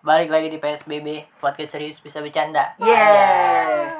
Balik lagi di PSBB, podcast serius bisa bercanda. Yeah.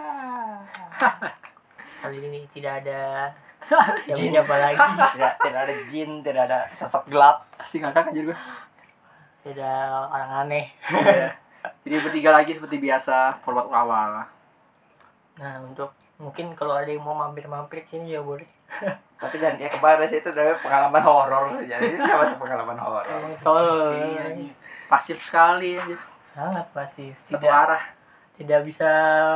Kali ini tidak ada siapa lagi. Tidak ada jin, tidak ada sosok gelap. Pasti ngakak aja gue. Tidak orang aneh. Jadi bertiga lagi seperti biasa, format awal. Nah, untuk mungkin kalau ada yang mau mampir-mampir sini ya boleh. Tapi jangan kayak kemarin sih, itu dari pengalaman horor sih. Jadi sama pengalaman horor. Tol. Iya, pasif sekali aja. Sangat pasti. Satu arah. Tidak bisa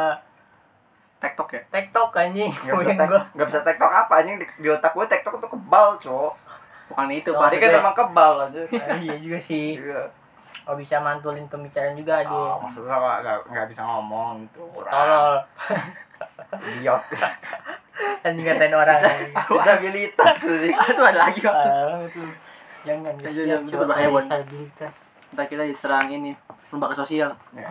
TikTok ya? TikTok anjing. Nggak bisa TikTok apa anjing, di otak gue TikTok tuh kebal, Cok. Bukan itu, Oh, Berarti kan emang kebal aja. Iya juga sih. Iya. Oh, bisa mantulin pembicaraan juga dia. Oh, maksudnya nggak bisa ngomong gitu. Tolol. Idiot. Kan ngatain orang. Disabilitas sih. Itu ada lagi maksudnya. Itu. Jangan Jangan, itu berbahaya, Bon. Ntar kita diserang ini, lembaga sosial.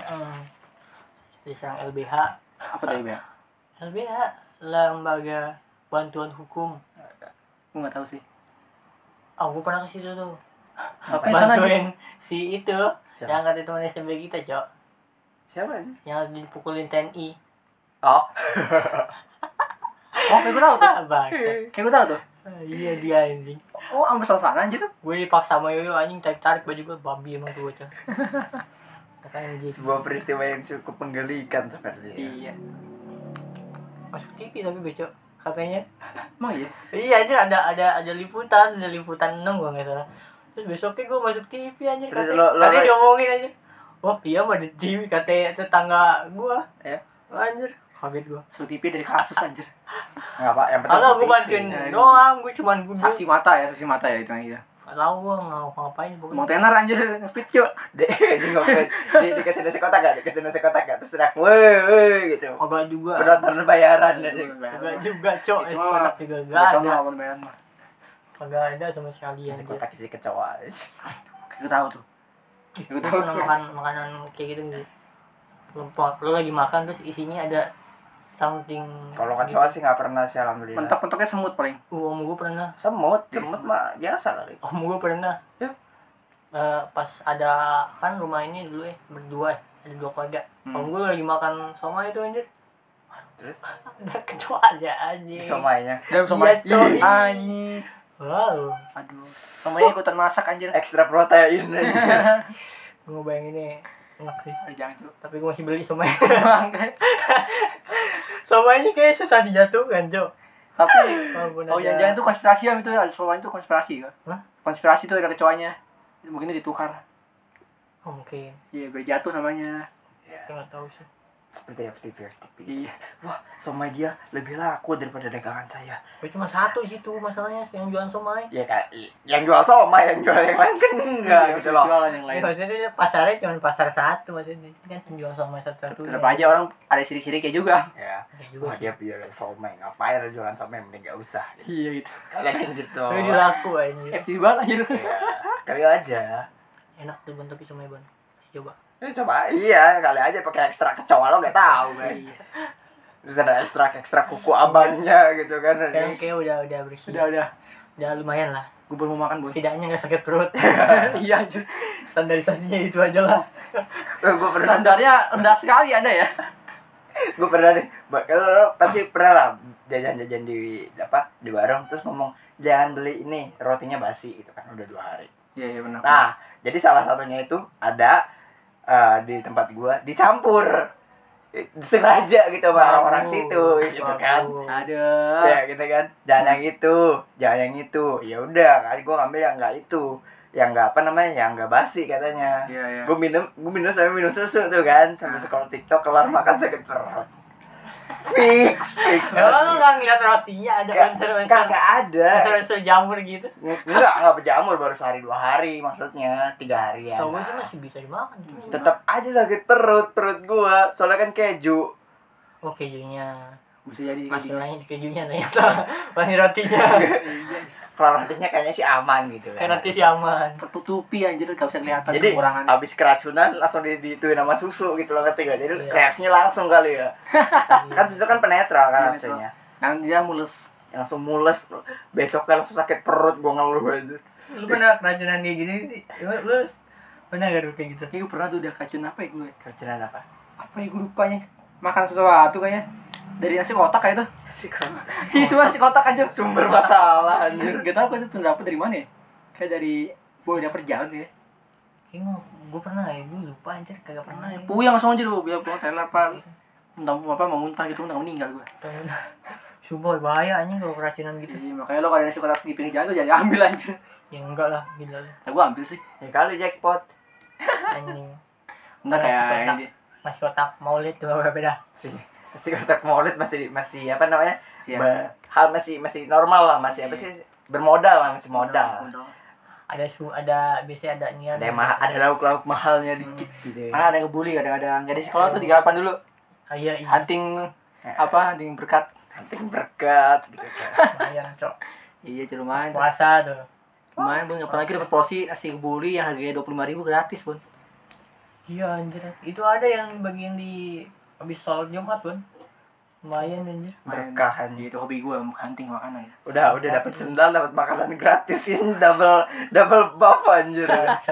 Diserang LBH. Apa tadi, Bang? LBH, Lembaga Bantuan Hukum. Gue gak tahu sih. Oh, gue pernah ke situ tuh. Tapi sana aja. Bantuin si itu Siapa? yang kata teman SMP kita, Cok. Siapa sih? Yang dipukulin TNI. Oh. Oh, kayak gue tahu tuh. Bangsa. Kayak gue tahu tuh. Iya dia anjing. Oh, ambil sana anjir. Gue dipaksa sama Yoyo anjing tarik baju gue, babi emang tuh, Cok. Makanya gitu. Sebuah peristiwa yang cukup menggelikan sepertinya. Iya. Masuk TV tapi gue, Cok. Katanya. Emang iya? Iya anjir, ada liputan 6 gue nggak salah. Terus besoknya gue masuk TV anjir. Terus Tadi diomongin anjir. Oh iya mah di TV katanya tetangga gue. Ya. Anjir, kaget gue. So TV dari kasus anjir. Enggak, Pak. Yang penting Kalau gue positif. bantuin Ya, doang, gue cuman gue Saksi mata ya itu yang iya. nggak tahu gue ngapain Mau pokoknya. tenar anjir, nge-fit yuk. Dikasih nasi kotak gak? Terus teriak, woi gitu. Agak juga. Penonton bayaran. Agak juga, Cok. Es Itu kotak juga gak Sono ada. apa bayaran mah. Agak ada sama sekali Nasi anjir. kotak isi kecoa. Kita tahu tuh. Gue pernah makan makanan kayak gitu gitu. Lo lagi makan terus isinya ada something. Kalau kecoa sih nggak pernah sih, alhamdulillah. Mentok-mentoknya semut paling. Om gue pernah. Semut mah biasa kali. Om gue pernah. Ya. Pas ada kan rumah ini dulu berdua ada 2 keluarga. Om gue lagi makan somai itu anjir. Terus Ada kecoa aja anjing. somainya Dalam somai. Iya, coy. Anjing. Wow. Aduh. Somainya ikutan masak anjir. ekstra protein. Gue bayangin ini enak sih. Jangan tuh. Tapi gue masih beli somai. Bangke. Somainya kayak susah dijatuhkan, Cok. Tapi Walaupun oh ada- jangan itu konspirasi itu ada somai itu konspirasi kan? Hah? Konspirasi itu ada kecoanya. Mungkin ditukar. Oh, mungkin. Iya, gue jatuh namanya. Kita nggak tahu sih. Seperti FTV. Iya. Wah, somai dia lebih laku daripada dagangan saya. Gue cuma satu di situ masalahnya yang jualan somai. Ya kan, yang jual somai, yang jual yang lain kan enggak gitu loh. Jualan yang Ya, lain. maksudnya dia pasarnya cuma pasar satu maksudnya. Ini kan penjual somai satu-satunya. Tetap aja orang ada sirik-siriknya juga. Ya. Ya juga Wah, sih. dia jualan somai, ngapain jualan somai, mending gak usah. Iya gitu. Kalian kan gitu. Tapi dia laku anjir. FTV banget anjir. Ya, kali aja. Enak tuh Bon, tapi somai Bon. Coba. Coba, iya, kali aja pakai ekstra kecoa lo gak tahu kan. Iya. Terus ada ekstra kuku abangnya gitu kan. Sekarang kayak udah bersih. Udah. Udah lumayan lah. Gue baru mau makan, Bun. Setidaknya nggak sakit perut. Iya anjir. Standarisasinya itu aja lah. Gue pernah Standarnya rendah sekali Anda ya. gue pernah nih, kalau lo pasti pernah lah jajan-jajan di warung terus ngomong jangan beli ini rotinya basi gitu kan, udah 2 hari. Iya benar. Nah, jadi salah satunya itu ada di tempat gua dicampur sengaja gitu sama orang-orang situ gitu kan. Aduh. Ya gitu kan, jangan yang itu. Ya udah kan, gua ngambil yang enggak itu, yang enggak yang enggak basi katanya. Iya. Gua minum sampai minum susu tuh kan, sampai scroll TikTok, kelar makan sakit perut. Fix. Kalau lu nggak ngeliat rotinya ada unsur-unsur Kagak ada. unsur-unsur jamur gitu. Enggak berjamur, baru sehari 2 hari maksudnya, 3 hari ya. Somai itu masih bisa dimakan. Tetap aja sakit perut gua, soalnya kan keju. Oh, kejunya. Bisa jadi Masalahnya di kejunya ternyata. Bukan di rotinya. Kalau rotinya kayaknya sih aman gitu Kayak kan. roti si aman. tertutupi anjir, gak bisa kelihatan Jadi kekurangan. habis keracunan langsung dituin sama susu gitu loh, ngerti gak? Jadi Iya. reaksinya langsung kali ya. Kan susu kan penetral kan Iya, hasilnya. Nanti dia mulus. Langsung mules, besoknya langsung sakit perut, gua ngeluh aja. Lu pernah keracunan kayak gini sih? Lu Pernah gak lu kayak gitu? Kayak gue pernah tuh udah kacun apa ya gue? Kerjaan apa? Apa ya gue lupanya? Makan sesuatu kayaknya. Dari nasi kotak kayak itu. Sih kan Itu nasi kotak aja. sumber masalah anjir. Gak tau kan itu pendapat dari mana ya? Kayak dari boy dapet jalan ya. Kayaknya gue pernah ya, gue lupa anjir, kagak pernah ya. Puyang langsung aja lu bilang pulang teler apa. Muntah apa mau muntah gitu, muntah meninggal gue. Sumpah bahaya anjing kalau keracunan gitu. Iya, makanya lo kalau ada nasi kotak di pinggir jalan tuh jangan ambil anjir. Ya enggak lah, gila lu. Ya gue ambil sih. Ya kali jackpot. Anjing. Entar Nasi kayak kotak. yang di Nasi kotak Maulid tuh beda. Si kotak Maulid masih apa namanya? Siap. Hal masih normal lah, masih apa sih? Bermodal lah, masih modal. Ada biasanya ada niat. Ada lauk-lauk mahalnya dikit gitu. Mana ada yang ngebully kadang-kadang. Gak di sekolah tuh 38 dulu. Ah, iya. Hunting hunting berkat. Penting berkat gitu kan. Lumayan, Cok. Iya, itu lumayan. Puasa tuh. Lumayan, Bun. Apalagi dapat porsi nasi kebuli yang harganya 25.000 gratis, Bun. Iya anjir. Itu ada yang bagian di habis sholat Jumat, Bun. Lumayan anjir. Berkah anjir. Itu hobi gue, hunting makanan. Udah dapat sendal, dapat makanan gratis, ini double buff anjir.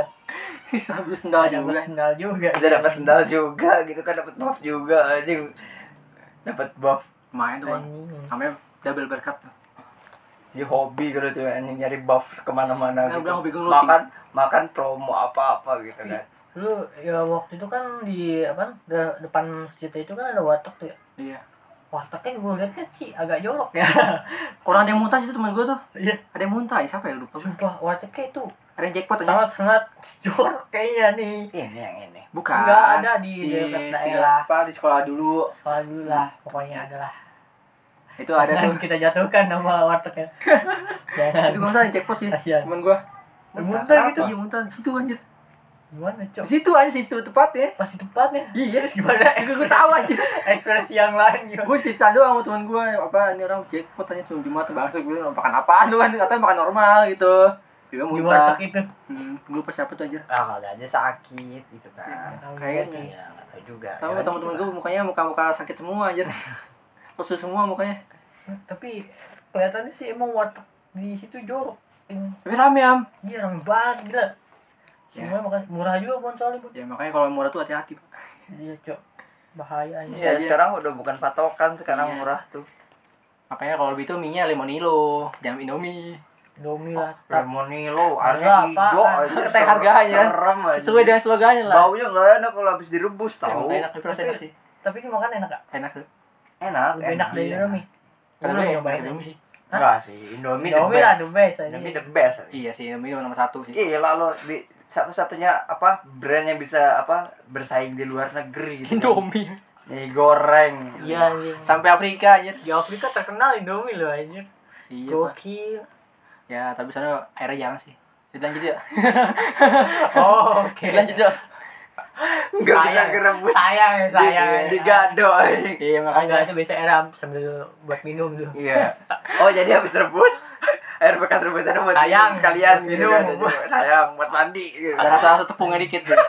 Sambil sendal Ada juga. sendal juga. Udah dapat sendal juga gitu kan, dapat buff juga anjing. Dapat buff. Lumayan tuh, Bun. Anjing. Namanya double berkat tuh. Di hobi kalau tuh anjing nyari buff kemana-mana Nah, gitu. bilang hobi gue looting. Makan promo apa-apa gitu kan. Lu ya waktu itu kan di apa depan masjid itu kan ada warteg tuh ya. Iya. Wartegnya gue lihat kan sih agak jorok ya. Orang ada yang muntah sih teman gue tuh. Iya. Ada yang muntah, ya siapa ya lupa gue. Sumpah wartegnya itu Ada yang jackpot aja. sangat jorok kayaknya nih. Ini yang ini. Bukan. Enggak ada di dekat daerah. apa di sekolah dulu. Sekolah dulu lah, pokoknya adalah. Itu ada Dan tuh. kita jatuhkan nama wartegnya. Jangan. Itu kalau salah yang jackpot sih. Kasihan. Temen gue. Muntah gitu. Iya muntah di situ anjir. Gimana, Di Cok? situ aja di situ tepatnya. Pasti tepatnya. Iya. Terus gimana? Gue tahu aja. Ekspresi yang lain gimana? Gue cerita doang sama temen gue apa ini orang jackpot tanya sebelum Jumat bangsa gue makan apaan lu kan katanya makan normal gitu. Dia Di muntah. warteg itu. Gue lupa siapa tuh anjir. Kali aja sakit gitu kan. Kayaknya. Iya, enggak tahu juga. Tahu Ya, teman-teman gue mukanya muka-muka sakit semua anjir. Lesu semua mukanya. Tapi kelihatannya sih emang warteg di situ jorok. Tapi rame am. Iya, rame banget gila. Ya. Semua makan murah juga pun soalnya, Bun. Ya makanya kalau murah tuh hati-hati. Iya, Cok. Bahaya Iya, aja. aja. sekarang udah bukan patokan, sekarang Iya. murah tuh. Makanya kalau gitu mie-nya Lemonilo, jangan Indomie. Indomie lah. Lemonilo, Harga harga hijau apaan? aja. Kita harganya Serem aja. sesuai dengan slogannya lah. Baunya enggak enak kalau habis direbus Ya, tahu. emang enak tapi rasanya enak sih. Tapi ini makan enak gak? Enak tuh. Enak. Lebih enak dari Iya. Indomie. Kata Belum gue nyobain. Indomie sih. Enggak sih, Indomie the Indomie lah best. the best aja. Indomie the best. Iya sih, Indomie nomor 1 sih. Iya, lalu di satu-satunya apa brand yang bisa apa bersaing di luar negeri gitu. Indomie. Mie goreng. Iya anjing. Sampai Afrika anjir. Di Afrika terkenal Indomie loh anjir. Iya, Pak. Gokil. Ya, tapi sana airnya jarang sih. Kita lanjut ya. Oh, oke. Kita lanjut ya. Enggak bisa direbus. Sayang ya, sayang. Digado. Iya, Makanya makanya itu biasa era sambil buat minum tuh. Iya. Oh, jadi habis rebus air bekas rebusan buat Sayang, minum sekalian buat gitu minum. kan. Sayang buat mandi gitu. ada rasa tepungnya dikit gitu.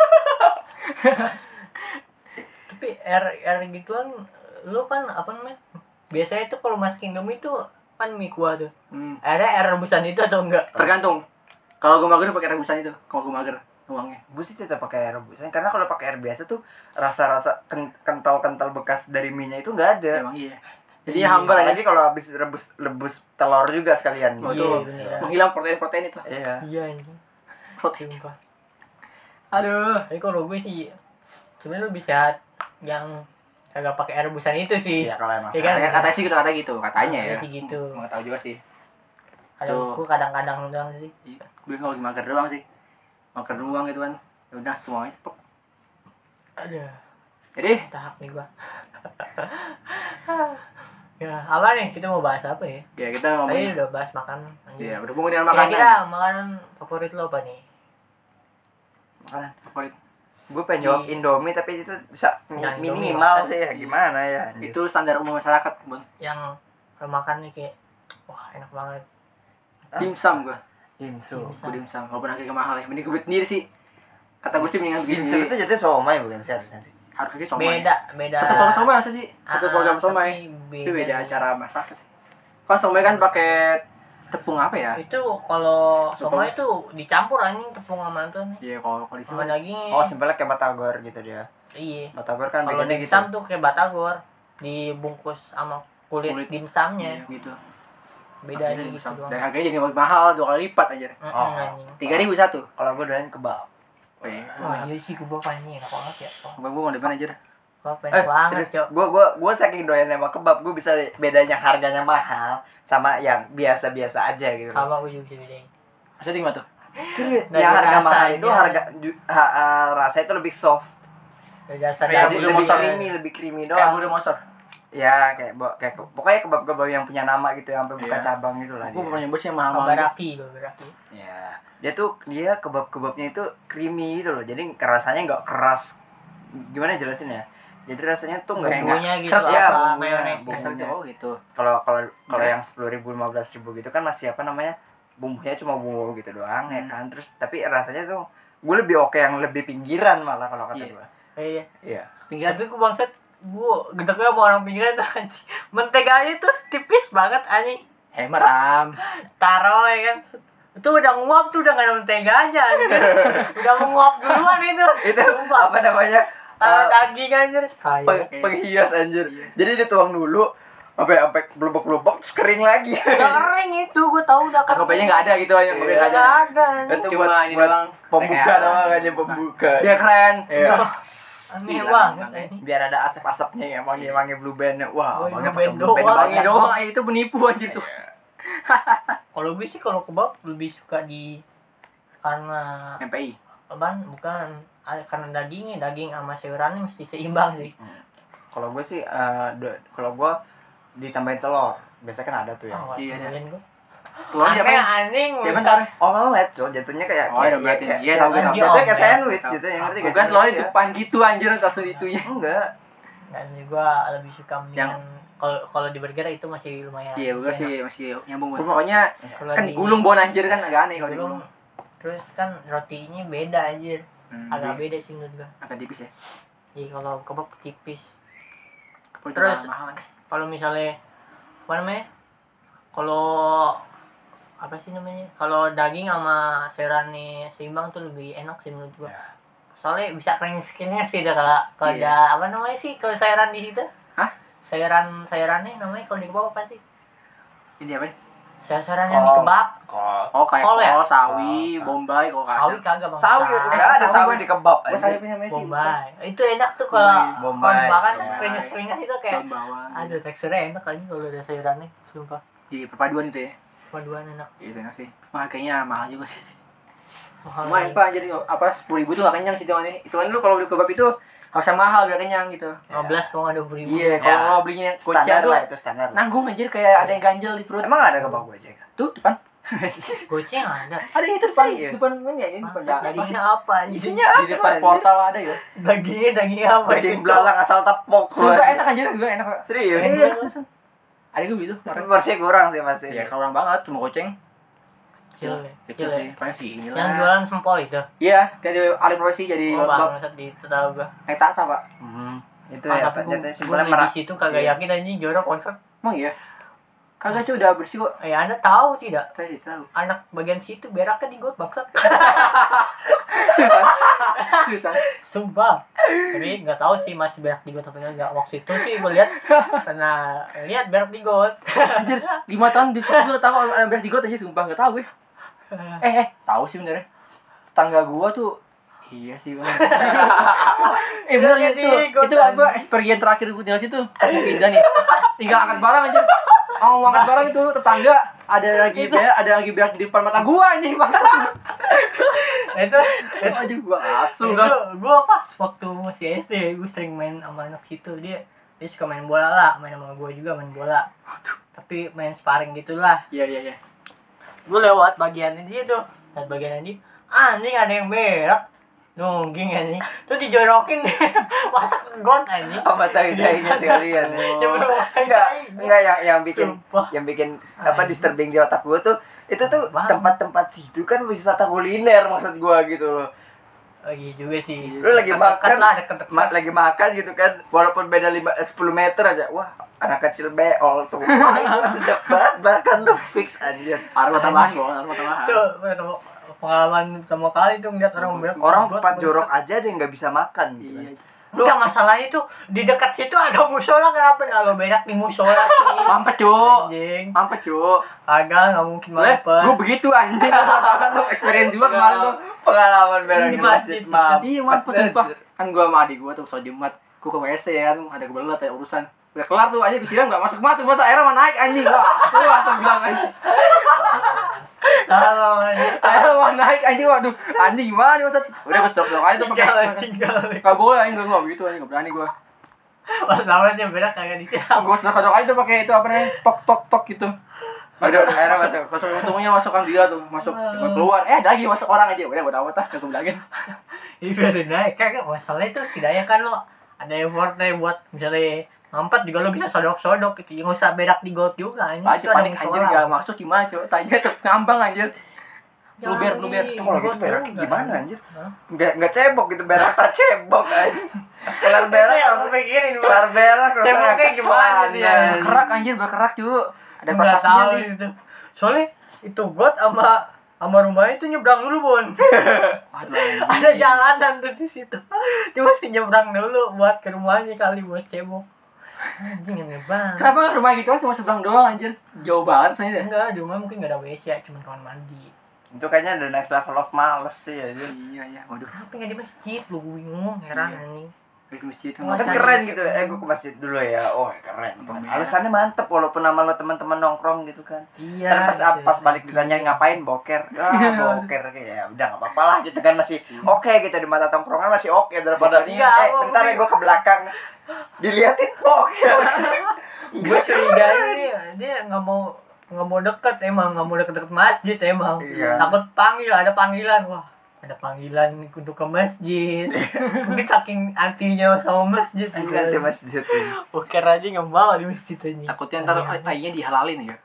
Tapi air gituan lu kan apa namanya? Biasanya itu kalau masak Indomie itu kan mie kuah tuh. Airnya air rebusan itu atau enggak? Tergantung. Kalau gue mager pakai rebusan itu. Kalau gue mager uangnya. Gue sih tetap pakai air rebusan karena kalau pakai air biasa tuh rasa-rasa kental-kental bekas dari minyak itu nggak ada. Emang iya. Jadi hambar aja. Jadi kalau habis rebus telur juga sekalian. Oh, Iya, tuh. bener. Menghilang protein-protein itu. Iya. Iya anjing. Protein. Sumpah. Aduh. Tapi kalau gue sih sebenarnya lebih sehat yang kagak pakai air rebusan itu sih. Iya kalau emang. Iya kan? Katanya sih gitu, katanya gitu. Katanya ya. Katanya sih gitu. Nggak tahu juga sih. Kadang gue kadang-kadang doang sih. Iya. Gue kalau lagi mager doang sih. Mager doang gitu kan. Ya udah tuang aja. Pok. Aduh, Jadi, tahak nih gua. Ya, apa nih? Kita mau bahas apa nih? ya kita Tadi ngomongin. udah bahas makan. Iya, berhubung dengan makanan. Kira-kira makanan favorit lo apa nih? Makanan. Favorit. Gue pengen jawab Indomie tapi itu bisa Ya, Indomie minimal makan. sih ya gimana ya. Itu standar umum masyarakat, Bun. Yang lo makan nih kayak wah enak banget. Dimsum gua. Dimsum. Gue dimsum. Walaupun harganya mahal ya. Mending gue buat sendiri sih. Kata gue sih mendingan bikin Dimsum sendiri. itu jadi somai bukan sih harusnya sih. Harusnya somai. Beda. Satu program somai sih. Satu program somai. tapi Itu beda sih. cara masak sih. Kan somai kan pakai Tepung apa ya? Itu kalau somai itu dicampur anjing tepung sama itu nih. Iya, kalau di Sama dagingnya. Oh, simpelnya kayak batagor gitu dia. Iya. Batagor kan Kalau bikinnya gitu. dimsum tuh kayak batagor dibungkus sama kulit dimsumnya. Iya, gitu. Beda aja gitu doang. Dan harganya jadi mahal 2 kali lipat aja. Anjing. 3.000 satu. Kalau gue doain kebab. Oh iya. Wah, iya sih gua anjing enak banget ya. Bang gua mau depan aja dah. Gua pengen banget, serius, Cok. gue saking doyan sama kebab, gue bisa bedanya harganya mahal sama yang biasa-biasa aja gitu. Sama gua juga bisa bedain. Maksudnya gimana tuh? Serius, Dari yang harga mahal rasanya. itu rasa itu lebih soft. Dari dasar Kayak Jadi Blue lebih Monster. lebih creamy Kayak doang. Blue Monster. Ya, kayak pokoknya kebab-kebab yang punya nama gitu, yang sampai bukan Iya. cabang gitu lah. Gua dia. pernah nyoba sih yang mahal-mahal. Barafi. Ya, dia kebab-kebabnya itu creamy gitu loh. Jadi rasanya nggak keras. Gimana jelasin ya? Jadi rasanya tuh nggak Kayak cuma bumbunya gitu, seret ya, asal bumbunya, mayones. bumbunya. Keselnya oh gitu. Kalau Enggak. yang 10.000 15.000 gitu kan masih apa namanya? Bumbunya cuma bumbu gitu doang ya kan. Terus tapi rasanya tuh gue lebih oke yang lebih pinggiran malah kalau kata Iya. gue. Iya. Iya. Pinggiran Tapi gua bangsat, gua gedeknya sama orang pinggiran tuh anjing. Menteganya tuh tipis banget anjing. hemat am. Taro ya kan. Itu udah nguap tuh udah gak ada menteganya anjing. Udah menguap duluan itu. Itu apa namanya? Taruh daging anjir. Penghias anjir. Iya. Jadi dituang dulu sampai blubok-blubok terus kering lagi. Udah kering itu, gua tahu udah kering. Kopinya enggak ada gitu aja, kopinya Udah enggak ada. gak ada anjing. Itu Cuma buat, ini buat doang. pembuka Rekayasa. doang aja pembuka. Dia keren. Iya. Aneh Gila, banget aneh. anjing. Biar ada asap-asapnya ya, wangi-wangi blue band. Wah, Wangi wangi blue pakai band blue band doang. Wangi banget. doang itu penipu anjir tuh. Kalau gue sih kalau kebab lebih suka di karena MPI. apaan? Bukan karena daging sama sayurannya mesti seimbang sih. Kalau gue sih kalau gue ditambahin telur. Biasanya kan ada tuh ya. Oh, Iya, iya gue. Telurnya Aneh apa? anjing. Ya misal- bentar. Omelet, so jatuhnya kayak Oh, iya, berarti. Iya, tahu, tahu. jatuhnya kayak Omelet. sandwich gitu ya, ngerti gak Bukan sih? telurnya Iya. depan gitu anjir langsung itunya. Enggak. Nggak sih, gue lebih suka mendingan kalau di burger itu masih lumayan. Iya, gua enak. sih masih nyambung. Pokoknya Kalau kan di- gulung bon anjir kan agak aneh kalau Gulung, digulung. terus kan rotinya beda anjir. Agak Iya. beda sih menurut gue. Agak tipis ya. Jadi kalau kebab tipis. Terus Terus mahal. kalau misalnya apa namanya? Kalau apa sih namanya? Kalau daging sama sayurannya seimbang tuh lebih enak sih menurut gua. Ya. Soalnya bisa clean skinnya sih dah kalau Iya. ada apa namanya sih kalau sayuran di situ? Hah? Sayurannya namanya kalau di kebab apa sih? Ini apa? Sayuran yang di kebab. Oh kayak Kol ya? kol, sawi, Kol, bombay, kol Sawi kacang. kagak bang. Sawi, enggak ada sawi sawi gua- di kebab Gua aja. sawi punya Messi. Bombay. Itu enak tuh kalau Bombay. dimakan terus Bombay. keringas-keringas itu kayak Daun bawang. aduh teksturnya enak aja kalau ada sayurannya, sumpah. Di perpaduan itu ya. Paduan enak. Itu enak sih. Wah kayaknya mahal juga sih. Mahal. Lumayan pak jadi apa 10.000 tuh gak kenyang sih cuman nih. Itu kan lu kalau beli kebab itu harusnya mahal biar kenyang gitu. 15 kalau nggak 20.000. Iya, kalau Ya. lo belinya Standar goceng tuh lah itu standar lah. nanggung anjir kayak ada yang ganjel di perut. Emang ada kebab gue aja? Tuh depan. Goceng ada. Ada itu depan Serius? depan mana ya? Ini depan jalan. Dagingnya apa? Isinya Di depan portal ada ya. Dagingnya apa? daging belalang asal tepok. Sumpah enak anjir gue enak pak. Serius? Iya, langsung. Ada gue gitu. Tapi porsinya kurang sih pasti. Ya kalau orang banget cuma goceng. Kecil ya. Kecil Kecil sih. ya. Paling sih inilah. Yang jualan sempol itu. Iya, dari alih profesi jadi Oh bab bang, di itu tahu gua. naik tata pak. Itu Ah, ya, tapi jatuhnya gua simpelnya beli merah. di situ kagak Iya. yakin anjing jorok konsep. Emang iya. Kagak cuy udah bersih kok. Anda tahu tidak? Saya sih tahu. Anak bagian situ beraknya di got bangsat. Susah. Sumpah. Tapi nggak tahu sih masih berak di got apa enggak. Waktu itu sih gua lihat pernah lihat berak di got. Anjir, 5 tahun di situ gue tahu ada berak di got aja sumpah enggak tahu gue. Tahu sih benernya. Tetangga gua tuh iya sih gua. Bener ya Di itu. got, Itu apa experience terakhir gue tinggal situ. Pas mau pindah nih. Tinggal angkat barang anjir. Mau angkat barang itu tetangga ada lagi berak di depan mata gua anjing banget. itu Anjir gua asu itu kan. gua pas waktu masih SD gua sering main sama anak situ. Dia suka main bola lah, main sama gua juga main bola. Tapi main sparring gitulah. Iya. Gue lewat bagiannya dia tuh, lewat bagiannya dia, anjing ada yang berak, nungging anjing, tuh dijorokin masuk ke got anjing. Apa tai-tainya sekalian. Ya belum masuk Enggak yang bikin Sumpah. apa Anjing. disturbing di otak gua tuh itu tuh Banget. tempat-tempat situ kan wisata kuliner maksud gua gitu loh. Oh iya juga sih. Lu lagi Deket-deket makan lah, deket-deket. lagi makan gitu kan walaupun beda 10 meter aja. Wah, anak kecil beol tuh. Itu sedap banget, bahkan lu fix anjir. Aroma tambahan gua, aroma tambahan. Tuh pengalaman pertama kali tuh ngeliat orang berak. Orang tempat jorok aja deh nggak bisa makan gitu. Iya. Enggak, masalahnya tuh di dekat situ ada musola, kenapa kalau berak di musola sih? Mampet, Cuk. Anjing. Mampet, Cuk. Agak enggak mungkin Leh, mampet. gua begitu anjing. Kan lu experience juga kemarin tuh. Pengalaman berak Di di masjid masjid, maaf. Iya, mampet sumpah. Kan gua sama adik gua tuh sholat Jumat, gua ke WC ya kan, ada kebelet ada urusan. Udah kelar tuh aja disiram enggak masuk-masuk, masa airnya mah naik anjing. Wah, gua langsung bilang anjing. Kalau Airnya mah naik anjing, waduh. Anjing gimana nih, Ustaz? Udah gua sedok-sedok aja tuh pakai. tinggal. Enggak boleh anjing, gua enggak begitu anjing, enggak berani gua. Masalahnya berak kagak disiram. Gua sedok-sedok aja tuh pakai itu apa namanya? Tok gitu. Masuk, airnya masuk. Masuk untungnya masukkan dia tuh, masuk keluar. Ada lagi masuk orang aja. Udah bodo amat ah, aku bilangin. Iya bener naik. Kagak, masalahnya tuh setidaknya kan lo ada effortnya buat misalnya mampet juga lo bisa sodok-sodok gitu. Nggak usah berak di got juga anjing. Aja Itu ada panik anjir musola. enggak maksud gimana, Cuk? Tanya tuh ngambang anjir. Luber. Itu kalau gitu berak juga. gimana anjir? Hah? Enggak cebok gitu, berak tak cebok aja. Kelar Itu berak yang harus aku pikirin. Bang. kelar berak harus Ceboknya angkat gimana celana. dia? Kerak anjir, berkerak, Cuk. Ada Nggak prestasinya tahu nih. itu. Soalnya itu got sama rumahnya itu nyebrang dulu, Bon. Waduh anjing. Ada jalanan tuh di situ. Dia mesti nyebrang dulu buat ke rumahnya kali buat cebok. Anjing aneh banget. Kenapa nggak rumah gitu cuma seberang doang anjir? Jauh banget soalnya. Enggak, di rumah mungkin enggak ada WC, cuma kamar mandi. Itu kayaknya the next level of males sih anjir. Iya, waduh. Kenapa enggak di masjid? Lu bingung, heran Iya. anjing. Di masjid Kan Kan keren gitu. Gue ke masjid dulu ya. Oh, keren. Pamer. Alasannya mantep walaupun nama lo teman-teman nongkrong gitu kan. Iya. Terus gitu. pas balik ditanyain ngapain boker. Boker ya udah enggak apa-apa lah gitu kan, masih oke gitu di mata tongkrongan, masih oke daripada Enggak, bentar ya gue ke belakang diliatin boker. Gue curiga dia enggak mau deket, emang enggak mau deket-deket masjid emang. Iya. Takut ada panggilan. Wah, ada panggilan untuk ke masjid. Mungkin saking antinya sama masjid. Ganti masjid. Boker aja enggak mau di masjid anjing. Takutnya ntar tainya dihalalin ya.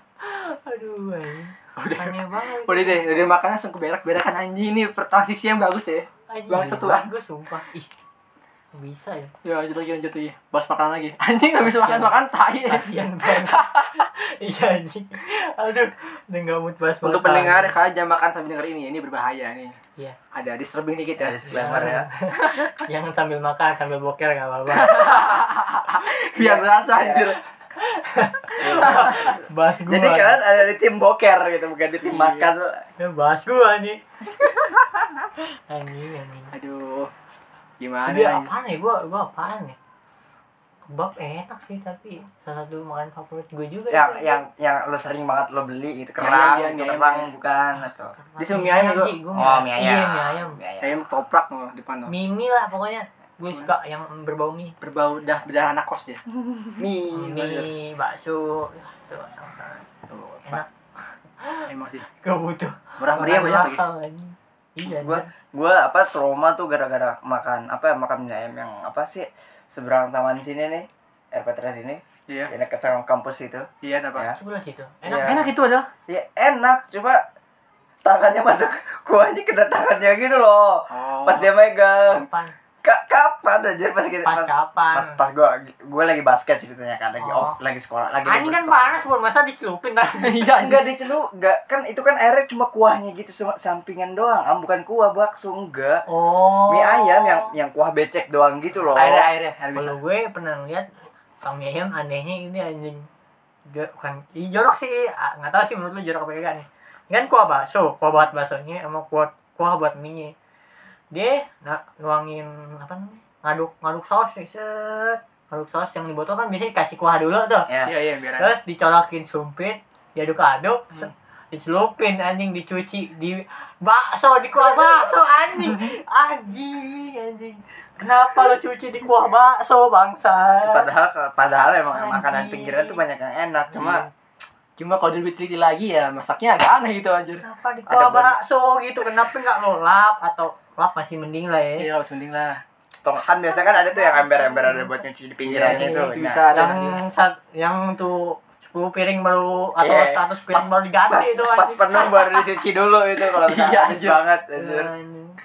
Aduh, anjing. Aneh banget. Udah deh, udah makan langsung ke berak-berakan anjing, ini transisi yang bagus ya. Anjing, Bang satu ah. bagus sumpah. Ih. Bisa ya. Ya lanjut lagi. Bahas makan lagi. Anjing enggak bisa makan tai. Kasian banget. Iya anjing. Aduh, udah enggak mood bahas Untuk makan. pendengar, kalian jangan makan sambil denger ini berbahaya nih. Iya. Ada disturbing dikit ya. Ada disclaimer ya. Jangan sambil makan, sambil boker enggak apa-apa. Biar berasa anjir. Bahas gua. Jadi kalian ada di tim boker gitu, bukan di tim makan. Ya, bahas gua nih. Anjing. Aduh. Gimana Dia ya? apaan ya? Gua apaan ya? Kebab enak sih, tapi salah satu makanan favorit gue juga itu. Yang lo sering banget lo beli itu kerang, Iya, itu iya, kerang iya. bukan atau Dia suka mie ayam juga. Gua oh mie ayam. Iya, mie ayam. Kayak ketoprak loh depan loh. Mie lah pokoknya. Gue suka yang berbau mie. Berbau berdarah anak kos dia. Mie. Mie, bakso. Ya, tuh sama-sama. Tuh, Enak. Emang sih. Gak butuh. Murah meriah banyak lagi. lagi. Iya. Gua trauma tuh gara-gara makan mie ayam yang apa sih seberang taman sini nih, RPTRS ini. Iya. Yang dekat sama kampus itu. Iya, apa? Ya. Sebelah situ. Iya. Enak. Enak itu adalah. Ya enak, coba tangannya masuk kuahnya kena tangannya gitu loh. Oh. Pas dia megang. Kapan? Kapan anjir pas kita Pas kapan? pas gua lagi basket ceritanya kan, lagi Oh. lagi sekolah, lagi Anjing libur kan sekolah. panas buat masa dicelupin kan. Iya, Enggak dicelup, enggak kan itu kan airnya cuma kuahnya gitu sampingan doang, bukan kuah bakso enggak. Oh. Mie ayam yang kuah becek doang gitu loh. air bisa. Kalau gue pernah lihat sama mie ayam anehnya ini anjing. Bukan, jorok sih. Enggak tahu sih menurut lu jorok apa enggak nih. Ini kan kuah buat baksonya sama kuah buat mie-nya. Dia nuangin apa namanya? Ngaduk saus nih, set. Ngaduk saus yang di botol kan biasanya kasih kuah dulu tuh. Ya. Iya, biar. Terus dicolokin sumpit, diaduk-aduk, dicelupin anjing, dicuci di bakso, di kuah bakso anjing. Anjing. Kenapa lo cuci di kuah bakso, bangsa? Padahal emang Anjing. makanan pinggiran tuh banyak yang enak, Cuma kalau teliti lagi ya masaknya agak aneh gitu anjir. Kenapa di kuah bakso gitu? Kenapa enggak lo lap atau lap masih mending lah ya? Iya, harus mending lah. kan biasa kan ada tuh yang ember-ember ada buat nyuci di pinggirannya Iya, itu. bisa ada. Yang tuh 10 piring baru atau Iya. 100 piring baru diganti itu pas penuh baru dicuci dulu itu kalau misalnya Iya, habis anjir. banget anjir.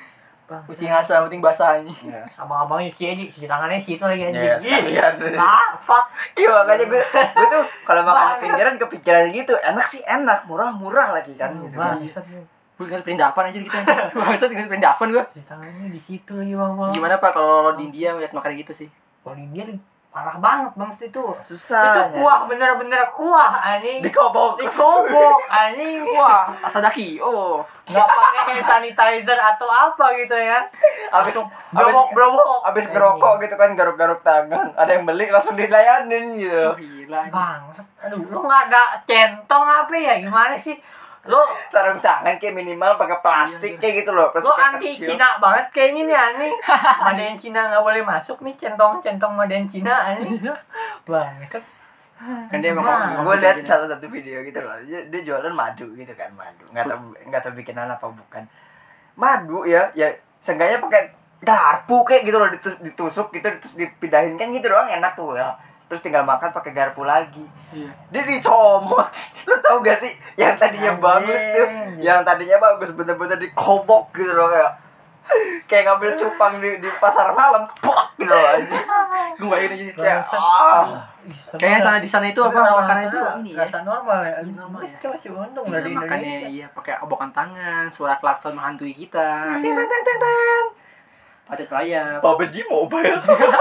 Kucing asal penting basah anjing. Iya. Sama abangnya cuci tangannya situ lagi Iya, anjing. sekalian. Fuck. Iya makanya gue tuh kalau makan di pinggiran kepikiran gitu, enak sih enak, murah lagi kan gitu. Bangsat lu. Gue ingat perindapan aja gitu. Bangsat ingat perindapan gue. Cuci tangannya di situ lagi bang. Gimana Pak kalau di India ngeliat makan gitu sih? Kalau di dia parah banget bang itu. Susah. Itu kuah bener-bener kuah anjing. Dikobok. Anjing. Wah, asadaki. Oh. Nggak pakai hand sanitizer atau apa gitu ya. Abis Blobok. abis ngerokok gitu kan garuk-garuk tangan. Ada yang beli langsung dilayanin gitu. Gila. Bangsat. Aduh, lu nggak ada centong apa ya? Gimana sih? Lu Sarung tangan kayak minimal pakai plastik kayak gitu loh. lu Plastik anti kecil. Cina banget kayaknya nih anjing. Made Cina nggak boleh masuk nih centong Made Cina anjing. Bangsat. Kan dia emang Gue lihat salah satu video gitu loh, dia jualan madu gitu kan, madu nggak tahu bikinan apa bukan madu ya seenggaknya pakai garpu kayak gitu loh, ditusuk gitu terus dipindahin kan gitu doang, enak tuh ya, terus tinggal makan pakai garpu lagi. Iya. Dia dicomot. Lo tau gak sih yang tadinya Anjing. bagus tuh, yang tadinya bagus bener-bener dikobok gitu loh, kayak ngambil cupang di pasar malam, pok gitu loh aja. Gue bayangin aja. Kayak Kayaknya sana di sana itu apa makanan itu ini ya. rasa normal ya. Iya, normal ya. Kita masih untung Iya, dari makannya Indonesia. iya pakai obokan tangan, suara klakson menghantui kita. Ting ting ting ting ting. Padat raya. PUBG Mobile.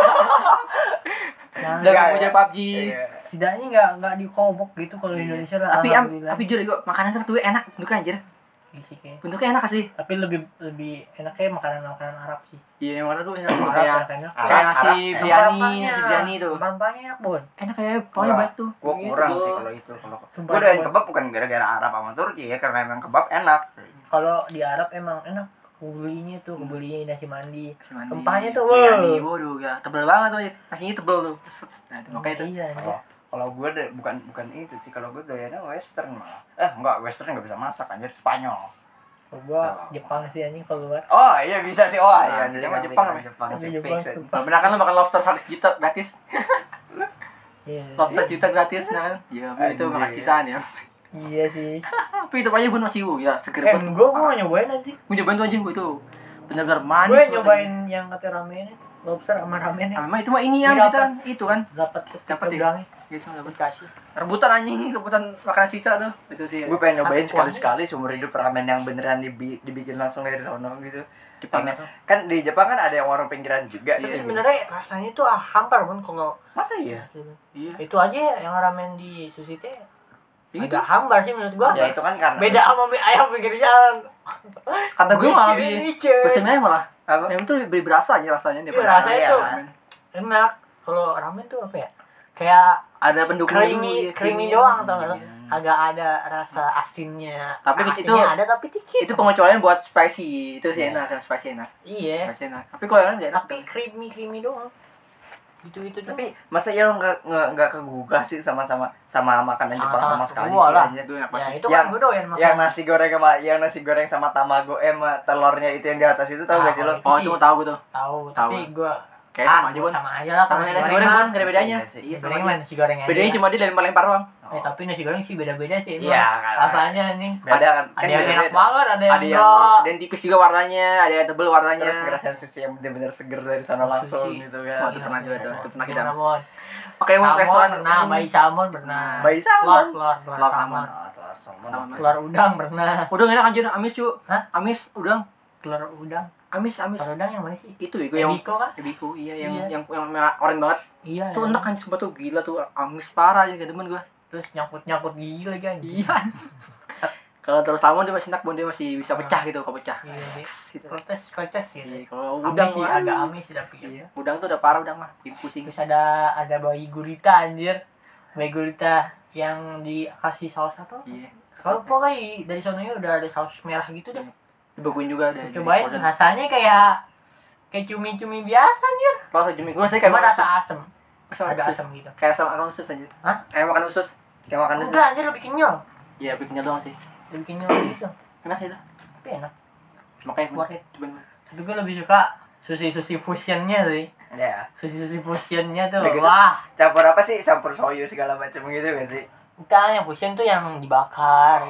Nah, Udah Enggak, punya ya. PUBG. Iya. setidaknya nggak dikobok gitu kalau di Indonesia lah. Tapi alhamdulillah. tapi jujur gue makanan tuh enak bentuknya anjir. Iya sih, kayak. Bentuknya enak sih. Tapi lebih enaknya makanan Arab sih. Iya, yang mana tuh enak Arab kayak enak. kayak nasi Arab, biryani, nasi biryani tuh. Rempahnya enak, Bon. Enak kayak pokoknya banyak tuh. Gue Gitu. kurang sih kalau itu. Sumpah, Gue doyan sumpah. kebab bukan gara-gara Arab sama Turki ya, karena emang kebab enak. Kalau di Arab emang enak. Kebulinya nasi mandi. Nasi mandi, Rempahnya tuh, biryani, wow. waduh, ya tebel banget tuh. Nasinya tebel tuh. Set, set. Nah, itu makanya tuh. Iya, Kalau gue bukan itu sih, kalau gue doyannya western malah. Enggak, western nggak bisa masak anjir, Spanyol. Kalau gua Jepang sih anjing keluar. Oh iya bisa sih, oh iya. Nah, jadi sama ngambil Jepang, ke Jepang sih, Jepang. fix. Kalau pernah kan lo makan lobster 100 juta gratis. Iya. Lobster juta gratis nah kan. Iya, itu Anjir. makan sisaan ya. Iya sih. Tapi itu aja gue masih ya seger Kan banget. gua mau nyobain anjing. Gue nyobain tuh anjing gue itu. Bener-bener manis. Gue banget, nyobain yang kata ramennya, lobster sama anjing. ramennya. Ah, memang itu mah ini yang Ini kita dapat. itu kan. Dapat Dapat ya? udangnya. Gitu dapat. Dikasih. Rebutan anjing, rebutan makanan sisa tuh. Itu sih. Gue pengen nyobain Aku sekali-sekali seumur hidup ramen yang beneran dibikin langsung dari sono gitu. Jepang Pengen- tuh. Kan di Jepang kan ada yang warung pinggiran juga. Iya. Tapi sebenarnya rasanya tuh hampar pun kalau Masa iya? Iya. itu aja yang ramen di Sushi teh Itu agak hambar sih menurut gua. Ya itu kan karena Beda sama mie ayam pinggir jalan. kata gue malah Mice. biasanya malah apa? yang itu lebih berasa aja rasanya Iya, daripada rasanya iya. tuh enak. Kalau ramen tuh apa ya? Kayak ada pendukung creamy doang tau gak lo? Agak ada rasa asinnya. Tapi asinnya itu- ada tapi dikit. itu pengecualian buat spicy itu sih enak, yang spicy enak. Iya. Spicy enak. Tapi kalau yang lain nggak enak. Tapi creamy doang. Itu Tapi masa ya lo nggak kegugah sih sama makanan Jepang sama sekali gua sih lah. anjir. Itu enak Ya pasti. itu Yang- kan gue doyan makan. Yang nasi goreng sama tamago sama telurnya itu yang di atas itu tau Ah, gak sih lo? itu Oh, sih. itu mau tahu gue tuh. Tahu, Tahu. tapi gue Kayak sama aja, Bon. sama aja lah Sama nasi goreng, Bon, gak ada bedanya. Iya sih. Iya, Nasi sama goreng aja. mah nasi goreng aja. Bedanya cuma dia dari melempar doang. Tapi nasi goreng sih beda-beda sih. emang. Iya, kan. Rasanya anjing. Beda kan? Ada yang enak beda-beda. banget, ada yang Ada yang enggak. dan tipis juga warnanya, ada yang tebel warnanya. Terus ngerasain sushi yang bener-bener seger dari sana langsung Sushi. gitu Wah, kan. itu pernah juga tuh. Itu pernah kita. Gimana, Bon? Oke, mau Salmon restoran pernah, bayi salmon pernah. Bayi salmon. Telur Telur salmon. salmon. Ah, telur salmon. Salmon. Telur udang pernah. Udang enak anjir, amis cu. Hah? Amis, udang. Telur udang. Amis. Telur udang yang mana sih? Itu ya yang Ebiko kan? Ebiko, iya Iya. yang merah oren banget. Iya. Tuh enak kan sumpah tuh gila tuh amis parah aja gak demen gua. Terus nyangkut gigi lagi anjing. Iya. Kalau terus salmon dia masih enak, Bon, dia masih bisa pecah gitu, kalau pecah. Iya, sih. Gitu. Kleces gitu. Iya, kalau Amis udang sih mah- agak amis sih tapi. Iya, udang tuh udah parah udang mah, bikin pusing. Terus ada bayi gurita anjir. Bayi gurita yang dikasih saus apa? Iya. Kalau pokoknya dari sononya udah ada saus merah gitu deh. Dibaguin juga ada. Cobain rasanya kayak cumi-cumi biasa anjir. Kalau jemi gua sih kayak Cuma makan rasa usus. asem. Sama Agak usus. asem gitu. Kayak sama makan usus aja. Hah? Kayak makan usus. Kayak makan nasi. Enggak anjir lebih kenyal. Iya, bikinnya doang sih. Lebih kenyal gitu. Enak sih itu. Tapi enak. Makanya Worth it. cobain. Tapi gue lebih suka sushi fusionnya sih. Ya. Sushi fusionnya tuh. Udah gitu. Wah. Campur apa sih? Campur soyu segala macam gitu gak sih? Bukan yang fusion tuh yang dibakar ya.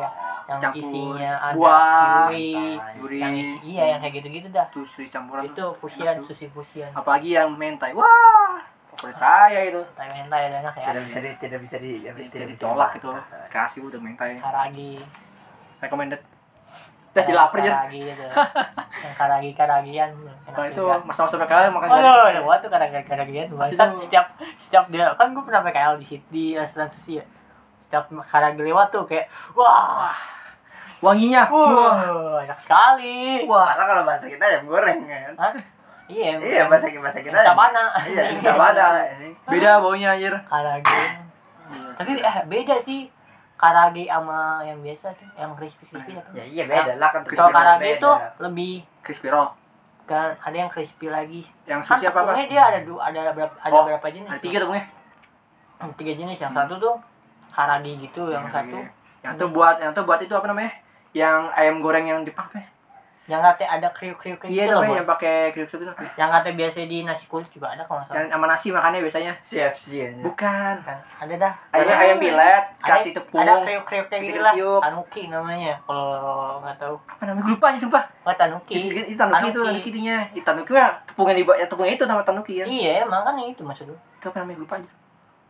yang Campur isinya ada buah, duri, yang yang kayak gitu-gitu dah. Tuh sushi campuran Itu tuh. fusion, Enak tuh. sushi fusion. Apalagi yang mentai. Wah, favorit saya itu. Mentai enak ya. tidak bisa Tidak ditolak itu. Kasih udah mentai. Karagi. Recommended. Udah jadi lapar aja. Karagi gitu. Yang karagian Nah itu masa-masa PKL makan Oh, gua tuh karagian. Masih Masa tuh. setiap dia kan gua pernah PKL di restoran sushi ya. Setiap karagi lewat tuh kayak wah, wanginya. enak sekali. Wah. Karena kalau bahasa kita ayam goreng kan. Hah? Iya, Iya bahasa kita yang sabana. Iya yang sabana. Beda baunya anjir. Karagi. Tapi beda sih. Karage sama yang biasa tuh, yang crispy apa? Ya iya beda lah kan. Kalau karage beda. itu lebih Crispy roll. kan ada yang crispy lagi. Yang Kan sushi apa? tepungnya dia ada berapa jenis? Ada 3 tepungnya. 3 jenis. Yang satu tuh karage gitu, yang satu Yang tuh buat itu apa namanya? Yang ayam goreng yang dipakai. yang katanya ada kriuk-kriuk Iya gitu loh. namanya yang pakai kriuk itu. Yang katanya biasa di nasi kulit juga ada kalau nggak salah. Yang sama nasi makannya biasanya. CFC aja. Bukan. Kan ada dah. Ayam pilet kasih tepung. Ada kriuk-kriuknya gitu lah. Kriuk. Tanuki namanya. Kalau nggak tahu. Apa namanya? Gue lupa aja sumpah. Oh, tanuki. Itu tanuki itu tanuki itunya. Itu tanuki mah tepungnya tepungnya itu nama tanuki ya. Iya, emang kan itu maksud lu. Itu apa namanya? Lupa aja.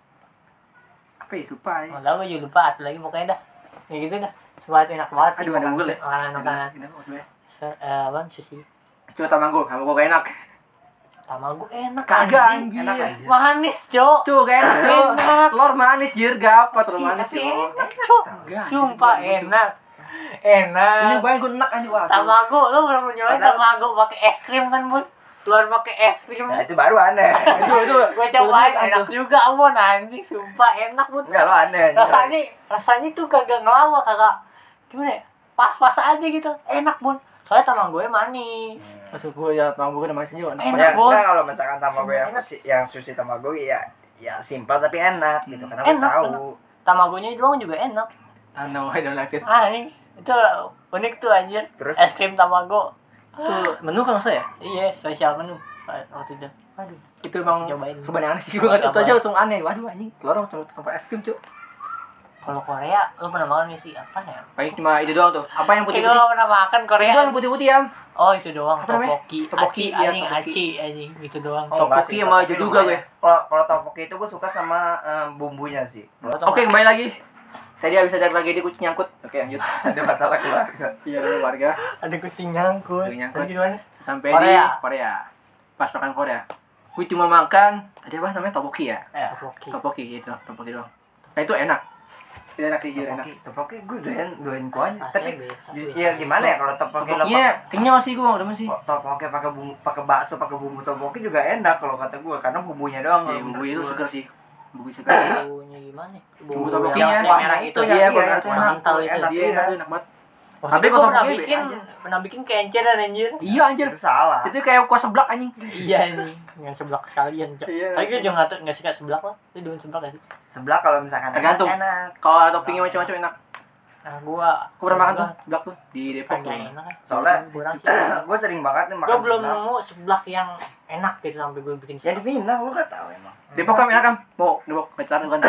Apa ya? Lupa ya. Nggak tahu gue juga lupa. Apa lagi pokoknya dah. Kayak gitu dah. Semua itu enak banget. Aduh, ada Google ya? Makanan. Apa sushi. Coba tamago gak enak. Tamago enak. Kagak anjing. anjir. Enak anjir. Manis, Cok. Tuh gak enak tuh. Enak. Telur manis jir gak apa telur Ih, manis tapi tuh. enak, Cok. Enggak, Sumpah anjir, enak. Enak. Nyobain gue enak anjir wah. Tamago, lu belum nyobain Padahal- tamago pakai es krim kan, Bun? Telur pakai es krim. Nah itu baru aneh. Itu Gue cobain enak juga, Bun. Anjing, sumpah enak, Bun. Enggak lo aneh. Rasanya tuh kagak ngelawak, kagak. Gimana ya? Pas-pas aja gitu. Enak, Bun. Soalnya tamagonya manis. Masuk gue ya tamago gue manis juga. Enak, Ya, Bon. enggak kalau misalkan tamago Enak. yang sushi tamago ya simpel tapi enak gitu karena Enak, tahu. Tamagonya doang juga enak. No, I don't like it. Anjing, itu unik tuh anjir. Terus? Es krim tamago. Tuh menu kan maksudnya ya? Iya, spesial menu. Waktu itu. Aduh. Itu emang Cobain. kebanyakan sih gue itu aja langsung aneh. Waduh anjing, telur langsung tanpa es krim, Cuk. Kalau Korea, lu pernah makan nggak sih? Apa ya? Paling cuma itu doang tuh. Apa yang Itu putih-putih? lo pernah makan Korea? Itu yang putih-putih ya. Oh, itu doang. Apa namanya? Topoki. Topoki, Aci, iya, anjing, topoki. anjing. Itu doang. Oh, enggak Topoki sih, sama topoki juga lumayan. Kalau topoki itu gue suka sama bumbunya sih. Lo tau Oke, nggak? kembali lagi. Tadi habis ada lagi di kucing nyangkut. Oke, lanjut. Ada masalah keluarga. Iya, dulu warga. Ada kucing nyangkut. Kucing nyangkut. Tadi gimana? Sampai Korea. di Korea. Pas makan Korea. Gue cuma makan tadi apa namanya topoki ya? Ya. Topoki. Topoki gitu, topoki doang. Nah, itu enak. Itu enak sih, jujur enak. Topoki gue doyan kuahnya. Rasanya Tapi biasa, ya biasa. gimana ya kalau topoki Topokinya kenyal sih gue udah sih. topoki pakai bumbu pakai bakso pakai bumbu topoki juga enak kalau kata gue karena bumbunya doang. Iya, kalau bumbu menurut itu gua. seger sih. Bumbu seger. Bumbunya gimana? Bumbu yang topokinya. merah itu. yang Iya, iya, gua yang ngerti, kuah enak. kental itu. enak, Iya, iya. enak, enak banget. Tapi Tapi gue kalau pernah topoki bikin, beda aja. kenceran anjir. Iya anjir. Itu salah. Itu kayak kuah seblak anjing. Iya nih, yang seblak sekalian, Cok. Iya. Tapi gue juga nggak suka seblak lah. Lu doain seblak gak sih? Sebelah kalau misalkan Tergantung. enak. Kalau toppingnya macam-macam enak. Nah, gua Aku pernah makan tuh seblak tuh di Depok tuh. kagak enak kan. Soalnya Kurang sih. gue sering banget nih makan Gue belum seblak. nemu seblak yang enak gitu sampai gue bikin Ya di Minang lu gak tahu emang. Depok kan enak kan? Mau Depok pacaran bukan?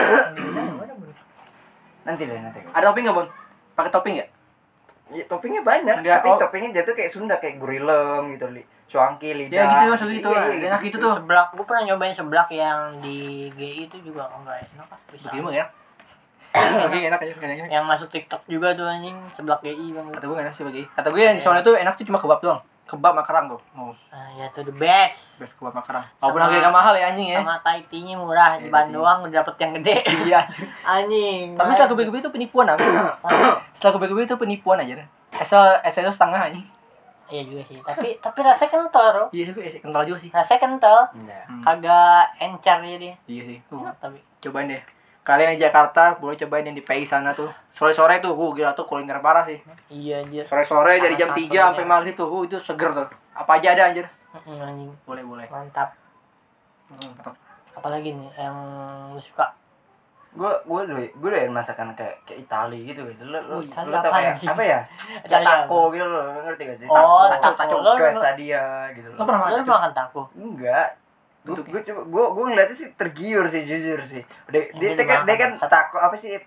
Nanti deh nanti. Ada topping enggak, Bon? Pakai topping enggak? Ya, toppingnya banyak, Enggak, tapi oh. toppingnya jatuh kayak Sunda kayak gurilem gitu, cuangki, lidah. Ya gitu maksud gitu. Iya, iya, Enak gitu tuh. Seblak, gue pernah nyobain seblak yang di GI itu juga enggak enak kan. Bisa. Begini mah enak. Bagi enak aja kayaknya. Yang masuk TikTok juga tuh anjing, seblak GI bang. Kata gue enak sih bagi. Kata gue yang di sana tuh enak tuh cuma kebab doang. Kebab sama kerang tuh. Oh, Nah, ya itu the best. best kebab sama kerang. Walaupun harganya gak mahal ya anjing ya. Sama Thai tea-nya murah di Iya, Bandung udah dapet yang gede. Iya. Anjing. Tapi setelah gue itu penipuan apa? Setelah gue itu penipuan aja. Esel itu setengah anjing. Iya juga sih. Tapi rasanya kental, Bro. Iya tapi kental juga sih. Rasanya kental. Iya. Kagak encer ya dia. Iya sih. Tuh. Enak tapi. Cobain deh. Kalian di Jakarta boleh cobain yang di PI sana tuh. Sore-sore tuh, gila tuh kuliner parah sih. Iya anjir. Sore-sore dari jam Panas 3 sampai satunya. maghrib tuh, itu seger tuh. Apa aja ada anjir. Anjing. Boleh. Mantap. Mantap. Apalagi nih yang lu suka? Gue doyan masakan kayak Itali gitu guys. Lu Itali tau apaan kayak sih? apa ya? Itali Kayak apa? taco gitu loh, lu ngerti gak sih? Oh, taco, taco. taco, Lu- quesadilla gitu Lo loh. pernah Lu makan? makan taco? Enggak. Gue Bentuknya? coba gue ngeliatnya sih tergiur sih jujur sih. Dia Ini kan dimakan, taco apa sih?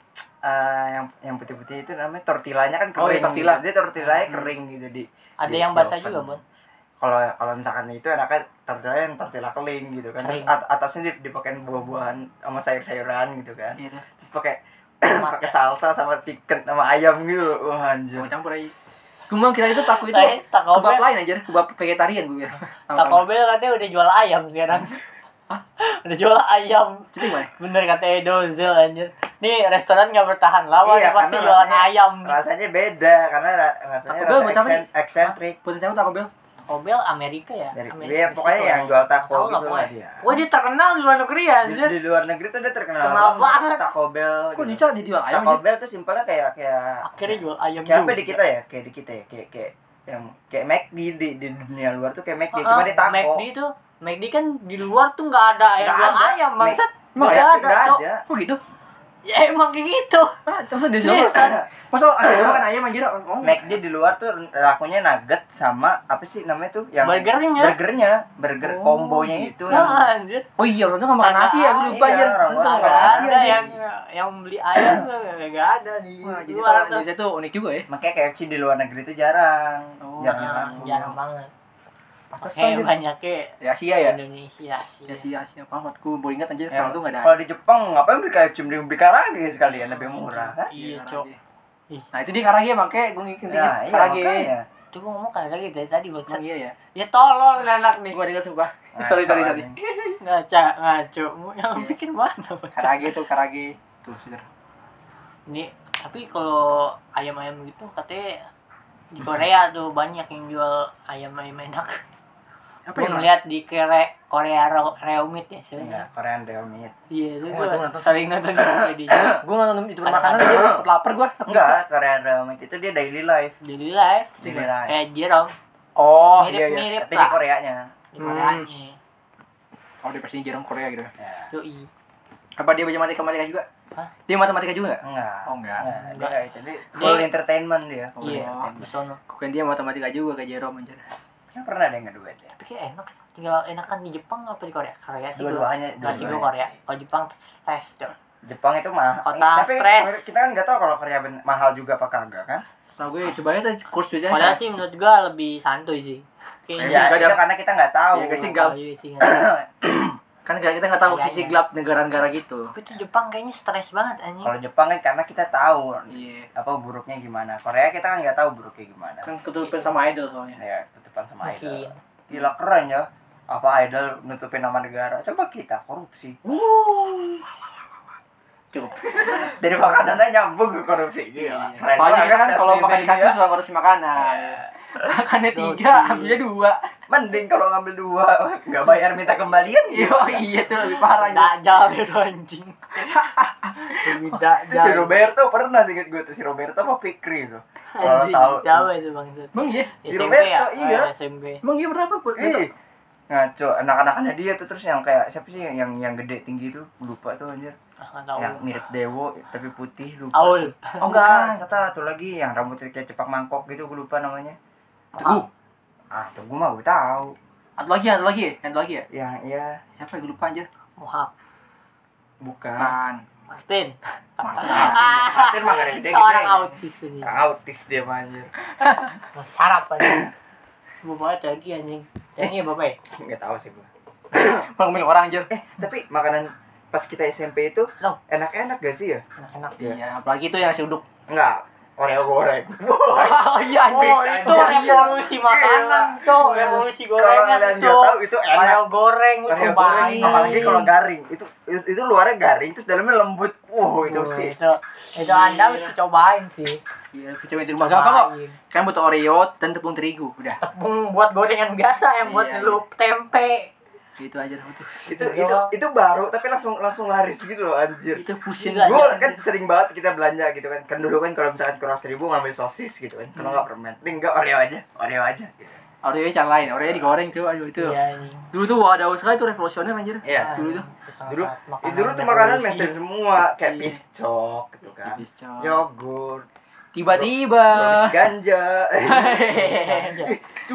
yang putih-putih itu namanya tortillanya kan Oh, kering. iya, tortilla. Gitu. Dia tortillanya kering gitu di. Ada di yang basah oven. juga, Bon. Kalau misalkan itu enaknya tortilla kering gitu kan. Terus Kering. atasnya dipakein buah-buahan sama sayur-sayuran gitu kan. Iya tuh. Terus pakai salsa sama chicken sama ayam gitu loh. Wah, anjir. Mau campur aja. Cuma kira itu taco itu Taco kebab Bell. lain aja, kebab vegetarian gue kira. Taco Bell katanya udah jual ayam sekarang. Hah? Udah jual ayam. Itu gimana? Bener kata Edo Zel anjir. Nih restoran nggak bertahan lama Iya, nih pasti karena jualan rasanya- ayam. Rasanya beda karena rasanya Taco Bell buat apa rasa nih? eksentrik. Buat siapa Taco Bell? Taco Bell Amerika ya? Dari Amerika dia pokoknya Meksiko yang ya? jual taco Tahu lah gitu lah pokoknya. dia. Wah dia terkenal di luar negeri ya anjir. Di luar negeri tuh dia terkenal Terkenal banget. Taco Bell. Kok gitu. dijual dijual ayam Taco aja? Bell tuh simpelnya kayak Akhirnya jual ayam kayak apa juga. di kita ya? Kayak di kita ya, kayak yang kayak McD di dunia luar tuh kayak McD cuma di taco. McD kan di luar tuh nggak ada yang Nggak jual ada. ayam bangsat. Emang Nggak Nggak ada, Cok. ada. Kok gitu? Ya emang kayak gitu. Ah, terus di sana. Masa ada makan ayam anjir? Oh. McD di luar tuh lakunya nugget sama apa sih namanya tuh yang Burger Oh, kombonya itu yang Ah, anjir. Oh iya, lo tuh nggak makan nasi ya, gue lupa Iya, anjir. orang-orang Lu tuh nggak nggak makan nasi nasi ada anjir. yang beli ayam tuh nggak ada di Wah, jadi luar tuh tuh. Indonesia tuh unik juga ya. makanya KFC di luar negeri itu jarang. Oh, jarang Jarang, laku. jarang banget. Pantesan Kayak anjir. banyaknya Ya Asia ya. Indonesia sih. Asia apa? Gue baru ingat anjir, Ya, sekarang tuh nggak ada. kalau di Jepang ngapain beli KFC mending beli karage sekalian lebih murah kan? Iya, Karage. Cok. Nah, itu dia karage makanya gue ngikutin Ya, iya karage. makanya. Coba ngomong kayak lagi dari tadi buat Emang iya ya. ya tolong anak nih. Gue dengar sumpah. Nah, Sorry. soalnya. ngaco yang Iya. pikir mana Bang? Karage tuh karage. Tuh, sudah. Ini tapi kalau ayam-ayam gitu katanya di Korea tuh banyak yang jual ayam-ayam enak. Apa Gue yang ngeliat di Korea Reomit ya Iya, sebenarnya. Korean Real Meat. Iya, itu Oh, itu nonton. sering nonton di dia. Gue nggak nonton itu makanan aja, gue lapar gue. Enggak, Korean Real Meat itu dia daily life. Jadi live Daily life. kayak Jerome. Oh, iya iya. Mirip-mirip Tapi di lah Koreanya. di Koreanya. Oh, dia pasti jarang Korea gitu. Ya. Yoi. Apa dia matematika juga? Hah? Dia matematika juga nggak? Enggak. Oh, enggak. Dia kayak itu. Dia full entertainment dia. Full Iya, entertainment. di sono. Bukan dia matematika juga kayak Jerome anjir. Kan pernah ada yang ngeduet ya. Tapi kayak enak. Tinggal enakan di Jepang apa di Korea? Korea sih. Dua-duanya, Nggak sih gue dua-duanya Korea. sih. Kalau Jepang stres, Cok. Jepang itu mahal. Kota Tapi stres. kita kan nggak tahu kalau Korea mahal juga apa kagak kan? Nah, gue coba aja kurs aja. Padahal sih menurut gue lebih santuy sih. Kayaknya Ya, nggak ada- itu karena kita nggak tahu. Iya, guys, sih nggak- Iya sih, nggak. Kan kita nggak tahu Kayaknya. sisi gelap negara-negara gitu. Tapi tuh Jepang kayaknya stres banget anjing. Kalau Jepang kan karena kita tahu Iya. apa buruknya gimana. Korea kita kan nggak tahu buruknya gimana. Kan ketutupan sama idol soalnya. Ya, tutupan sama Mungkin. idol. Gila keren ya. Apa idol nutupin nama negara? Coba kita korupsi. Cukup. Dari makanannya nyambung ke korupsi. Gila. Iya. Keren Soalnya kita banget kan kalau asli makan dari ikan dia. tuh suka korupsi makanan. Iya. Makannya 3, Gokil. ambilnya 2. Mending kalau ngambil 2 nggak bayar minta kembalian Iya, iya tuh lebih parah aja. Dajjal itu anjing. Lebih Itu si dajjal. Roberto pernah sih gue tuh si Roberto apa Fikri tuh. Kalau Anjing, tahu. siapa itu Bang? Emang iya? Si SMP Roberto, ya? iya. SMP. Emang iya berapa? Ih, ngaco anak-anaknya dia tuh terus yang kayak siapa sih yang gede tinggi tuh lupa tuh anjir. Ah, nggak tahu. Yang mirip Dewo tapi putih lupa. Aul. Oh enggak, satu lagi yang rambutnya kayak cepak mangkok gitu gue lupa namanya. Teguh. Ah, tuh gue mah gue tahu. Ada lagi ya? Yang iya Siapa yang gue lupa anjir? Mohak. bukan. Kan. Martin. Martin mah gak ada gede-gede. Orang autis ini. Orang autis dia mah anjir. Sarap aja. Bapaknya TNI anjing. TNI ya bapak ya? Enggak tahu sih gue. Pengomel orang anjir. Tapi makanan pas kita SMP itu Loh. enak-enak gak sih ya? Enak-enak. Iya, apalagi itu yang nasi uduk. Enggak, Oreo goreng. Oh iya Oh itu revolusi makanan tuh, revolusi Kalau gorengan kalian nggak tuh. tahu itu enak. Oreo goreng lu Oreo cobain. goreng, apalagi kalau garing. Itu luarnya garing terus dalamnya lembut. Itu sih. Itu Anda mesti cobain sih. Iya, coba di rumah gampang kok. Kan butuh Oreo dan tepung terigu, udah. Tepung buat gorengan biasa yang buat Iya, ngelup tempe. Gitu aja tuh. Itu baru tapi langsung laris gitu loh anjir. Itu fusion Gila, Gue aja. kan sering banget kita belanja gitu kan. Kan dulu kan kalau misalkan kurang 1.000 ngambil sosis gitu kan. Kalau nggak permen. Ini enggak Oreo aja gitu. Oreo yang lain, Oreo digoreng tuh, aduh itu. Iya ini. Dulu tuh waduh sekali tuh revolusioner anjir. Iya. Dulu tuh. Dulu tuh makanan mainstream semua kayak Iya. piscok gitu kan. Piscok. Yogurt. Tiba-tiba. Brownies ganja. Hehehe. Sumpah,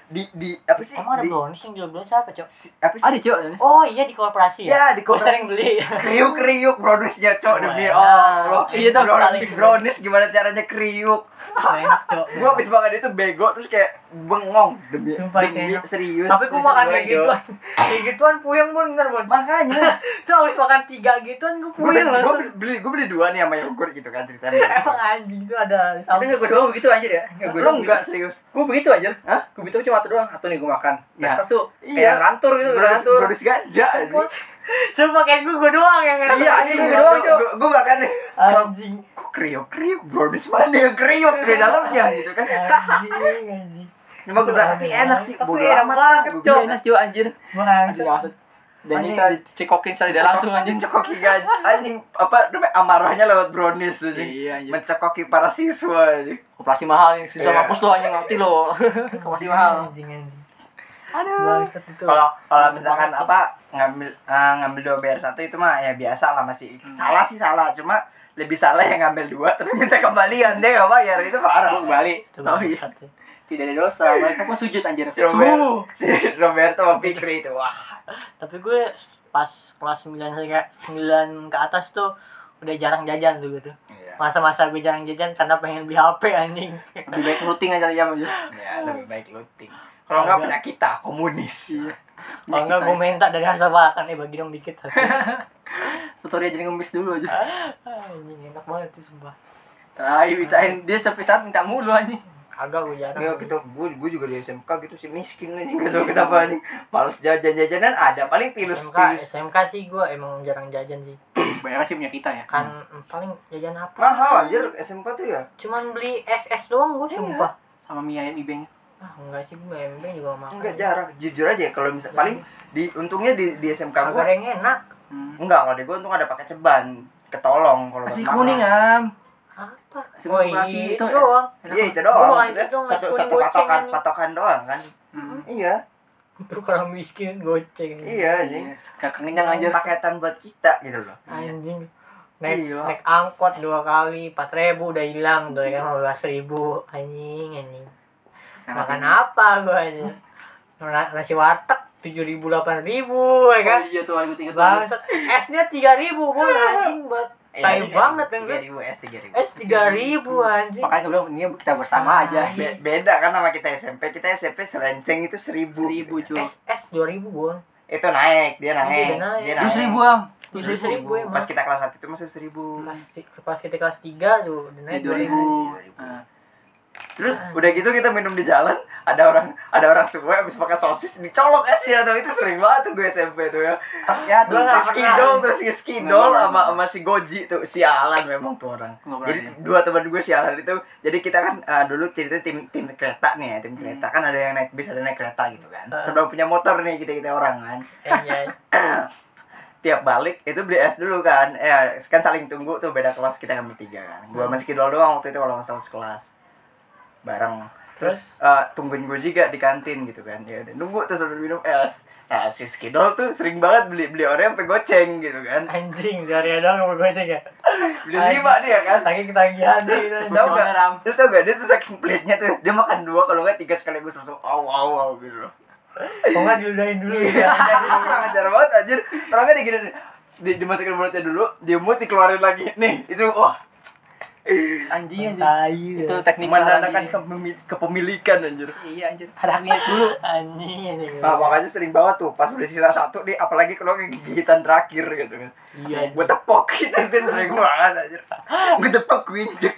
di apa sih? Emang ada Di- brownies yang jual brownies apa, Cok? apa sih? Ada cok. Oh iya di koperasi ya? Ya, di Gua koperasi. sering beli. Kriuk browniesnya cok Oh, demi enak. Allah. Iya, tahu sekali. Brownies gimana caranya kriuk. Oh, enak, Cok. Gua habis makan itu bego terus kayak bengong Sumpah, itu demi enak. serius. Tapi gua Terus makan goreng, kayak gituan. Kayak gituan puyeng bener, Bon. makanya Tuh habis makan 3 gituan gua gue puyeng lah. beli 2 nih sama yogurt gitu kan ceritanya. Emang anjing itu ada di Tapi samping. nggak gue doang begitu anjir ya. Lo enggak serius? Gue begitu aja. Hah? Gue begitu cuma satu doang. Atau nih gue makan. Ya. Terus tuh Iya. kayak rantur gitu, rantur. Brodus ganja anjing. Sumpah kayak gua doang yang ngerasa. Iya, anjing, gua doang, Cok. Gue makan nih. Anjing. Kok kriuk brodus mana yang kriuk di dalamnya gitu kan. Anjing. Emang gue bilang, tapi enak sih. Tapi Bodo enak amat banget, lah, gua Iya Cok. enak juga anjir. Anjir Bangsa. maksud. Dan Anjing. kita cekokin sekali dia langsung anjing. Mencekoki anjing apa namanya amarahnya lewat brownies anjing. Iya anjir. Mencekoki para siswa anjing. Koperasi mahal nih. Susah Iya. mampus lo anjing ngerti lo. Koperasi mahal. Anjing. Aduh. Bangsat itu. Kalau misalkan apa ngambil 2 bayar 1 itu mah ya biasa lah masih salah sih salah cuma lebih salah yang ngambil 2 tapi minta kembalian dia nggak bayar itu parah. Gue kembali. Itu Oh iya. bangsat ya. Tidak ada dosa. Mereka pun sujud anjir. Si Roberto sama Fikri itu wah. Tapi gue pas kelas 9 ke atas tuh udah jarang jajan tuh gitu. Iya. Masa-masa gue jarang jajan karena pengen beli HP anjing. Lebih baik routing aja ya anjir. Ya lebih baik looting. Kalau nggak punya kita komunis. Iya. Kalau enggak gue minta dari hasil makan bagi dong dikit. Tutorial jadi ngemis dulu aja. Anjing enak banget tuh sumpah. Tai mintain dia sampai saat minta mulu anjing. Kagak gue jarang. Ya gitu, gue juga di SMK gitu sih miskin aja nggak tahu kenapa nih. Males jajan-jajanan ada paling SMK pilus-pilus. SMK sih gue emang jarang jajan sih. Banyak sih punya kita ya. Kan paling jajan apa? Mahal anjir SMK tuh ya. Cuman beli es doang gue sumpah. Sama mie ayam ibeng. Ah enggak sih gue MB juga makan. Enggak jarang, jujur aja kalau misal paling untungnya di SMK Kagak gua ada yang enak. enggak, kalau di gua untung ada pakai ceban, ketolong kalau Nasi buat kuning makan. am. Apa? Nasi Oh kuning iya nasi itu itu, doang. Iya itu Gua doang. makan Maksudnya itu doang, nasi satu kuning satu goceng patokan anjing. patokan doang kan. Iya. Itu orang miskin goceng. Iya anjing. Gak kenyang anjir. Paketan buat kita gitu loh. Anjing. Gila. Naik angkot 2 kali 4.000 udah hilang tuh ya kan 15.000 anjing. Makan apa gua aja? Nasi warteg 7.000 8.000 ya kan? Oh iya tuh aku tinggal. Bangsat. Esnya 3.000 bon anjing buat tai banget yang gue. 3.000 Es 3.000 anjing. Makanya gue bilang ini kita bersama aja. Beda kan sama kita SMP. Kita SMP serenceng itu 1.000. 1.000 cuy. Es 2.000 bon. Itu naik, dia naik. Iya, naik. Dia Terus naik. 1.000 am. 7.000 emang. Pas kita kelas 1 itu masih 1.000. Pas kita kelas 3 tuh udah naik 2.000. Nah, Terus udah gitu kita minum di jalan, ada orang semua habis makan sosis dicolok esnya tuh, itu sering banget tuh gue SMP tuh ya. ya tuh. Gua nggak Si Skidol pernah. tuh si Skidol Nggak sama si Goji tuh sialan memang tuh orang. Nggak pernah Jadi ya. 2 teman gue sialan itu. Jadi kita kan dulu cerita tim kereta nih ya, tim kereta kan ada yang naik bis ada naik kereta gitu kan. Sebelum punya motor nih kita orang kan. Anjay. Tiap balik itu beli es dulu kan. Kan saling tunggu tuh beda kelas kita kan bertiga kan. Gua sama Skidol doang waktu itu kalau masalah sekelas. Bareng. Terus tungguin gue juga di kantin gitu kan. Ya udah nunggu tuh sambil minum es. Nah, si Skidol tuh sering banget beli Oreo sampai goceng gitu kan. Anjing dari dong sama gue ya. Beli 5 dia kan. Saking ketagihan deh itu. Tahu Fungsional, gak? Ram. Lu tau gak dia tuh saking pelitnya tuh dia makan 2 kalau enggak 3 sekaligus langsung au gitu loh. Kok nggak diludahin dulu Iya, ya? kurang ajar banget anjir. Orangnya digini dimasukin mulutnya dulu, diemut dikeluarin lagi. Nih, itu wah. Anjing anjing. Tai. Itu teknik Menandakan lagi. kepemilikan anjir. Iya anjir. Ada haknya dulu. Anjing. Nah, makanya sering banget tuh pas udah sisa 1 nih, apalagi kalau gigitan terakhir gitu kan. Iya. Gue tepok gitu, gue sering banget anjir. Gue tepok, gue injek.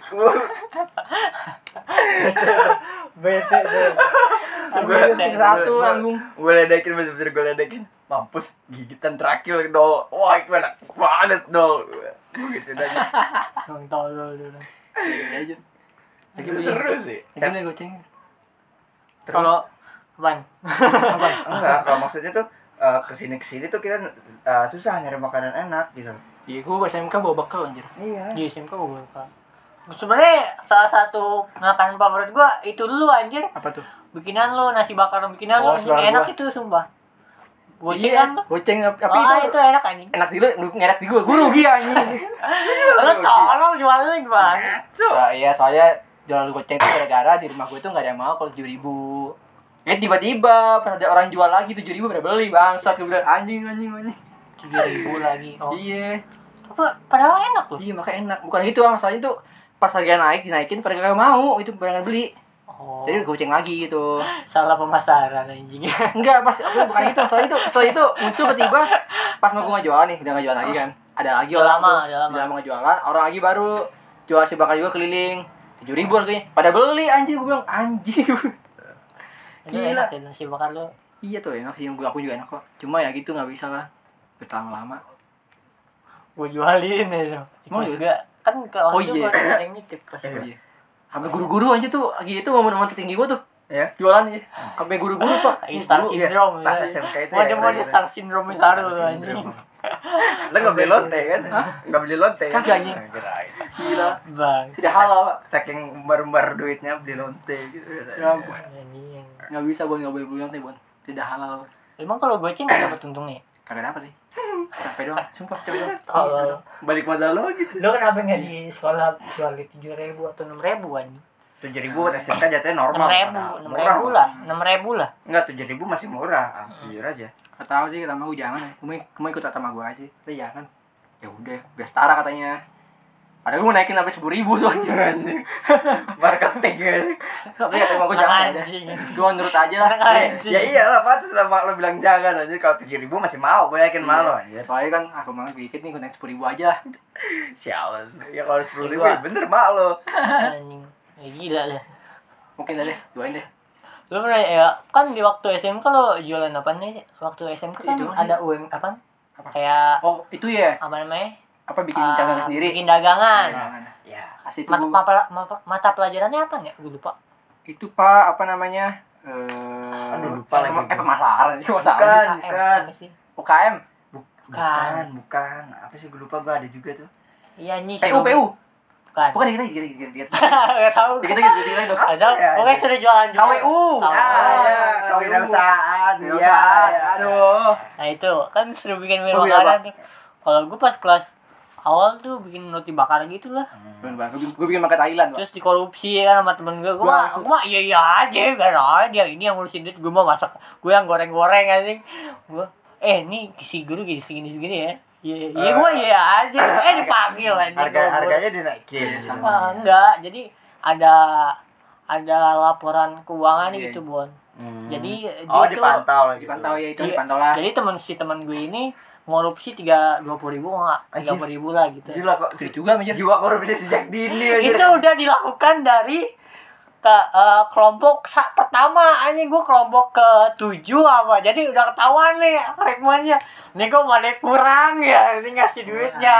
Bete tuh. Satu anggung. Gue ledekin, bener-bener gue ledekin. Mampus, gigitan terakhir dol. Wah, itu enak banget dol. Gue gitu aja. Emang tolol dulu. Iya aja. Lagi beli. Seru sih. Lagi beli goceng. Kalau apaan? Enggak, kalau maksudnya tuh kesini tuh kita susah nyari makanan enak gitu. Iya, gua SMK bawa bekal anjir. Iya. Di SMK gue lupa. Sebenarnya salah satu makanan favorit gua itu dulu anjir. Apa tuh? Bikinan lu nasi bakar bikinan Oh, lu sebelah enak gua. itu sumpah. Goceng Iya, kan lu? goceng tapi Ah, itu itu enak anjing. enak di lu, ngenak di gua rugi anjing. Lu tolong jualnya gimana? Iya, soalnya jual goceng itu gara-gara di rumah gua itu enggak ada yang mau kalau 7.000. Tiba-tiba pas ada orang jual lagi 7.000 pada beli bangsat, gue bilang anjing. 7.000 lagi. Oh. Iya. Apa padahal enak loh. Iya makanya enak. Bukan gitu masalahnya tuh pas harga dinaikin pada kagak mau, itu pada beli. Oh. Jadi goceng lagi gitu. Salah pemasaran anjing. Enggak, bukan itu, setelah itu muncul tiba-tiba pas mau gue nggak jualan nih, udah nggak jualan lagi kan. Ada lagi Udah orang lama nggak jualan, orang lagi baru jual si bakal juga keliling 7.000 harganya. Pada beli anjir, gue bilang anjir. Gila. Enak ya nasi bakar lu. Iya tuh enak sih, aku juga enak kok. Cuma ya gitu nggak bisa lah. Berlama-lama. Gue jualin ya. Mau Ikut juga? juga. Kan kalau Oh, itu iya. gua yang nitip pas. Iya. Sampai guru-guru aja tuh lagi itu momen-momen tertinggi gua tuh. Ya. Jualan aja. Sampai guru-guru Pak. Lagi star Guru, syndrome. pas ya. SMK itu Mau ya, mau kira-kira. star syndrome Saru lu Star anjing. syndrome. Lo nggak beli lonte kan? Nggak beli lonte kan? Kagak, anjing. Kirain. Gila. Bang. Tidak halal, Pak. Saking bareng duitnya beli lonte gitu. Ya ampun. Anjing. Nggak bisa, Bon. Nggak boleh beli lantai, Bon. Tidak halal. Emang kalau goceng enggak dapat untungnya? Kagak dapat sih. Capek doang. Sumpah, capek doang. Tolol. Balik modal lo gitu. Lu kenapa nggak di sekolah jual di 7.000 atau 6.000 anjing? 7.000 buat SMK jatuhnya normal. 6.000, Murah. 6.000 lah, 6.000 lah. Enggak, 7.000 masih murah. Jujur aja. Nggak tahu sih, kata gue jangan. Gue ikut sama gue aja. Tapi jangan. Ya udah, biar setara katanya. Padahal gue naikin sampai 10.000 tuh anjing. Marketing ya. Tapi kata gue jangan aja. Anjing. Gue nurut aja lah. Anjing. Ya iyalah, pantas lah mak lo bilang jangan aja. Kalau 7.000 masih mau, gue yakin malu anjir. Soalnya kan aku mau dikit nih, gue naik 10.000 aja lah. Sialan. Ya kalau 10.000 ya bener mak lo. Anjing. Ya gila deh. Mungkin aja deh, juain deh. Lu pernah ya kan di waktu SMK lo jualan apa nih? Waktu SMK kan Itu ada UM apa? Apa? Kayak Oh, itu ya. apa namanya? Apa bikin dagangan sendiri? Bikin dagangan. Ya. Asli itu Mata pelajarannya apa ya? Gue lupa. itu Pak, apa namanya? Aduh, lupa lagi. Pemasaran. Ini pemasaran. Bukan, UKM, bukan. apa sih? UKM. Bukan. Apa sih gue lupa, gue ada juga tuh. Iya nih. PU. Bukan. Bukan dikit. Enggak tahu. Dikit itu. Ada. Ya, Pokoknya ya. sudah jualan juga. KWU. Ya, kewirausahaan. Iya. Aduh. Nah itu kan sudah bikin Oh, iya, makanan tuh. Kalau gue pas kelas awal tuh bikin roti bakar gitu lah. Gue bikin makan Thailand, Pak. Terus dikorupsi kan sama temen gue. Gue mah iya aja kan dia ini yang ngurusin duit, gue mah masak, gue yang goreng anjing. Gue ini si guru segini ya. Iya gue iya aja. Dipanggil anjing. Harganya dinaikin. Sama enggak. Jadi ada laporan keuangan Iya. gitu, Bon. Jadi dia dipantau gitu. Dipantau ya itu, Iya. dipantau lah. Jadi teman gue ini ngorupsi 20.000 enggak? 30.000 lah gitu. Gila kok Gede juga Major. jiwa korupsi sejak dini aja. Itu udah dilakukan dari kelompok pertama anjing, gue kelompok ke-7 apa. Jadi udah ketahuan nih ritmenya. Nih kok mana kurang ya ini ngasih duitnya.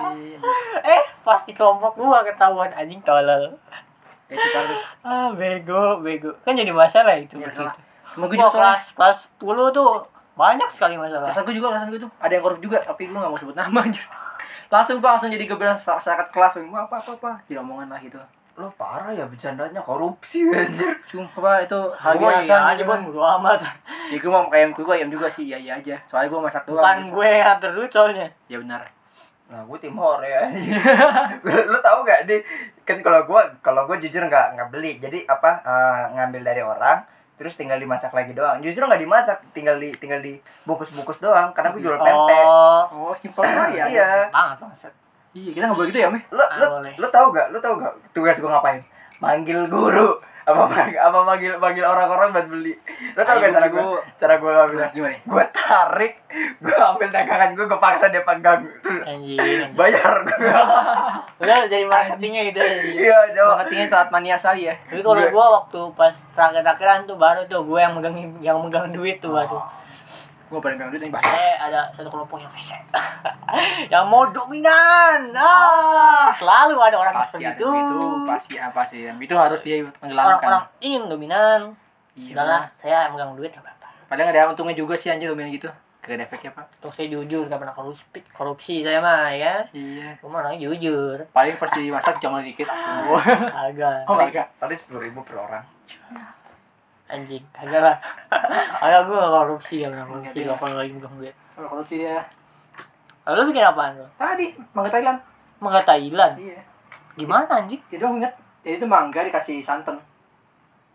Pas di kelompok gua ketahuan anjing tolol. Itu kan. Bego. Kan jadi masalah itu Iya, begitu. Cuma gue Gua juga kelas 10 tuh banyak sekali masalah. Perasaan gue tuh ada yang korup juga, tapi gue gak mau sebut nama aja. Langsung jadi geberan masyarakat kelas, apa jadi omongan lah gitu. Lo parah ya bercandanya, korupsi anjir. Sumpah Pak, itu hal Gua biasa iya aja, gitu. Bon, bodo amat. Ya gue mau kayak gue ayam juga sih, iya aja. Soalnya gue masak doang. Bukan gue yang atur duit soalnya. Ya benar. Nah, gue Timor ya. Lo tau gak deh, kan kalau gue jujur nggak beli. Jadi ngambil dari orang, terus tinggal dimasak lagi doang. Justru nggak dimasak, tinggal di bungkus doang. Karena gue jual pempek. Oh, simpel sekali ya. Iya. Banget maksud. Iya, kita nggak boleh gitu ya, Meh. boleh. Lo tau gak tugas gue ngapain? Manggil guru apa manggil orang-orang buat beli. Lo tau gak cara gue ngambilnya? Gimana? Gue tarik, gue ambil dagangan gue paksa dia pegang. Anjing. Bayar gue. Udah jadi marketingnya gitu ya. Iya, coba. Marketingnya saat mania sekali ya. Tapi kalau gue waktu pas terakhir-terakhiran tuh baru tuh gue yang megang duit tuh baru. Gue paling pengen duit nih, Pak. Ada satu kelompok yang rese. Yang mau dominan. Selalu ada orang Pasti ada seperti itu. itu, pasti. Itu harus dia tenggelamkan. Orang-orang ingin dominan. Iya, Sudahlah, saya megang duit enggak apa-apa. Padahal nggak ada untungnya juga sih anjir dominan gitu. Gak ada efeknya, Pak. Tuh saya jujur, enggak pernah korupsi saya mah ya. Iya. Gue mah orangnya jujur. Paling pas dimasak jangan dikit. Agak. Oh my god. Tadi 10.000 per orang. Anjing, kagak lah. Agak gue gak korupsi, gak pernah korupsi, gak pernah lagi megang duit. Kalau korupsi ya. Lalu bikin apaan lo? Tadi mangga Thailand. Mangga Thailand? Iya. Gimana anjing? Jadi dong inget. Jadi itu mangga dikasih santan.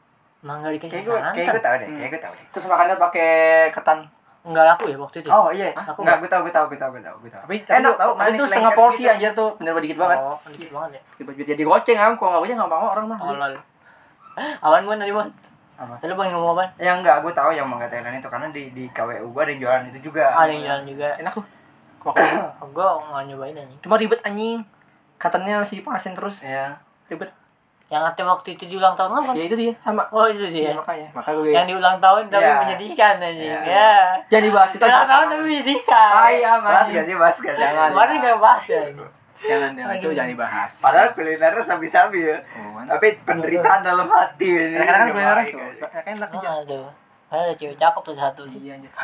Mangga dikasih Kayak gue santan. tahu deh, kayak gue tahu deh. Terus makannya pakai ketan. Enggak laku ya waktu itu. Oh iya, Aku enggak, gue tahu. Tapi Enak tau, tapi itu manis setengah lengket porsi gitu. anjir tuh, bener-bener dikit banget. Oh, dikit banget ya. Tiba-tiba jadi goceng am, kalau enggak goceng enggak mau orang mah. Olol. Awan Bon tadi Bon. Apa? Tadi Bon ngomong apa? Ya enggak, gue tahu yang mangga Thailand itu karena di KWU gue ada yang jualan itu juga. Ada yang jalan juga. Enak tuh. Kok Gue nggak nyobain anjing. cuma ribet anjing. Katanya masih dipanasin terus. Iya. Ribet. Yang katanya waktu itu di ulang tahun lo kan? Ya itu dia, sama. Oh itu Iya, dia. makanya. Maka gue Yang di ulang tahun tapi Iya. menyedihkan anjing. Iya. Ya. jadi bahas itu Ulang tahun tapi menyedihkan. Bahas gak sih, bahas gak sih? Jangan. Kemarin nggak bahas ya. Jangan itu jangan dibahas. Padahal kulinernya sabi-sabi ya. Oh, kan. Tapi penderitaan dalam hati. Kadang-kadang kan kuliner Baik, tuh. aja. Enak aja. Aduh. Ada cewek cakep tuh satu. Iya anjir.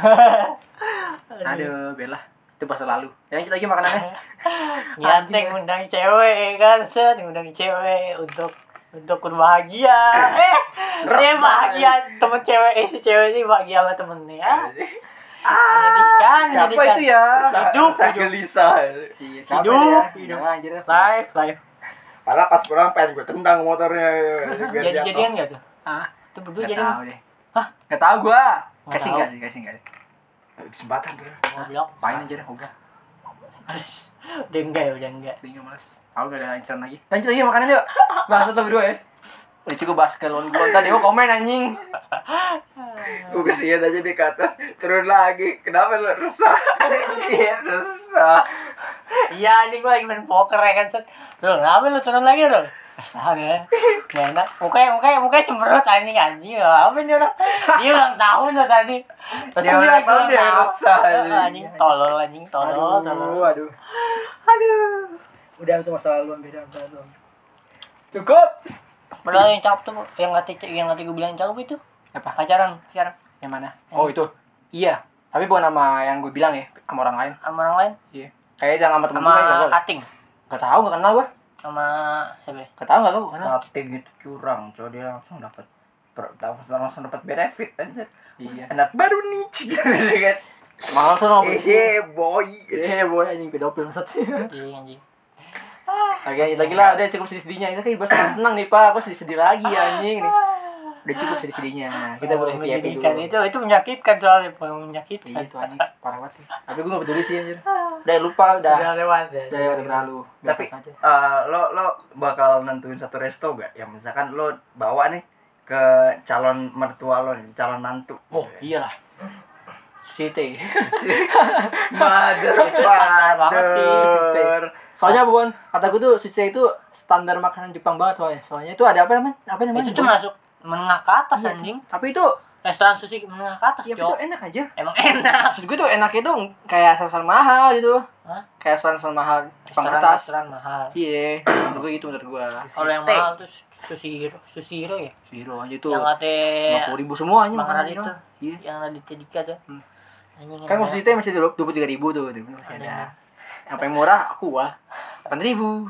Aduh, Bella. Itu masa lalu. Yang kita lagi makanannya. Nyanteng undang cewek kan, set undang cewek untuk berbahagia. Dia bahagia temen cewek, si cewek ini bahagia sama temennya. Menyedihkan, Siapa menyedihkan. itu ya? Hidup, Rasa hidup. gelisah. Iya, siapa Hidup, ya? hidup. Jangan anjir. Live. Padahal pas pulang pengen gue tendang motornya. biar jatuh. Jadian nggak tuh? Ah, Itu berdua enggak jadian. tahu deh. Hah? Enggak tahu gua. Nggak Kasih tahu. enggak sih, kasih enggak. Kesempatan bro. Goblok. Pain aja deh, ogah. Terus udah enggak ya, udah enggak. Tinggal males. Tahu enggak ada lanjutan lagi. Lanjut lagi makanan yuk. Bahas satu berdua ya. Udah cukup bahas ke lawan gua. Tadi gua komen anjing. Gue kesian aja di ke atas, turun lagi. Kenapa lu resah? Iya, resah. Iya, ini gua lagi main poker ya kan, set. Tuh, kenapa lu turun lagi tuh? Kesal kan? Gak enak. Mukanya cemberut anjing. Apa ini orang? Dia ulang tahun loh tadi. Terus Dia ulang tahun, dia resah, anjing. Anjing, tolol. Aduh. Udah itu masa lalu beda belum. Cukup. Padahal yang cakep tuh, yang ngerti gue bilang cakep itu Apa? pacaran sekarang Yang mana? Oh, itu. Iya. Tapi bukan sama yang gue bilang ya, sama orang lain. sama orang lain, Iya. Kayaknya jangan sama temen gue sama enggak gua. cutting, Enggak tahu, enggak kenal gua. sama siapa? Ya? Enggak tahu enggak gua kenal. Tapi gitu curang, coy, dia langsung dapat benefit aja. Iya. Anak baru nih, kan. Mahal sono. Boy. Boy anjing pedofil maksud. Iya anjing. Lagi lah, udah cukup sedih-sedihnya. Ini kan bahas senang nih, Pak. Aku sedih-sedih lagi anjing nih. Udah cukup sedih-sedihnya. Kita boleh happy-happy Menyedihkan dulu. itu menyakitkan soalnya, menyakitkan. Iya, itu anjing parah banget sih. Tapi gue gak peduli sih anjir. Udah lupa udah. Udah lewat ya. Udah lewat udah berlalu. Tapi Biarkan saja. lo bakal nentuin satu resto gak? Yang misalkan lo bawa nih ke calon mertua lo nih, calon mantu. Oh, iyalah. Site. Itu standar banget sih, Mother. Soalnya bukan kata gue tuh sushi itu standar makanan Jepang banget soalnya. Soalnya itu ada apa namanya? Apa namanya? Itu termasuk menengah ke atas anjing. Tapi itu Restoran sushi menengah ke atas, ya itu Cok. enak aja. Emang enak. Maksud gue tuh enaknya tuh kayak restoran mahal gitu. Hah? Kayak restoran mahal Jepang atas. Restoran mahal. Iya, menurut gue gitu menurut gue. Kalau yang mahal tuh Sushiro ya. Hero aja tuh. Yang katanya 50.000 semua aja makanan itu. Iya. Yang Raditya Dika tuh. Hmm. Anjing. Kan maksudnya itu masih 23.000 tuh, masih ada. Yang paling murah aku 8.000.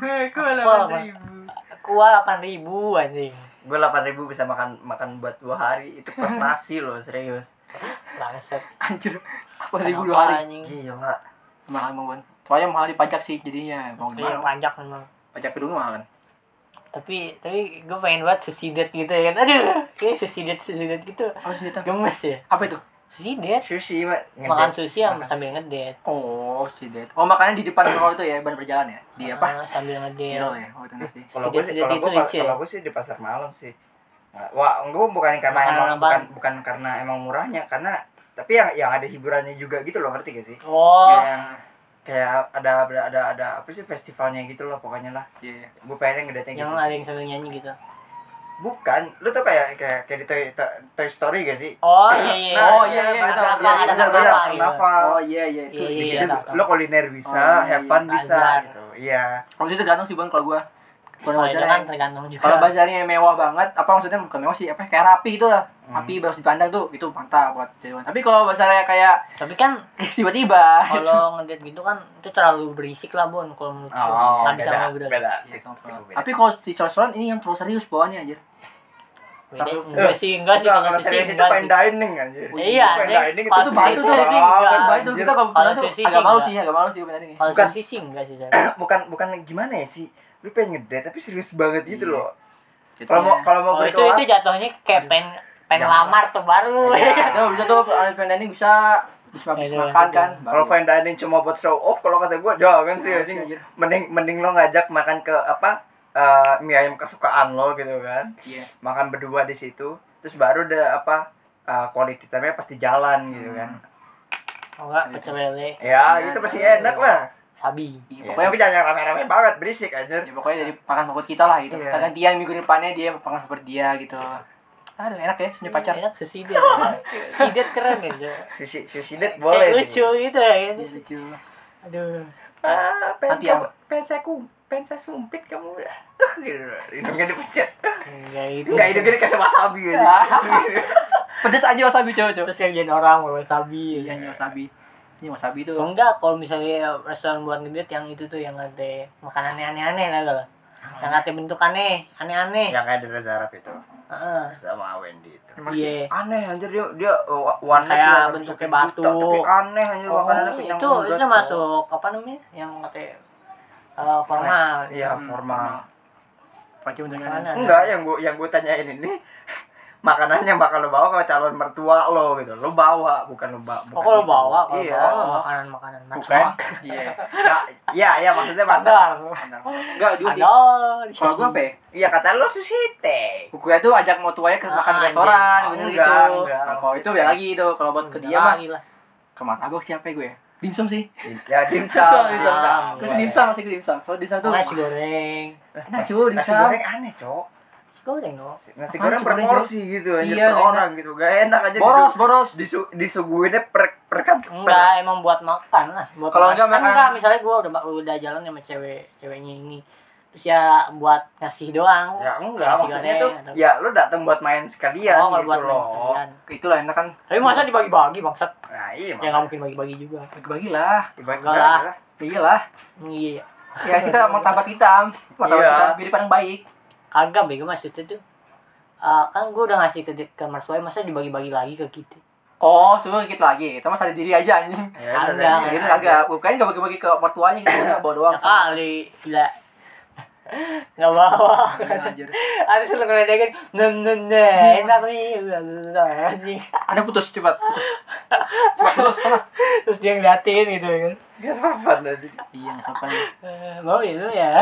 Kuah 8.000 anjing. Gue 8.000 bisa makan buat 2 hari. Itu pas nasi loh, serius. Bangsat. Anjir. 8.000 2 Kenapa, hari. anjing? Gila. Mahal banget. Soalnya mahal dipajak sih jadinya. Mau Iya, gimana? panjang memang. Pajak gedung mahal kan. Tapi gue pengen buat sushi date gitu ya kan. Aduh, kayak sushi date gitu. Apa sih itu? Gemes ya. Apa itu? Sushi date. Sushi, Mak. Makan sushi sambil ngedate. Oh, si det. Oh, makannya di depan kalau itu ya, ban berjalan ya. Di apa? Sambil ngedate. Hero ya. Oh, itu nasi. Kalau gue sih, Sudah itu lucu ya? kalau gue sih di pasar malam sih. Wah, gue bukan karena Makanan emang apaan? bukan karena emang murahnya, karena tapi yang ada hiburannya juga gitu loh, ngerti gak sih? Oh, Kayak ada apa sih festivalnya gitu loh pokoknya lah. Iya. Gue pengen ngedateng yang gitu. ada yang sambil nyanyi gitu. Bukan, lu tuh kayak di Toy Story gak sih? Oh iya. Nah, Oh iya iya, Bazar betul. apa, Iya, ada bazar, apa, bazar. gitu. Karnaval. Oh iya iya. Itu Iya, Di di iya. situ situ. lo kuliner bisa, Oh, iya, have fun iya. bisa Bazar. gitu. Iya. Kalau itu tergantung sih Bang kalau gua. Kalau Kalau itu bazarnya kan tergantung juga. kalau bazarnya mewah banget, apa maksudnya bukan mewah sih, apa kayak rapi gitu lah. Rapi baru dipandang tuh, itu mantap buat cewek. Tapi kalau bazarnya kayak Tapi kan tiba-tiba kalau ngedate gitu kan itu terlalu berisik lah Bon kalau menurut gue. Nggak bisa ngobrol. beda. Iya, ngobrol. Beda. Tapi kalau di restoran ini yang terlalu serius bawaannya anjir. Beda. Terlalu- Enggak sih kalau kalau sushi serius itu enggak fine sih. dining anjir. Iya, Fine anjing. dining Kalau Itu sushi baik tuh sih sih. enggak. Baik tuh kita kalau Kalau tuh sushi agak sih malu enggak. sih, agak malu sih beneran Kalau Bukan. sushi sih enggak sih saya. bukan gimana ya sih? Lu pengen ngedate tapi serius banget gitu Iya. loh. Kalau mau Oh, itu berkelas jatuhnya kayak pen Jangan. lamar tuh baru. Iya, itu bisa tuh fine dining bisa habis Iya, makan iya. kan. kalau fine dining cuma buat show off, kalau kata gue jangan sih Jangan anjing. sih, anjir. Mending lo ngajak makan ke mie ayam kesukaan lo gitu kan. Iya. Makan berdua di situ, terus baru ada quality time-nya pasti jalan gitu kan. Oh enggak, pecel lele, Ya, Iya, itu pasti iya. enak lah. sabi. Iya, Ya, pokoknya tapi jangan rame-rame banget, berisik anjir. ya pokoknya jadi makan favorit kita lah gitu. Iya. Kita gantian minggu depannya dia makan favorit dia gitu. Aduh enak ya punya pacar. Enak susidet. Susidet keren ya, Jo. Sushi date boleh lucu sih. gitu ya. Iya, lucu. Aduh. Nanti yang pengen saya sumpit kamu tuh gitu. Hidungnya dipencet. Enggak itu. Enggak, hidungnya dikasih wasabi aja. Pedes aja wasabi cowok. Terus yang jadi orang bawa sabi. Iya, ini wasabi. Ini wasabi tuh. Oh, enggak, kalau misalnya restoran buat ngedit yang itu tuh yang ada makanan aneh-aneh lah kalau. Yang ada bentukannya aneh-aneh. Yang kayak di Reza Arab itu Heeh. sama Wendy itu. Iya. Aneh anjir, dia one Kayak night bisa bentuknya juta, batu. tapi aneh anjir makanannya Oh, kenyang itu banget, Cok. masuk apa namanya? Yang katanya formal. Iya, formal. Pakai bentuknya Mana? Enggak, yang gua tanyain ini makanannya bakal lo bawa ke calon mertua lo gitu. Lo bawa, bukan lo bawa. Oh, kalau bawa, kalau Iya. bawa makanan-makanan Bukan. macam. Iya. Iya, maksudnya Sadar. Enggak, dulu sih. Sadar. Kalau gua apa ya? Iya, kata lo sushi teh. Kukunya tuh ajak mau tuanya ke makan di Ah, restoran anjing. gitu Enggak, gitu. enggak. Nah, kalau itu beda lagi tuh. Kalau buat ke dia mah Lagi lah. ke martabak siapa ya gue ya? Dimsum sih. Ya, dimsum. Dimsum. Terus dimsum masih ke dimsum. Soalnya dimsum tuh Nasi goreng. enak cuy Nasi dimsum. goreng aneh, Cok. Nasi goreng no. Nasi Apaan goreng sih per goreng, porsi gitu anjir, Iya, per enak. orang gitu. Gak enak aja Boros. disuguhinnya per kan. Enggak, emang buat makan lah. Buat Kalau makan. enggak makan- Enggak, misalnya gua udah jalan sama ceweknya ini. Terus ya buat ngasih doang. Ya enggak, Nasi maksudnya goreng tuh atau- ya lu datang buat main sekalian Oh, kalau gitu buat main loh. sekalian. Itulah enak kan. Tapi masa dibagi-bagi bangsat? Nah, iya Ya enggak mungkin bagi-bagi juga. Bagi-bagi lah. Bagi-bagi Enggak lah. lah. Iyalah. Iya. Ya kita martabak hitam. Martabak Iya. hitam biar dipandang baik. Kagak bego maksudnya tuh. Kan gua udah ngasih ke mertua, masa dibagi-bagi lagi ke kita. Oh, coba dikit lagi. Kita mah sadar diri aja anjing. Ya, Ada. sadar Ya diri gitu aja. kagak. Bukan enggak bagi-bagi ke mertuanya gitu, udah bawa doang. Ya kali, gila. Nggak bawa. Iya, anjir. Ada selalu ngeledekin, enak nih, anjing. Ada putus cepat, putus. Cepat putus sana. Terus dia ngeliatin gitu kan. Gak sopan aja. Iya, nggak sopan. Mau itu ya.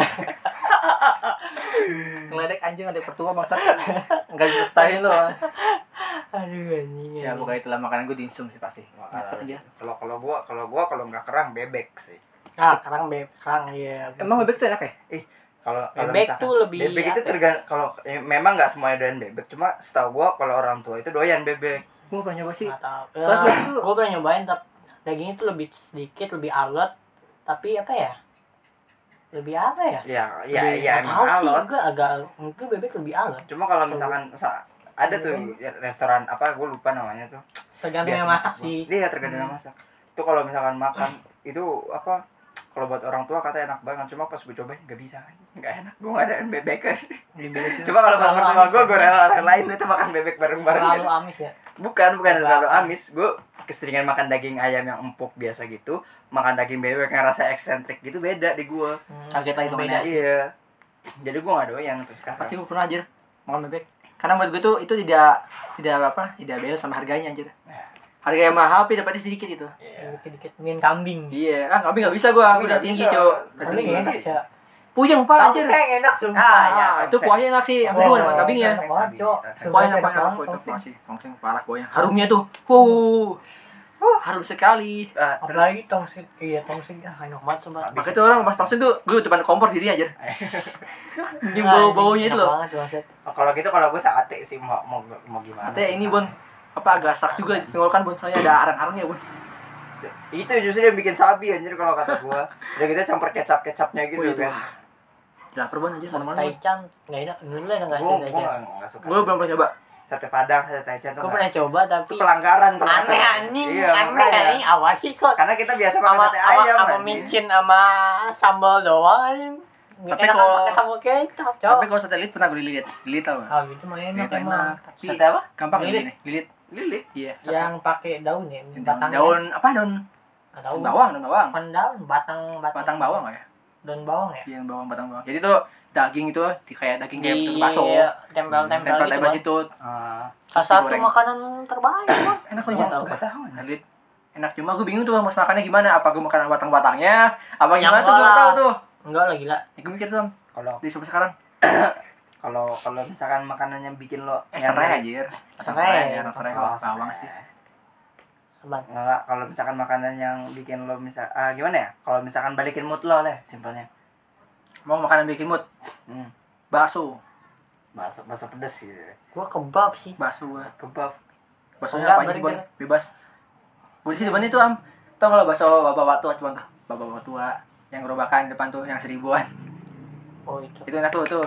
Ngeledek anjing ada pertua bangsat. Enggak dipestain lo. Aduh anjing. Ya pokoknya itulah makanan gue dimsum sih pasti. Makanan. Enak aja. Kalau nggak kerang bebek sih. Ah, kerang iya. Emang bebek tuh enak ya? Kalau Bebek misalkan- tuh lebih bebek itu apa ya? kalau memang nggak semuanya doyan bebek, cuma setahu gua kalau orang tua itu doyan bebek. Gue pernah nyoba sih. Nggak tahu. Soalnya Ya, tuh- gue pernah nyobain tapi dagingnya tuh lebih sedikit, lebih alot. Tapi apa ya? Lebih apa ya? Iya Nggak emang tahu sih, alot. gue agak mungkin bebek lebih alot. Cuma kalau misalkan ada tuh restoran apa gue lupa namanya tuh. Tergantung yang Biasa masak sih. Iya, tergantung yang masak. Itu kalau misalkan makan itu apa? Kalau buat orang tua kata enak banget, cuma pas gue cobain nggak bisa, nggak enak, gue nggak ada bebek kan. Cuma kalau buat Terlalu mertua amis gue, ya? gue relain itu makan bebek bareng-bareng. Terlalu gitu. amis ya. Bukan terlalu Apa? amis. Gue keseringan makan daging ayam yang empuk biasa gitu, makan daging bebek yang rasa eksentrik gitu beda di gue. Kaget lah itu beda. mana. Iya. Jadi gue nggak doyan sampai sekarang. Pasti gue pernah anjir makan bebek. Karena menurut gue tuh itu tidak balance sama harganya anjir. Harga yang mahal tapi dapatnya sedikit itu. Dikit-dikit mungkin kambing. Iya, kambing enggak bisa gua Kambing udah nggak tinggi, bisa. Cok. Kambing enak sih. Puyeng Pak anjir. Tongseng enak sumpah. ya, Itu kuahnya enak sih. Aku dulu sama kambingnya. Enak banget, Cok. Kuahnya enak Enak banget, banget, kuahnya tongseng. sih. Tongseng parah kuahnya. Harumnya tuh. Harum sekali. Apalagi tongseng. Iya, tongseng enak banget sumpah. Makanya tuh orang mas tongseng tuh gue depan kompor diri anjir. Anjing bau-baunya itu Enak loh. banget maksud. kalau gitu kalau gue sate sih mau gimana? Katanya sih, ini sate. Bon, apa agak serak juga ditenggolkan Bon, soalnya ada arang-arangnya Bon. Itu justru yang bikin sabi anjir kalau kata gua. Udah gitu campur kecap-kecapnya gitu Wih, itu. kan. Lapar Bon anjir mana-mana. Taichan enggak enak. Dulu enak enggak sih Gua Taichan? enggak suka. Gue belum pernah coba. Sate Padang, sate Taichan tuh. Gue nggak- pernah coba tapi pelanggaran kalau kata aneh gua. anjing, Iya, aneh makanya. anjing. Apa sih kok? Karena kita biasa makan Sama sate ayam. sama anjing. micin sama sambal doang anjing. Tapi Enak kalau- pakai sambal kecap, Cok. Tapi kalau satelit pernah gue lilit tau gak? Ah, gitu mah enak Itu emang. enak, tapi Sate apa? gampang Lilit. ini lilit. Lilit. Iya. Yang pakai daun ya, Daun, batang daun apa daun? daun Daun bawang, daun bawang. bukan daun, batang Batang bawang nggak ya? daun bawang ya. Yang bawang, batang bawang. Jadi tuh daging itu kayak daging kayak bakso. Tempel-tempel gitu. Tempel-tempel Bang. situ. Salah satu digoreng. makanan terbaik, Bang. Enak kok Enggak gitu. tahu. Elit. Enak, cuma gue bingung tuh mau makannya gimana. Apa gue makan batang-batangnya? Apa Ya, gimana tuh enggak gue lah. tahu tuh. Enggak lah gila. Ya, gue mikir tuh Kalau di sampai sekarang. kalau misalkan makanan yang bikin lo Serai anjir. Batang Serai. serai, batang serai kok bawang sih. Bang. Enggak, kalau misalkan makanan yang bikin lo gimana ya? Kalau misalkan balikin mood lo simpelnya. Mau makanan bikin mood. Bakso. Bakso pedes gitu. Gua kebab sih. Bakso gue. Kebab. Baksonya Enggak, apa aja sih, Bon? burger. Bebas. Gue di sini depan itu tau kalau bakso bapak tua cuma tuh. Bapak tua yang gerobakan depan tuh yang 1000-an. Oh itu. Itu enak tuh.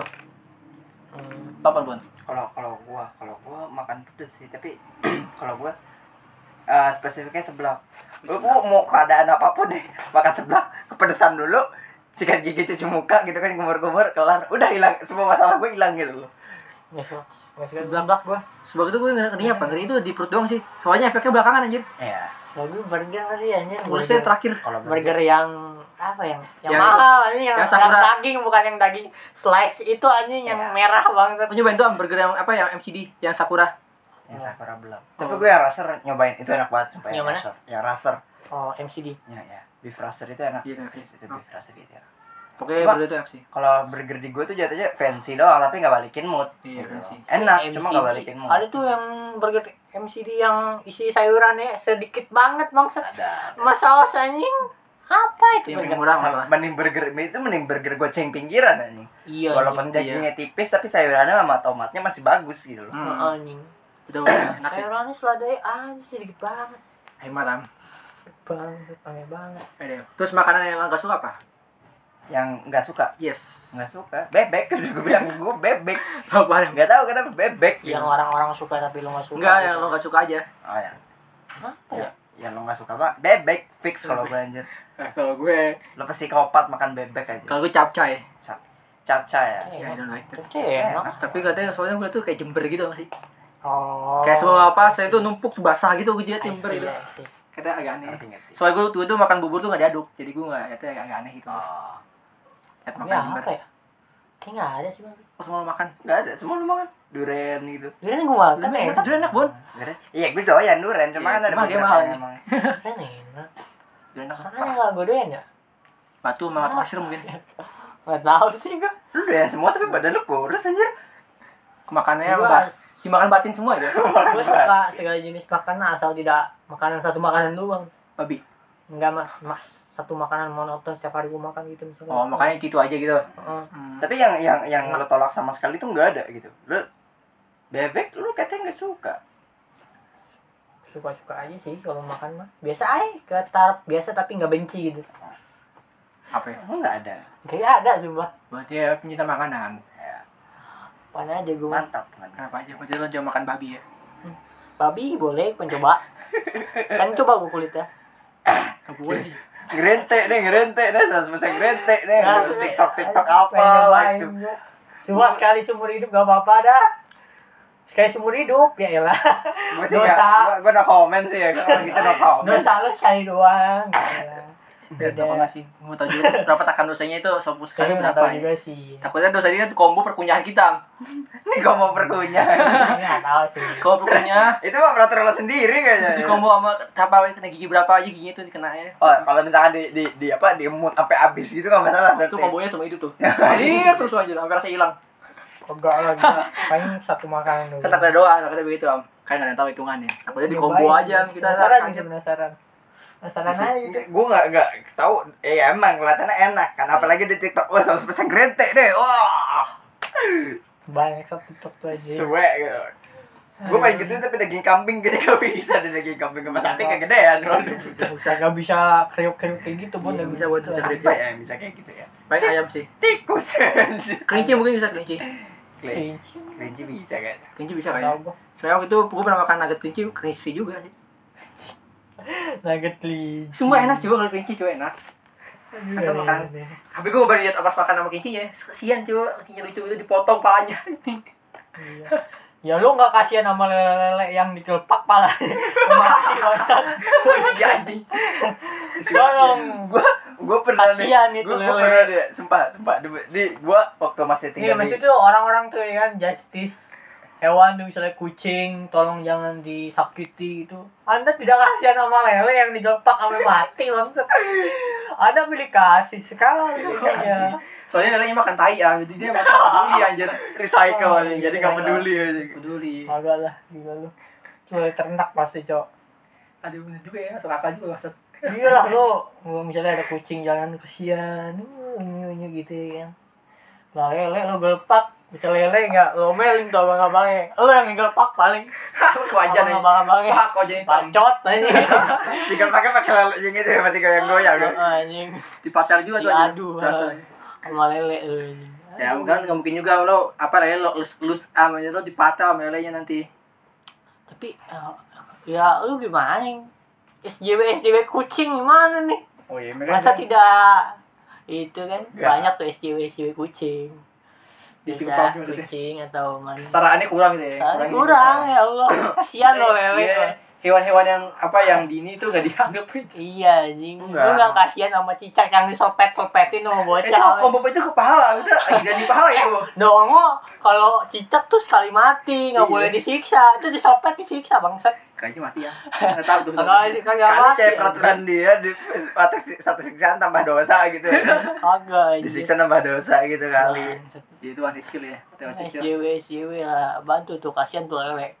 Hmm. Apa, Bon? Kalau gua makan pedes sih, tapi kalau gua spesifiknya seblak. Gua mau keadaan apapun deh, makan seblak, kepedesan dulu, sikat gigi, cuci muka gitu kan, kumur-kumur, kelar, udah hilang, semua masalah gua hilang gitu loh. Nggak suka Seblak. seblak gua. Sebab itu gue ngeri apa? Ngeri itu di perut doang sih. Soalnya efeknya belakangan anjir. Iya. Lagi burger sih anjir. Mulusnya terakhir. Kalau Burger yang apa yang Yang- mahal anjing yang Sakura. daging bukan yang daging slice itu anjing yang Ya. merah banget. Aku nyobain tuh burger yang apa yang MCD, yang Sakura. yang Sakura belum. Tapi gue yang raser nyobain itu enak banget sumpah. Yang mana? Raser. Yang raser. Oh, MCD. Ya. Beef raser itu enak. Iya, enak sih. Itu beef raser itu enak. Pokoknya Cuma- burger itu enak sih. Kalau burger di gue tuh jatuhnya fancy doang tapi nggak balikin mood. Iya, Gitu. fancy. Enak, MCD. cuma nggak balikin mood. Ada tuh yang burger MCD yang isi sayurannya sedikit banget bangsa. Ada. Mas saus anjing. Apa itu Yang burger? murah masalah. Mending burger goceng pinggiran anjing. Iya. Walaupun anjing, dagingnya tipis tapi sayurannya sama tomatnya masih bagus gitu loh. Anjing. Itu enak sih. Sayurannya seladai aja sedikit banget. Hemat Banget, aneh banget. Terus makanan yang enggak suka apa? Yang nggak suka, Yes. nggak suka. Bebek, gue bilang gue bebek. Apa yang Nggak tahu kenapa bebek. Yang orang-orang suka tapi lo nggak suka. enggak gitu. yang lo enggak suka aja. Oh ya. Apa Ya, ya? yang lo nggak suka apa? Bebek fix kalau gue anjir. Kalau gue Lo psikopat makan bebek aja. kalau gue capcay. Capca ya. Ya, I don't like that. Enak. Tapi katanya soalnya gue tuh kayak Jember gitu nggak sih? Oh. Kayak semua apa saya tuh numpuk basah gitu gue jadi I Jember see, gitu. I see. Katanya agak aneh. Ngerti. Soalnya gue tuh makan bubur tuh nggak diaduk, jadi gue nggak katanya agak aneh gitu. Oh. Lihat Ini makan Jember. apa ya? Kayak nggak ada sih bang. Pas mau makan. Nggak ada, semua lu makan duren gitu. Durian gue makan Enak, enak. itu enak, Bon. Duren? Iya, gue doyan duren, cuma Iya, kan ada cuma dia beberapa mahal yang nih. emang. Kan enak. Itu enak. Makanya nggak gue doyan ya. Batu sama batu pasir mungkin. Nggak tahu sih gue. Lu doyan semua tapi badan lu kurus anjir. Kemakanannya Gua- dimakan batin semua ya. Gue suka segala jenis makanan asal tidak makanan satu makanan doang. Babi. Enggak mas satu makanan monoton setiap hari gue makan gitu misalnya. Oh, makanya itu aja gitu. Heeh. Tapi yang lo tolak sama sekali tuh nggak ada gitu. Lu bebek lu katanya nggak suka. Suka-suka aja sih kalau makan mah. Biasa aja ke taraf biasa tapi nggak benci gitu. Apa ya? Emang nggak ada. Kayak ada sumpah. Berarti ya pencinta makanan. Ya, Apaan aja gue mah. mantap kan. Kenapa aja? Berarti lo jangan makan babi ya? Babi boleh pencoba. Kan coba gue kulitnya. Nggak boleh. Gerente deh 100% gerente deh. Nah, TikTok apa pengen gitu. nyobain gua. Semua sekali seumur hidup gak apa-apa dah. Sekali seumur hidup ya elah. Gue sih Dosa. gue no comment sih ya kalau gitu no comment. Dosa lu sekali doang. Ya. Beda apa nggak sih? Mau tahu juga tuh berapa takan dosanya itu sopu sekali Kalian nggak berapa tahu ya? juga sih. Takutnya dosa dia tuh combo perkunyahan kita. Ini gue mau berkunyah. Nggak tahu sih. Combo perkunyah Itu mah peraturan lo sendiri kayaknya. di combo sama apa kena gigi berapa aja giginya tuh dikenanya. Oh, kalau misalkan di apa di mood sampai habis gitu nggak masalah berarti. Itu kombonya cuma hidup tuh. Alir terus aja sampai rasa hilang. Enggak lah gila. Paling satu makanan Kan takutnya doang, takutnya begitu Am. Kan nggak ada yang tahu hitungannya. Takutnya di combo aja Am. Kita penasaran kaget. gitu penasaran. Penasaran aja gitu. Gue nggak tahu. Ya emang kelihatannya enak kan. Apalagi di TikTok. Wah 100% gerente deh. Wah. Banyak satu TikTok tuh aja. Suwe gitu. Gue pengen gitu tapi daging kambing gitu gak bisa deh daging kambing sama sapi kegedean. Gak bisa kriuk-kriuk kayak gitu pun. Iya, bisa buat gitu. kriuk-kriuk. Apa ya yang bisa kayak gitu ya? Paling ayam sih. Tikus. Kelinci mungkin bisa kelinci. Kelinci. Kelinci bisa kan? Kelinci bisa Tahu kayaknya. gua. Soalnya waktu itu gue pernah makan nugget kelinci crispy juga sih. Nugget kelinci. Semua enak juga kalau kelinci coba enak. Aduh, Atau aneh, makanan. aneh. Tapi gue baru lihat apa makan sama kelinci ya. Kesian coba kelinci lucu itu dipotong palanya. Iya. Ya lu nggak kasihan sama lele-lele yang dikelepak pala. Mati bangsat. Iya anjing. Tolong. Gua pernah nih. Kasihan itu Gua lele. pernah deh, sumpah di gua waktu masih Iya, tinggal maksud itu orang-orang tuh ya kan justice hewan tuh misalnya kucing tolong jangan disakiti gitu. Anda tidak kasihan sama lele yang digelepak sampai mati maksud. Anda pilih kasih sekali ya. Soalnya lelenya makan tai ya, jadi dia makan peduli anjir. recycle Oh, aja, jadi nggak peduli aja. Peduli. Agak lah, gila lu. Lele ternak pasti, Cok. Aduh bener juga ya, masuk akal juga maksud. Iya lah lu misalnya ada kucing jalan kasihan, unyu gitu ya kan. Lah lele lu gelepak, pecel lele enggak lo melin tuh abang-abangnya. Lu yang gelepak paling. Wajar nih. Abang-abangnya. Wah, kok jadi Bacot anjing. Tinggal pakai lele gitu ya, masih goyang-goyang ya. Anjing. dipacar juga tuh. Diadu rasanya. sama lele lu anjing. Ya kan nggak mungkin juga lo apa lele lo lus sama lo dipatah sama lelenya nanti. Tapi ya lu gimana nih? SJW kucing gimana nih? Oh iya, Masa tidak itu kan Nggak. banyak tuh SJW kucing. Bisa Disumpah maksudnya. kucing atau mana? Setaraannya kurang gitu ya. Kurang ya Allah. Kasihan lo lele. Iya. Hewan-hewan yang apa yang dini tuh gak dianggap. Iya anjing. Enggak. Lu enggak kasihan sama cicak yang diselpet-selpetin sama Itu bocah. kombo itu kepala, udah ganti kepala itu. Dongo kalau cicak tuh sekali mati, enggak Iya. boleh disiksa. Itu diselpet disiksa bangsat. Kayaknya mati ya. Enggak tahu tuh. Kagak Karena mati. kayak peraturan dia di satu siksaan tambah dosa gitu. Kagak. Disiksa nambah dosa gitu kali. Itu anak kecil ya. Hewan kecil. SJW lah bantu tuh kasihan tuh lele.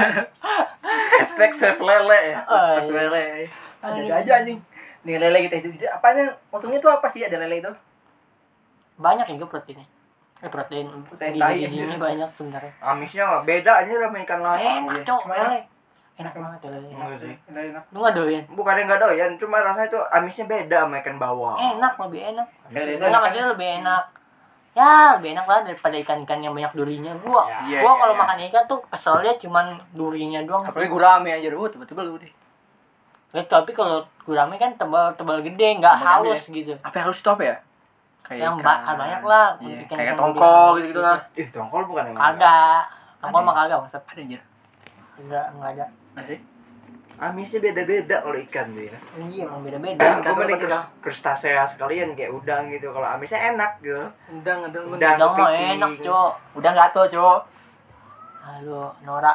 Hashtag save lele ya. Respect lele. Ada aja anjing. Nih lele kita itu apanya? Untungnya tuh apa sih ada lele itu? Banyak yang proteinnya. Protein tai. gizinya banyak sebenarnya. Amisnya beda aja sama ikan lain. Enak cok lele. Enak banget ya lele. Enggak sih. Enak. Lu nggak doyan? Bukannya nggak doyan, cuma rasanya tuh amisnya beda sama ikan bawal. Enak, lebih enak. Lele itu Enggak maksudnya lebih enak. Ya, lebih enak lah daripada ikan-ikan yang banyak durinya. Gua Iya, gua iya, kalau iya. makan ikan tuh keselnya cuman durinya doang. Apalagi gurame anjir. Tiba-tiba lu deh. Tapi kalau gurame kan tebal gede, nggak Tebal halus gede. gitu. Apa yang halus itu apa ya? Yang ikan. banyak lah. Iya, ikan-ikan kayak lebih tongkol halus gitu-gitu lah. Ih, tongkol bukan yang Kagak. Tongkol Ada mah kagak maksud. Ada anjir. Enggak ada. Masih? Amisnya beda-beda kalau ikan tuh ya. Iya, emang beda-beda. Gue mending krustasea sekalian kayak udang gitu. Kalau amisnya enak gitu. Udang. Udang Udang mah kepiting. enak, Cok. Udang gatel, Cok. Halo, Nora.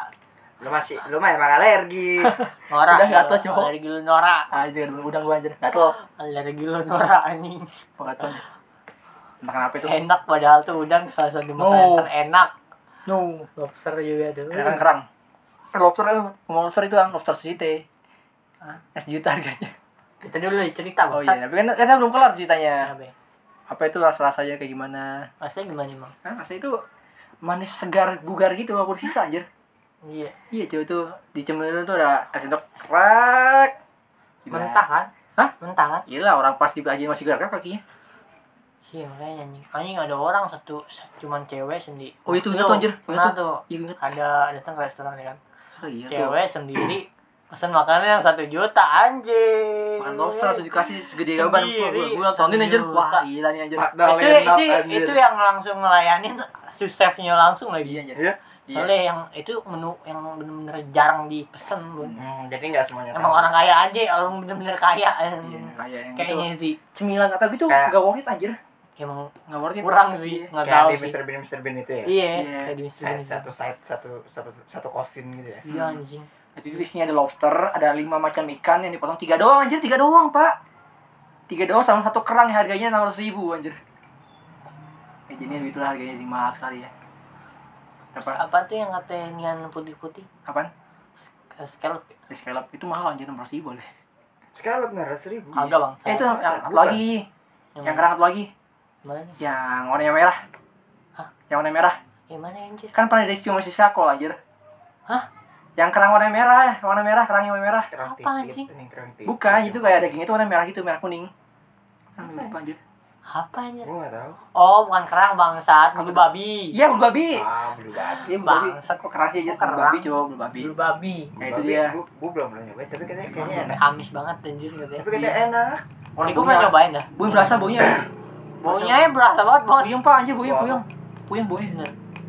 Lu mah emang alergi. Nora. Udang gatel, Cok. Alergi lu Nora. Anjir, udang gua anjir. Gatel. Alergi lu Nora anjing. Gatel. Entah kenapa itu. Enak padahal tuh udang salah satu makanan terenak. No. Lobster juga tuh. Ada kan kerang. Lobster itu, lobster itu kan lobster site. Sejuta harganya. Kita dulu cerita Oh Bangsat. iya, tapi kan belum kelar ceritanya. Apa ya? Apa itu rasa-rasanya kayak gimana? Rasanya gimana emang? Rasanya itu manis segar bugar gitu, aku sisa anjir. Iya. Iya, coba tuh dicemilin tuh ada es sendok krek. Gila. Mentah kan? Hah? Mentah kan? Gila, orang pas dibagiin masih gerak kakinya. Iya makanya anjing. Anjing ada orang cuman cewek sendiri. Oh, itu ingat tuh anjir. Pernah Ingat tuh. Iya, ingat. Ada datang ke restoran ya kan. Oh, iya tuh. Cewek sendiri pesan makannya yang 1 juta anjing. Makan lobster langsung dikasih segede gaban. Sendiri. Gua tontonin anjir. 1 Wah, juta. gila nih anjir. Itu yang langsung ngelayanin si chefnya langsung Iya lagi. anjir. Iya. Soalnya yang itu menu yang bener-bener jarang dipesen Bun. Jadi nggak semuanya. Emang orang kaya aja, orang bener-bener kaya. Iya, kayak yang Kayaknya gitu. sih. Cemilan atau gitu Kayak- enggak worth it anjir. Emang Enggak worth it. kurang sih, nggak Kayak tahu di sih. Mr. Bean itu ya. Iya, Iya. kayak di Mr. Bean. Satu kosin gitu ya. Iya anjing. Itu isinya ada lobster, ada 5 macam ikan yang dipotong 3 doang anjir, 3 doang, Pak. 3 doang sama 1 kerang yang harganya 600.000 anjir. Jadi itulah harganya di mahal sekali ya. Apa tuh yang katanya nian putih-putih? Apaan? Scallop. Scallop itu mahal anjir 600.000 anjir. Sekarang 900.000. Agak bang. Itu yang satu Bukan. lagi. Yang kerang satu lagi. Mana? Yang warnanya merah. Hah? Yang warna merah. Yang mana anjir? Kan pernah di studio masih Sakol anjir. Hah? Yang kerang warna merah, kerangnya warna merah. Kerang Apa, titit, anjing? ini kerang titit. Bukan, itu kayak dagingnya itu warna merah gitu, merah kuning. Lupa anjir. Apa anjir? Gue nggak tahu. Oh, bukan kerang bangsat, bulu babi. Iya, bulu babi. Bulu babi. Iya, bulu babi. Bangsat. Kok keras sih aja Kok bulu kerang? babi, coba bulu babi. Bulu babi. Kayak itu dia. Gue belum pernah nyobain, tapi kayaknya enak. Amis banget anjir katanya. Tapi kayaknya enak. Ini gue pernah nyobain dah. Baunya berasa baunya. Baunya berasa banget banget. Puyeng, Pak, anjir baunya Bau puyeng. Puyeng baunya. Bener.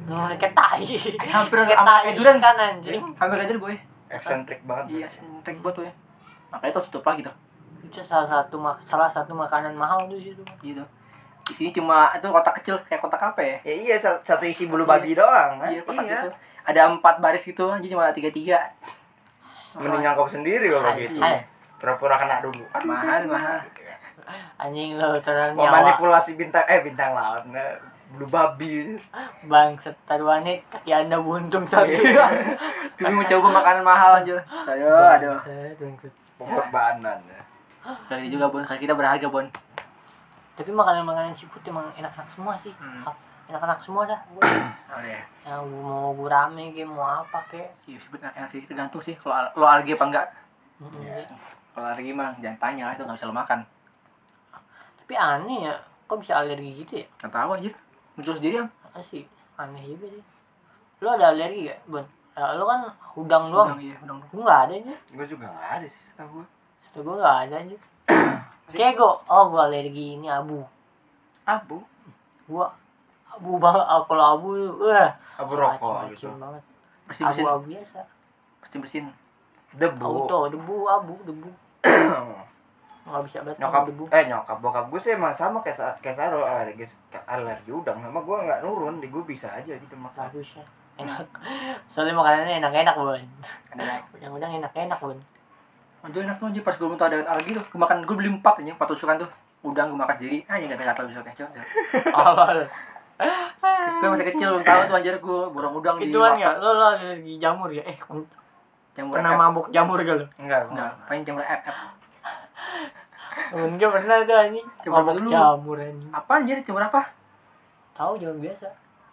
Kayak tai. Hampir Kayak sama tai durian kan anjing. Hampir aja boy. Eksentrik banget. Iya, sentek buat tuh ya. Makanya tuh tutup lagi tuh. Itu salah satu makanan mahal tuh situ. Gitu. Di sini cuma itu kotak kecil kayak kotak apa ya? Ya iya satu isi bulu babi doang kan. Iya, kotak gitu. Ada 4 baris gitu aja cuma 3. Mending nyangkap sendiri kalau gitu. Iya. Pura-pura kena dulu. Mahal. Anjing lo terang Memanipulasi bintang laut. Nah, bulu babi. Bangsat taruhannya kaki Anda buntung satu. Demi mencoba makanan mahal anjir. Aduh. Bangsat. Pengorbanan. Kali juga Bon, kaki kita berharga Bon. Tapi makanan-makanan seafood emang enak-enak semua sih. Enak-enak semua dah. Oh deh. Yang mau gurame kayak mau apa kayak. Iya sih enak sih, tergantung sih kalau lo alergi apa enggak. Iya. Kalau alergi mah jangan tanya lah, itu enggak bisa lo makan. Tapi aneh ya, kok bisa alergi gitu ya? Enggak tahu anjir. Muncul sendiri am. Asik, aneh juga sih. Lo ada alergi gak, Bon? Lo kan udang doang. Udang. Gue gak ada aja. Gue juga gak ada sih setahu gue. Setahu gue gak ada aja. Kayak gue alergi ini abu. Abu? Gue abu banget. Kalau abu, Abu rokok macem-macem gitu. banget. Bersin. Abu biasa. Bersin. Debu. Auto, debu. Gak bisa banget nyokap debu. nyokap bokap gue sih emang sama kayak Saro, alergi udang, sama gue nggak nurun, di gue bisa aja gitu makan. Bagus ya. Enak. Soalnya makanannya enak-enak, Bon. Enak. Udang-udang enak-enak, Bon. Itu enak tuh anjir, pas gue minta ada alergi tuh, gue beli 4 aja, 4 tusukan tuh. Udang gue makan sendiri. Anjing gatal besoknya, coba. Awal. Gue masih kecil belum tahu tuh anjir gue borong udang di Ituan mata. ya, lo alergi jamur ya? Jamur Pernah F. mabuk jamur gak lo? Enggak. Enggak, paling jamur FF. Enggak pernah tuh anjing. Coba Mabuk dulu. jamur anjing. Apa anjir, jamur apa? Tahu jamur biasa.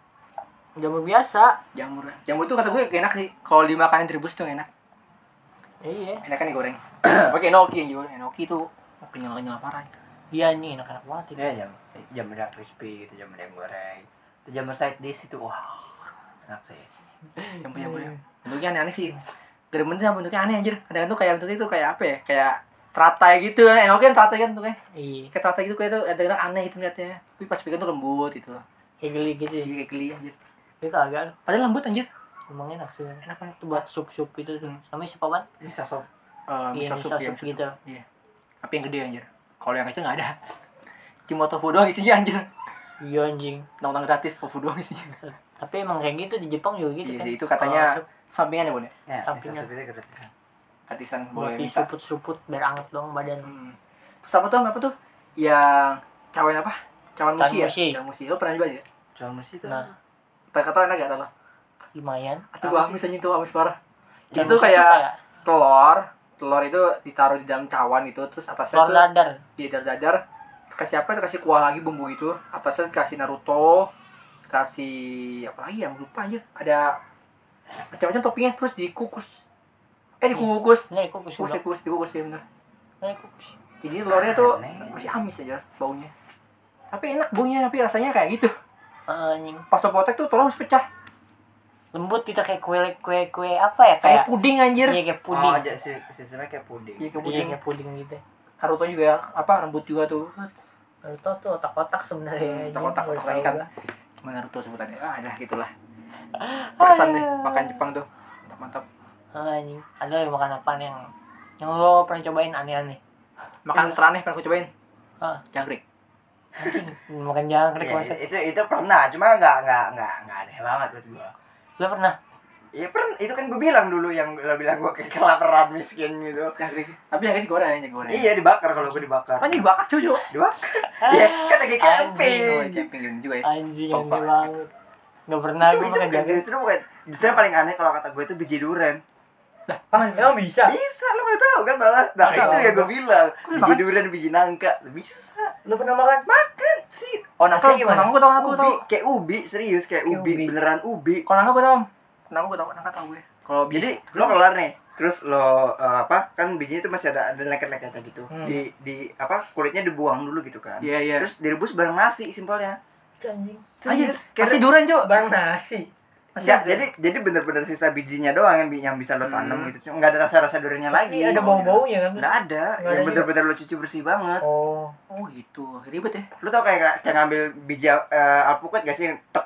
Jamur biasa. Jamur tuh kata gue enak sih. Kalau dimakanin direbus tuh enak. Iya. Enak kan digoreng. Pakai enoki anjir. Enoki tuh kenyal parah. Iya nih enak-enak banget itu. Ya jamur yang crispy gitu, jamur yang goreng. Itu jamur side dish itu wah enak sih. Jamur ya. Bentuknya aneh-aneh sih. Gede bentuknya aneh anjir. Kadang tuh kayak bentuknya tuh kayak apa ya? Kayak teratai gitu. Enoki kan teratai kan tuh kayak. Iya. Kayak teratai gitu kayak tuh kadang aneh gitu liatnya. Tapi pas bikin tuh lembut gitu. Kayak geli gitu ya. Jadi kayak geli anjir. Itu kagak. Padahal lembut anjir. Emang enak sih. Enak banget. Itu buat sup-sup itu tuh. Sama siapa ban? Bisa sop. Iya, Miso miso ya, sup gitu. Iya. Tapi yang gede anjir. Kalau yang kecil enggak ada. Cuma tofu doang isinya anjir. Iya anjing. Nongkrong gratis tofu doang isinya. Tapi emang kayak gitu di Jepang juga gitu Iya, kan. itu katanya Kalau sup sampingan ya, Bun ya. Ya, Sampingan. bisa sop itu gratisan. Gratisan buat boleh di minta. suput-suput biar anget doang badan. Terus apa tuh? Yang cawan apa? Cawan musi ya? Musi. Cawan musi. Lo pernah juga ya? Jual mesti itu. Nah, Kata enak gak tau lo? lumayan. Atau Apa amis anjing tuh amis parah. Cawan Itu musi kayak telur itu ditaruh di dalam cawan itu, terus atasnya telur tuh dadar. di dadar kasih apa, kasih kuah lagi bumbu itu, atasnya kasih Naruto, kasih apa lagi yang lupa anjir, ada macam-macam toppingnya, terus dikukus dikukus Ini kukus dikukus ya bener. Ini kukus. Jadi telurnya tuh Aneh. masih amis aja baunya, tapi enak baunya, tapi rasanya kayak gitu. Anjing. Pas lo potek tuh telur harus pecah Lembut gitu kayak kue apa ya? kayak puding anjir. Iya kayak puding. Oh, sistemnya kayak puding. Iya kayak Iya puding. kayak puding gitu. Naruto juga ya, apa rambut juga tuh. Naruto tuh otak-otak sebenarnya. anjing. Otak-otak, Baru otak tahu ikan. gua. Cuma Naruto sebutannya. Dah gitulah. Berkesan deh makan Jepang tuh. Mantap. Anjing. Ada yang makan apa yang lo pernah cobain aneh-aneh? Makan teraneh pernah aku cobain. Ah, Jangkrik. anjing. Makan jangkrik Ya, masa. itu pernah, cuma nggak aneh banget buat gua. Lo pernah? Iya pernah, itu kan gue bilang dulu yang lo bilang gue kayak kelaparan miskin gitu. Jangkrik. Tapi jangkrik digoreng. Iya dibakar kalau gue dibakar. Anjing dibakar cuy. Dibakar. Iya kan lagi Oh, camping. camping gini juga ya. Anjing Bapak. aneh banget. Gak pernah gue makan jangkrik. Justru yang paling aneh kalau kata gue itu biji durian. Lah, makan Emang bisa? Bisa, lo gak tahu kan malah. Nah Nggak itu tahu. ya gue bilang. Kok Biji dimakan? durian, biji nangka, bisa. Lo pernah makan? Makan, serius. Oh, nangka Rasanya gimana? aku tahu. Ubi, kayak ubi, serius kayak Kayak ubi, ubi. beneran ubi. Kalau nangka gue tahu. Nangka tahu gue. Kalau Jadi lo keluar nih, terus lo apa? Kan bijinya itu masih ada leket-leketnya gitu. Di apa? Kulitnya dibuang dulu gitu kan. Iya, iya. Terus direbus bareng nasi simpelnya. Anjing. anjir, Serius, kayak kasih durian, Cuk. Bang nasi. Enggak, jadi bener-bener sisa bijinya doang yang bisa lo tanam gitu. Enggak ada rasa-rasa duriannya lagi. Tapi ada bau-baunya kan? Enggak ada, Nggak ada yang bener-bener lo cuci bersih banget. Oh. Oh, gitu. Ribet ya. Lo tau kayak ngambil biji alpukat gak sih? Tek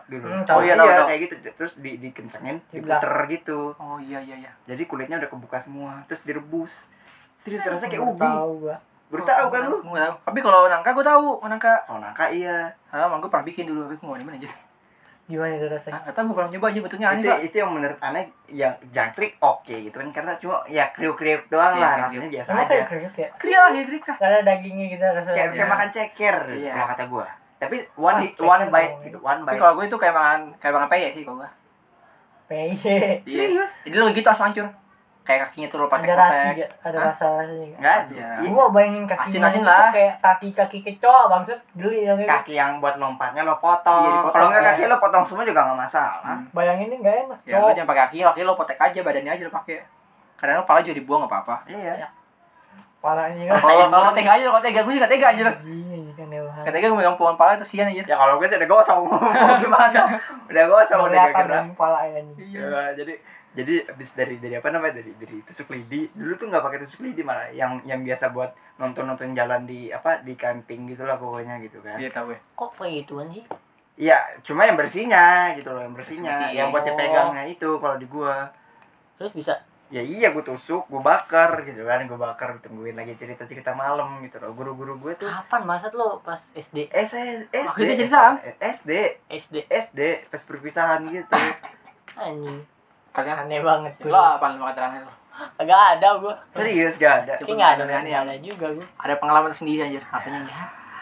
gitu. Tahu. Oh iya, tahu. kayak gitu. Terus dikencengin, Dibelah. diputer gitu. Oh iya. Jadi kulitnya udah kebuka semua, terus direbus. Serius rasanya kayak Baru ubi. tahu gua. Baru tahu kan lu? Gue tahu. Tapi kalau nangka gue tahu, nangka. Kalau nangka iya. Sama gue pernah bikin dulu, tapi gue nggak gimana aja. Gimana itu rasanya? Nggak tahu, gue pernah nyoba aja bentuknya aneh, Pak. Itu yang menurut aneh yang jangkrik oke gitu kan karena cuma ya kriuk-kriuk doang Iya, lah kriuk-kriuk. rasanya biasa Emang aja. kayak kriuk ya? Kriuk lah. Karena dagingnya gitu rasanya. Kayak Iya. makan ceker Iya. kalau kata gua. Tapi Ah, one ceker bite dong. gitu, one Tapi bite. kalau gue itu kayak makan peye sih kalau gue. PY. Serius? Jadi lo gitu langsung hancur. Kayak kakinya tuh lo Ada rasi patek-patek. gak? Ada Hah? rasa rasanya gak? Enggak Iya. ada. Iya. Gua bayangin kakinya Asin-asin itu lah. kayak kaki-kaki kecoa bangsat, geli yang gitu. Kaki yang buat lompatnya lo potong. Iya, dipotong, Kalau enggak iya. kaki lo potong semua juga enggak masalah. Bayanginnya enggak enak, Ya lo jangan pakai kaki lo potek aja badannya aja lo pakai. Kadang lo pala juga dibuang enggak apa-apa. Iya. Palanya juga. Kalau tega aja, kalau tega gue juga tega aja. Anjing, kan hewan. Katanya gue megang pohon pala itu sian aja. Ya kalau gue sih udah gosong. Mau gimana? Udah gosong udah Kelihatan gak gerak. dari palanya nih. Iya, jadi abis dari apa namanya dari tusuk lidi dulu tuh nggak pakai tusuk lidi malah yang biasa buat nonton jalan di camping gitulah pokoknya gitu kan. Iya tahu gue. Kok kayak gituan sih? Iya cuma yang bersihnya gitu loh yang bersihnya Bersih. yang buat dipegangnya itu kalau di gua Terus bisa ya iya gua tusuk gua bakar gitu kan gua bakar tungguin lagi cerita malam gitu loh guru-guru gue tuh kapan maksud lo pas SD? Waktu itu cerita, SD pas perpisahan gitu. Anjing. Kalian Aneh banget lo gua. apa lu keterangan lo? Agak ada gua. Serius gak ada. Kayak enggak ada, Aneh-aneh enggak ya. ada juga gua. Ada pengalaman sendiri anjir rasanya ya.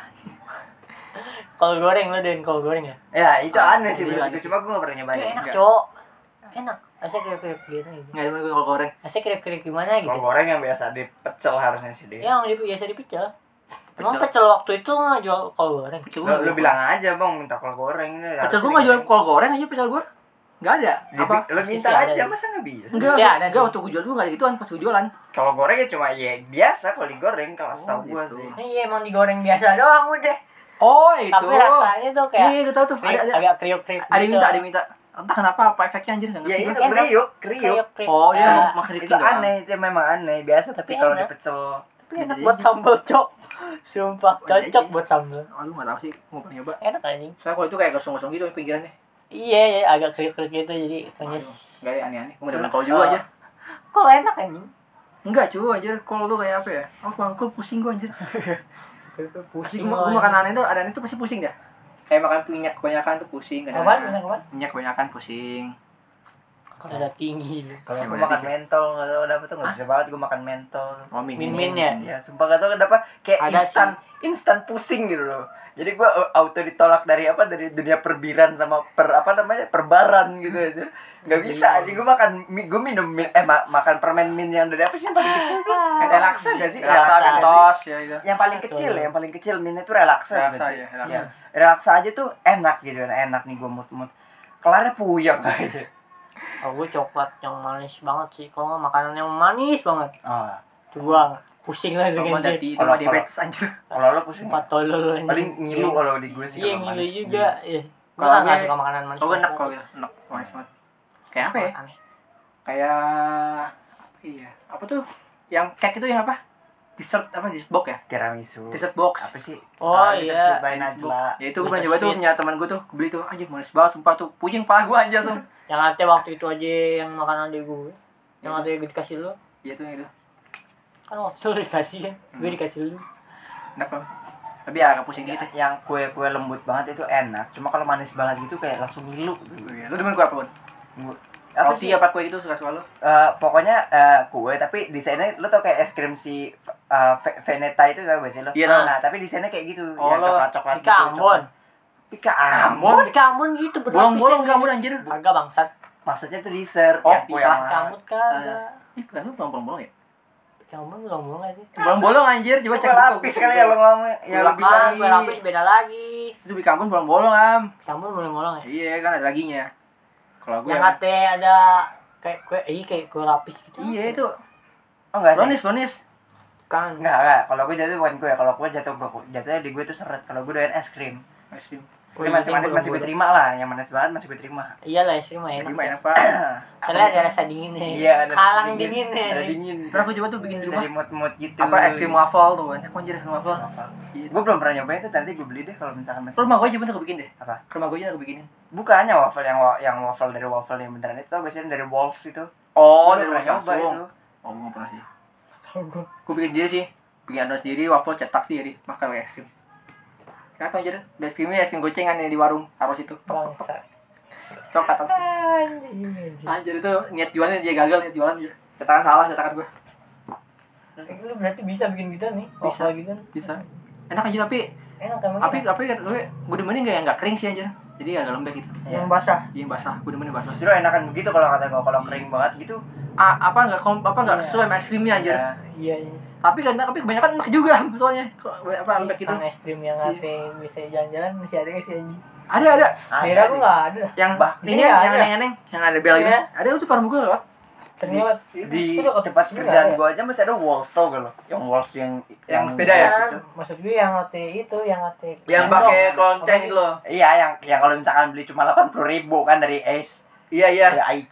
Kol goreng lo dan kol goreng ya? Ya itu aneh sih Itu menurut aneh gue cuma gue gak pernah Itu nyobain. enak, enggak. Cok. Enak. Asnya kriuk-kriuk gitu. Enggak ada gue kalau goreng. Asnya kriuk-kriuk gimana gitu. Kalau goreng yang biasa dipecel harusnya sih dia. Yang biasa dipecel. Emang Pecel. pecel waktu itu nggak jual kol goreng? Pecel Lu bilang aja bang minta kol goreng ini. Pecel gue nggak jual kol goreng aja pecel gue. Nggak ada. Apa? Lu minta Pasti ada aja sih. masa nggak bisa? Enggak, Pasti ada enggak sih. waktu gue jual gue nggak ada gituan pas gue jualan. Kalau goreng ya cuma ya biasa kalau digoreng kalau setahu gua gitu. sih. Iya emang digoreng biasa doang udah. Oh itu. Tapi rasanya tuh kayak Iya gue tahu tuh. kriuk, Ada agak kriuk-kriuk ada gitu. yang minta. Entah kenapa apa efeknya anjir nggak Ya ngerti. itu gue. Enak. kriuk. Kriuk. Oh dia Nah, mau kriukin Itu doang. aneh, itu memang aneh biasa tapi Tapi kalau enak. dipecel Tapi enak Jadi buat aja. sambal, Cok. Sumpah, Wadah cocok aja. buat sambal. Oh lu nggak tahu sih, mau pernah nyoba. Enak anjing. Soalnya kalau itu kayak gosong-gosong gitu pinggirannya. Iya, ya, agak kriuk-kriuk gitu jadi konyes. Enggak ada aneh-aneh. Gue udah kau juga aja. Kok enak anjing? Enggak cuy anjir, kalau lu kayak apa ya? Oh bangkul pusing gue anjir. Pasti Pusing gue lo, makan anjing. aneh itu pasti pusing dah. Kayak makan minyak kebanyakan tuh pusing Apaan? kadang-kadang. Apaan? Minyak kebanyakan pusing. Kalau ada tinggi lu. kalau Ya, gue berarti makan kayak- mentol nggak tahu kenapa tuh nggak bisa banget gue makan mentol. Oh Min-min ya? Ya sumpah gak tau kenapa kayak Ada instan pusing gitu loh. Jadi gue auto ditolak dari dunia perbiran sama perbaran gitu aja. Gak bisa aja gue gue minum makan permen min yang dari apa sih yang paling kecil tuh? Relaksa gak sih? Relaksa, nggak sih? mentos ya itu. Yang paling kecil Betul. yang paling kecil min itu relaksa. Relaksa, gitu sih. ya, relaksa. Relaksa aja tuh enak gitu enak nih gue mut kelarnya puyeng kayaknya. Kalau gue coklat yang manis banget sih. Kalau nggak makanan yang manis banget. Oh, Coba pusing lah Kalau dengan mau jadi itu Kalau- mah diabetes anjir. kalau lo pusing Empat tolol anjing. paling ngilu kalau di gue sih Iya kalau ngilu manis. juga. Iya. Gue Kalau nggak gue- suka makanan manis. Kalau gue enak kalau gitu, enak manis banget. Kayak apa ya? Aneh. Kayak apa iya? Apa tuh? Yang cake itu yang apa? Dessert apa? Dessert box ya? Tiramisu. Dessert box. Apa sih? Oh, Ah, iya. Dessert by Dessert box. Najla. Ya itu gue pernah coba tuh punya teman gue tuh, gue beli tuh anjir manis banget sumpah tuh. Pusing kepala gue anjir tuh. Yang nanti waktu itu aja yang makan adik gue. Yang Iya. nanti gue dikasih lu. Iya tuh yang itu. Kan waktu itu lu dikasih kan. Gue dikasih lu. Enak banget. Tapi ya agak pusing dikit ya. Yang kue lembut banget itu enak. Cuma kalau manis banget gitu kayak langsung ngilu. Iya, lu demen kue apa, Bun? Apa Roti sih? apa kue gitu suka-suka lu? Pokoknya kue tapi desainnya lu tau kayak es krim si Veneta itu gak gue sih lo? Iya, tahu. Nah tapi desainnya kayak gitu. Oh, yang lo coklat-coklat Pika Ambon. Pika Ambon? Pika Ambon gitu berlapis. Bolong-bolong kamu anjir. Agak bangsat. Maksudnya tuh dessert. Oh, yang kue iya, yang Pika Ambon kagak. Ih, bukan lu bolong-bolong ya? Pika Ambon bolong-bolong aja. Bolong-bolong anjir, coba Kue cek buku, lapis buku, kali buku. ya lo ngomong. Ya Kue lebih lapis. lagi. Kue lapis beda lagi. Itu di kampung bolong-bolong, Am. Pika Ambon bolong-bolong ya. Iya, kan ada laginya. Kalau gue Yang kate ada kayak kue, kayak kue lapis gitu. iya itu. Oh enggak sih? Brownies. Kan. Enggak. Kalau gue jatuh bukan kue. Kalau kue jatuhnya di gue tuh seret. Kalau gue doyan es krim. Es krim. Ini masih manis masih gue terima lah, yang manis banget masih gue terima. Iyalah es krim mah enak. Gimana enak pak? Soalnya ada rasa dinginnya. Iya, ada Kalang rasa dinginnya. Ada dingin. Pernah aku coba tuh bikin di Bisa rumah. dimut-mut gitu. Apa es krim waffle tuh kan? Aku anjir es krim waffle. Iya. Gue belum pernah nyobain itu, nanti gue beli deh kalau misalkan masih. Rumah gue coba tuh aku bikin deh. Apa? Rumah gue aja aku bikinin. Bukannya waffle yang waffle dari waffle yang beneran itu, biasanya dari Walls itu. Oh, Gua dari pernah rumah nyoba langsung. itu. Oh, gue nggak pernah sih. Tahu gue. Gue bikin sendiri sih. Bikin adonan sendiri, waffle cetak sendiri, makan pakai es krim. Enak tuh anjir. Es krimnya es krim gocengan yang di warung, taruh situ. Bangsa. Cok atas. Anjing. Anjir itu niat jualannya dia gagal, niat jualan dia. Cetakan salah, cetakan gue. Lu berarti bisa bikin gitu nih? Bisa. Waffle gitu kan? Bisa. Enak anjir tapi Enak emang. gue demenin nggak kering sih anjir. Jadi agak lembek gitu. Yang basah. Iya basah, gue demenin basah. Justru enakan begitu kalau kata gue, kalau kering banget gitu. Nggak Iya. sesuai sama es krimnya anjir. Ya, Iya, iya. Tapi kebanyakan enak juga soalnya. Lembek gitu. Kan es krim yang Iya. ate bisa jalan-jalan masih ada nggak sih anjing? Ada. Kira aku nggak ada. Yang Di ini sini yang ada. aneh-aneh, yang ada bel gitu. Iya. Ada tuh parah gue lewat. Ternyata di Itu dekat tempat sini kerjaan nggak ada. gue aja masih ada Walls, tau gak lo? Yang Walls yang sepeda ya? Walls Kan, itu. maksud gue yang ate itu, yang ate Yang gendong. pakai klonceng gitu loh. Iya, yang kalau misalkan beli cuma 80.000 kan dari Ace. Iya. Ya,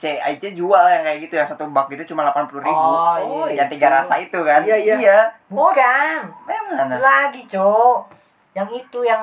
IC jual yang kayak gitu, yang satu bak itu cuma 80.000. Oh, iya. Yang 3 rasa itu kan? Iya. Bukan. Memang. Lagi, Cok. Yang itu yang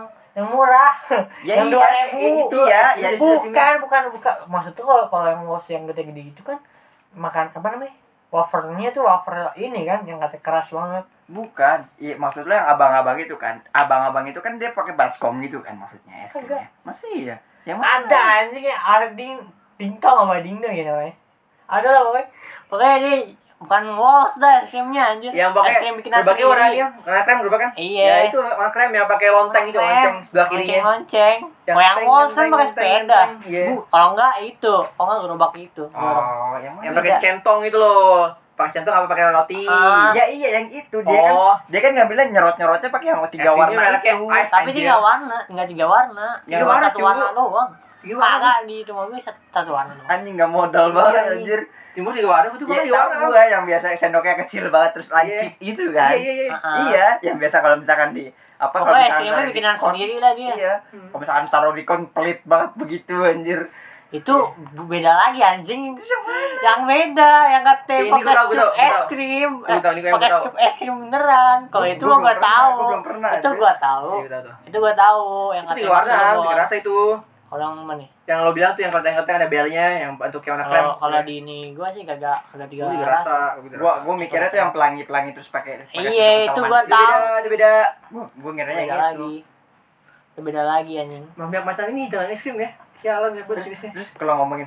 murah. Ya yang iya, 2.000. itu ya, ya Bukan. Maksudnya kalau yang waffle yang gede-gede gitu kan makan apa namanya? Wafernya tuh wafer ini kan yang kata keras banget. Bukan. Iya, maksud lo yang abang-abang itu kan. Abang-abang itu kan dia pakai baskom gitu kan maksudnya es krimnya. Masih iya. Yang mana? Ada anjing kayak ada dingtong sama dingdong ya namanya. Ada lah pokoknya. Pokoknya ini bukan Walls dah es krimnya anjir. Yang es pakai krim bikin nasi. gerobaknya warna dia, warna krem gerobak kan? Iya. Ya itu warna krem yang pakai lonteng itu, lonceng sebelah kirinya. Lonceng. Yang Kalau yang lonteng, Walls kan lonteng, pakai lonteng, sepeda. lonteng. Iya. Kalau enggak itu, kalau enggak gerobak itu. Oh, yang mana? Yang pakai centong itu loh. Pakai centong apa pakai roti? Ah. Ya iya yang itu dia Oh. kan. Dia kan ngambilnya nyerot-nyerotnya pakai yang 3 Es krimnya warna mereknya itu. Ice. Tapi Anjir. 3 warna, enggak 3 warna. Yang Cuma warna, satu cuy. warna doang. Tiga warna. Kagak di rumah gue satu warna doang. Anjing enggak modal banget Iya, anjir. Timur juga warna, itu Ya, kan juga warna. tahu gua yang biasa sendoknya kecil banget terus lancip itu kan. Iya. Iya, yang biasa kalau misalkan di apa kalau Pokoknya es misalkan krimnya taruh di bikinan kon- sendiri lah dia. Iya. Kalau misalkan taruh di kon pelit banget begitu anjir. Itu beda lagi anjing. Yang beda, yang kata Ini pakai gua tahu, scoop gua es tahu. krim. Gua tahu, ini gua Pakai tahu. scoop es krim beneran. Kalau Gua itu belum mah gua pernah, tahu. gua belum pernah, Itu anjir. gua tahu. Iya, tahu. Itu gua tahu yang Itu kata tiga warna, tiga rasa itu. Kalau yang mana nih? Yang lo bilang tuh yang konten-konten ada belnya, yang bentuknya warna krem. Kalau di ini gua sih kagak tiga Gua juga rasa. rasa. Gua mikirnya tuh yang pelangi-pelangi terus pakai Iya, itu gua Itu tahu. beda, itu beda. Gua ngiranya Beda gitu. lagi. Itu beda lagi anjing. Banyak macam ini jalan es krim ya. Sialan ya buat Terus, jenisnya. terus kalau ngomongin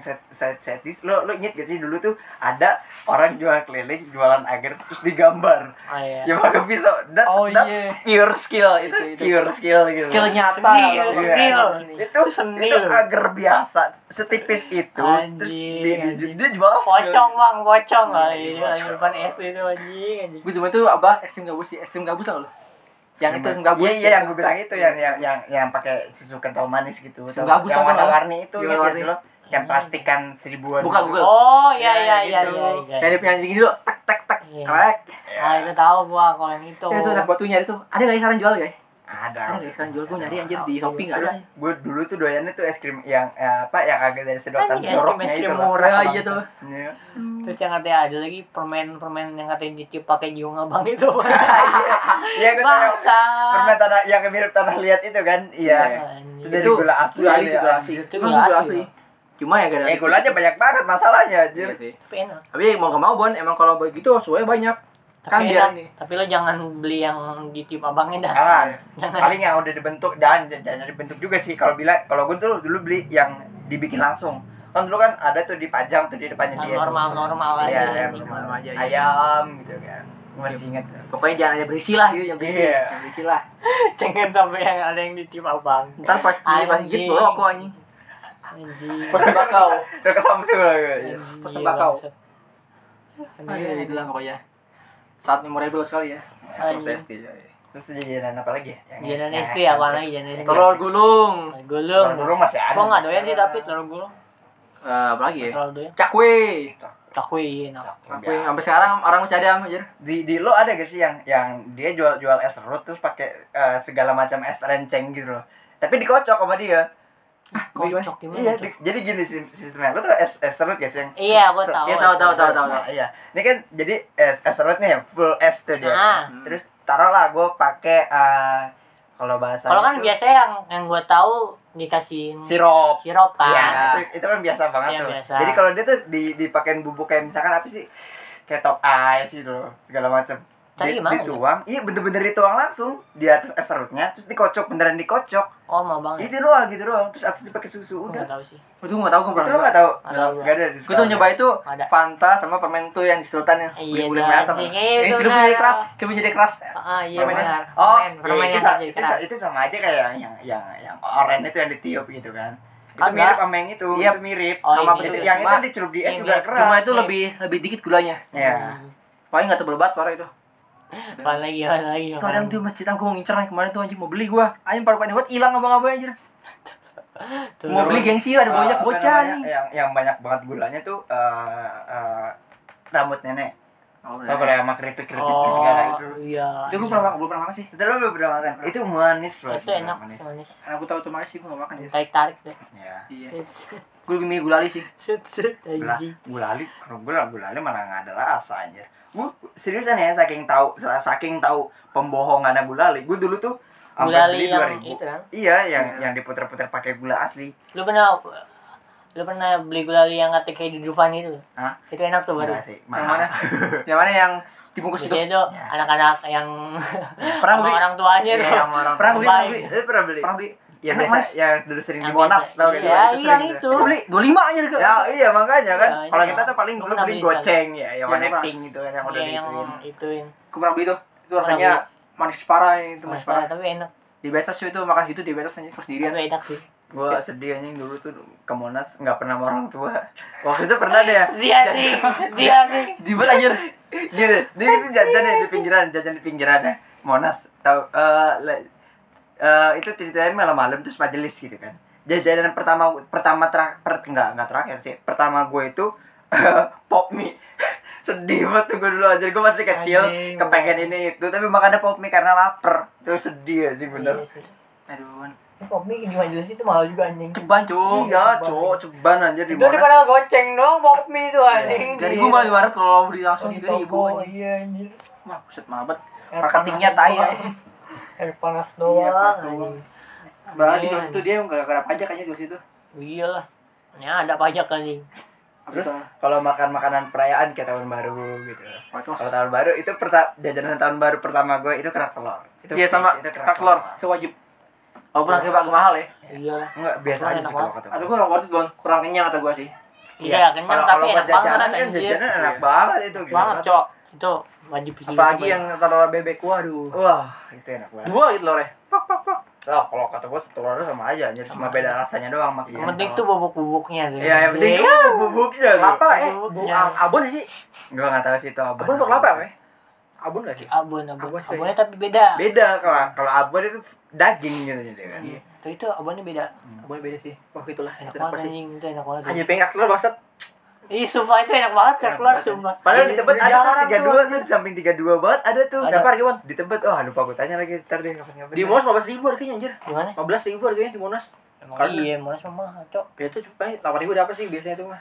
set lo inget gak sih dulu tuh ada orang jual keliling jualan agar terus digambar Oh iya. ya pakai pisau. That's Oh, that's iya. pure skill itu Itu. pure skill gitu. Skill nyata. Seni, kalau seni pakai loh. seni. Itu Seni itu loh. agar biasa setipis itu Anjing, terus anjing. dia jual skill. Pocong bang, pocong Iya, kali. iya, Di depan SD itu anjing. Gue cuma itu apa? Es krim gabus sih, es krim gabus tau lo? Yang itu es krim gabus. Iya yang gue bilang itu yang pakai susu kental manis gitu. Susu gabus yang apa nggak? warna-warni itu Iya, gitu warna-warni. sih lo. Yang plastikan 1000-an. Buka Google. Oh iya Ya, iya iya gitu. iya. Yang dia punya gini dulu, tak tak tak, Iya. krek. Ah itu tahu gua kalau yang itu. Ya itu anak batunya itu. Ada nggak ya sekarang jual guys? Ada. Ada nggak ya sekarang jual? Gue nyari anjir di Shopee nggak ada. Terus gue dulu tuh doyannya tuh es krim yang apa yang agak dari sedotan Anjing, es krim- joroknya es krim itu loh. murah. Ah, iya tuh. Iya. Terus yang katanya ada lagi permen yang katanya ditiup pakai jiung abang itu. Iya gue tahu. Bangsa. Permen tanah yang mirip tanah liat itu kan. Iya. Anjing. Itu dari Itu gula asli. gula asli, ya, gula asli. anjir. Itu Emang gula gula asli, asli. Cuma ya gara-gara Gulanya banyak banget masalahnya anjir. Iya sih. Tapi enak. Tapi mau gak mau Bon, emang kalau begitu semuanya banyak. Kan Tapi biar enak. ini. Tapi lo jangan beli yang ditiup abangnya dah. Jangan. Jangan. Paling yang udah dibentuk dan jangan dibentuk juga sih. Kalau gue tuh dulu beli yang dibikin langsung. Kan dulu kan ada tuh dipajang tuh di depannya dia. tuh. Normal Iya, aja. yang normal aja, iya. ayam gitu kan. Gue masih inget tuh. Pokoknya jangan ada berisi lah gitu, yang berisi. Iya. Yang berisi lah. Jangan sampai yang ada yang ditiup abang. Ntar pas gigit Anjing. rokok anjing. Anjing. Pas tembakau. Udah ke Samsung lah gue. Anjing, Pas tembakau. bangsat. Aduh, itulah pokoknya. Saat memorable sekali ya. Anjing. Selesai SD ya. Terus jajanan apa lagi ya? Jajanan yang SD SMP. apa lagi jajanan SD? Telur gulung. Gulung. Dulu masih ada. Gua nggak doyan sih tapi telur gulung. Apa lagi ya? Terlalu doyan. Cakwe. Cakwe enak. Cakwe. Sampai sekarang orang masih ada anjir. Di lo ada gak sih yang dia jual es serut terus pakai segala macam es renceng gitu loh. tapi dikocok sama dia. Kocok gimana? Iya, tuh? jadi gini sistemnya. Lu tuh es serut guys yang Iya, gua tahu. Iya, tahu. Nah, iya. Ini kan jadi es serut nih full es tuh dia. Ah. Terus taruhlah gue pakai kalau bahasa Kalau kan biasanya yang gue tahu dikasihin sirup. kan. Iya, itu kan biasa banget Iya, tuh. biasa. Jadi kalau dia tuh dipakein bubuk kayak misalkan apa sih? Kayak top ice gitu, segala macam. Tapi gimana Dituang, iya bener-bener dituang langsung di atas es serutnya, terus dikocok, beneran dikocok. Oh, mau banget. Gitu doang, terus atasnya pakai susu Gue udah. nggak tahu sih. Itu nggak tahu gue Itu pernah. lo nggak tahu? Nggak tahu. Nggak ada di Gue sekolah. tuh nyoba itu Ada. Fanta sama permen tuh yang di sedotannya. Iya, Bulan merah anjing, yang itu cerup benar. jadi keras, cerup jadi keras. Ah, iya Permennya. benar. Oh, Permen itu, yang jadi keras. itu sama aja kayak yang oranye itu yang ditiup gitu kan. Itu Kagak. mirip sama yang itu, Iya. itu mirip. Oh, Sama ini itu tuh. yang itu Cuma- dicelup di es ini juga keras. Cuma itu lebih dikit gulanya. Ya. Soalnya nggak tebel banget parah itu. Apa lagi. Itu ada yang tuh masjid gue ngincer nih kemarin tuh anjing mau beli gue. Anjing paruh buat hilang abang-abang anjir. Tuh. Mau beli gengsi ada banyak Apa bocah namanya, nih. yang banyak banget gulanya tuh rambut nenek. Oh, Tau kalau sama keripik segala itu. Iya. Itu gue belum pernah makan sih. Itu lo belum pernah makan? Itu manis loh. Itu enak, Manis. manis. Karena aku tahu tuh manis sih gue gak makan ya. Tarik deh. Ya. Iya. Set, Gue lebih milih gulali sih. set, anjing. Gulali, kalau gulali malah nggak ada rasa anjir. Gue seriusan ya saking tahu pembohongannya gulali. Gue dulu tuh sampai Gulali beli yang 2000. itu kan? Iya, yang diputer-puter pakai gula asli. Lu pernah beli gulali yang kata kayak di Dufan itu? Hah? Itu enak tuh baru. Enggak sih. Yang mana? Yang mana yang dibungkus itu? Biasanya tuh Ya. anak-anak yang Pernah sama beli? orang tuanya Iya, tuh. sama orang Pernah tua. beli, Baik. pernah Itu pernah beli. Pernah beli. Ya Enak, biasa, Mas. yang dulu sering di Yang Monas biasa. tau gitu. Iya, Itu iya, sering itu. Kita beli 25 aja ke. Ya iya makanya kan. Iya, Kalau iya. kita tuh paling Gua dulu pernah beli beli goceng ya, yang Iya, warna pernah. pink gitu kan yang udah Iya, yang diituin. ituin. Gue pernah beli tuh. Itu rasanya manis parah itu manis parah. Tapi enak. Diabetes itu makan gitu diabetes aja pas sendirian. Tapi enak sih. Gua sedih anjing dulu tuh ke Monas nggak pernah sama orang tua. Waktu itu pernah deh ya. Dia nih. Sedih banget anjir. Gini, dia itu jajan ya di pinggiran, jajan di pinggirannya Monas. Tahu itu ceritanya malam-malam terus majelis gitu kan. Jajanan enggak terakhir sih. Pertama gue itu pop mie. Sedih banget tuh gue dulu aja. Gue masih kecil, Anjing. kepengen ini itu tapi makannya pop mie karena lapar. Terus sedih aja bener. Iya sih. Aduh. Ini pop mie di majelis itu mahal juga anjing. Ceban cuy. Iya, cowok ceban anjir di Itu di Monas. padahal goceng doang pop mie itu anjing. Dari gue malah di warnet kalau beli langsung di juga di ibu toko, anjing. iya anjir. Wah, buset mabet. Air Marketingnya panas tai doang. ya. Air panas Iya, doang. panas doang. anjing. Berarti Iya, di situ dia enggak kena pajak aja di situ. Iyalah. Ini ada pajak anjing. Terus kalau makan makanan perayaan kayak tahun baru gitu. Wah, itu Kalau tahun baru itu jajanan tahun baru pertama gue itu kerak telur. Itu iya fix, sama itu kerak telur, itu wajib. Oh, pernah coba agak mahal ya. Iyalah. Enggak, biasa Enak aja sih kalau banget. kata Atau gue. gue worth it Gon, kurang kenyang kata gue sih. Iya, kenyang tapi buat enak banget jajanan kan anjir. jajanan enak Iya. banget itu. gila Banget, Cok. Itu wajib sih. Apalagi yang telur bebek, waduh. Wah, itu enak banget. Dua gitu loh, Oh, kalau kata gue telurnya sama aja, jadi cuma beda rasanya doang makin. Yang penting tuh bubuk-bubuknya tuh. Iya, yang penting Iya. tuh bubuknya tuh. Kelapa Bubuknya. abon sih. Gue enggak tahu sih itu abon. Abon atau kelapa ya? Abon enggak sih? Abon. Abon sih. Abonnya tapi beda. Beda kalau abon itu daging gitu jadi kan. Iya. Tuh itu abonnya beda. Abon beda sih. Wah, itulah. Enak Itu banget pasti. anjing, itu enak banget. Hanya pengen telur bangsat. Ih, sumpah itu enak banget kan keluar sumpah. Padahal di tempat ada tuh Jarang 32 tuh di samping 32 banget ada tuh. Ada. Berapa harga, Bon? Di tempat lupa gue tanya lagi ntar deh kapan-kapan. Di Monas 15.000 harganya anjir. Gimana? 15.000 harganya di Monas. Emang Karena- iya, Monas mah mahal, Cok. Ya itu cuma 8.000 dapat sih biasanya itu mah.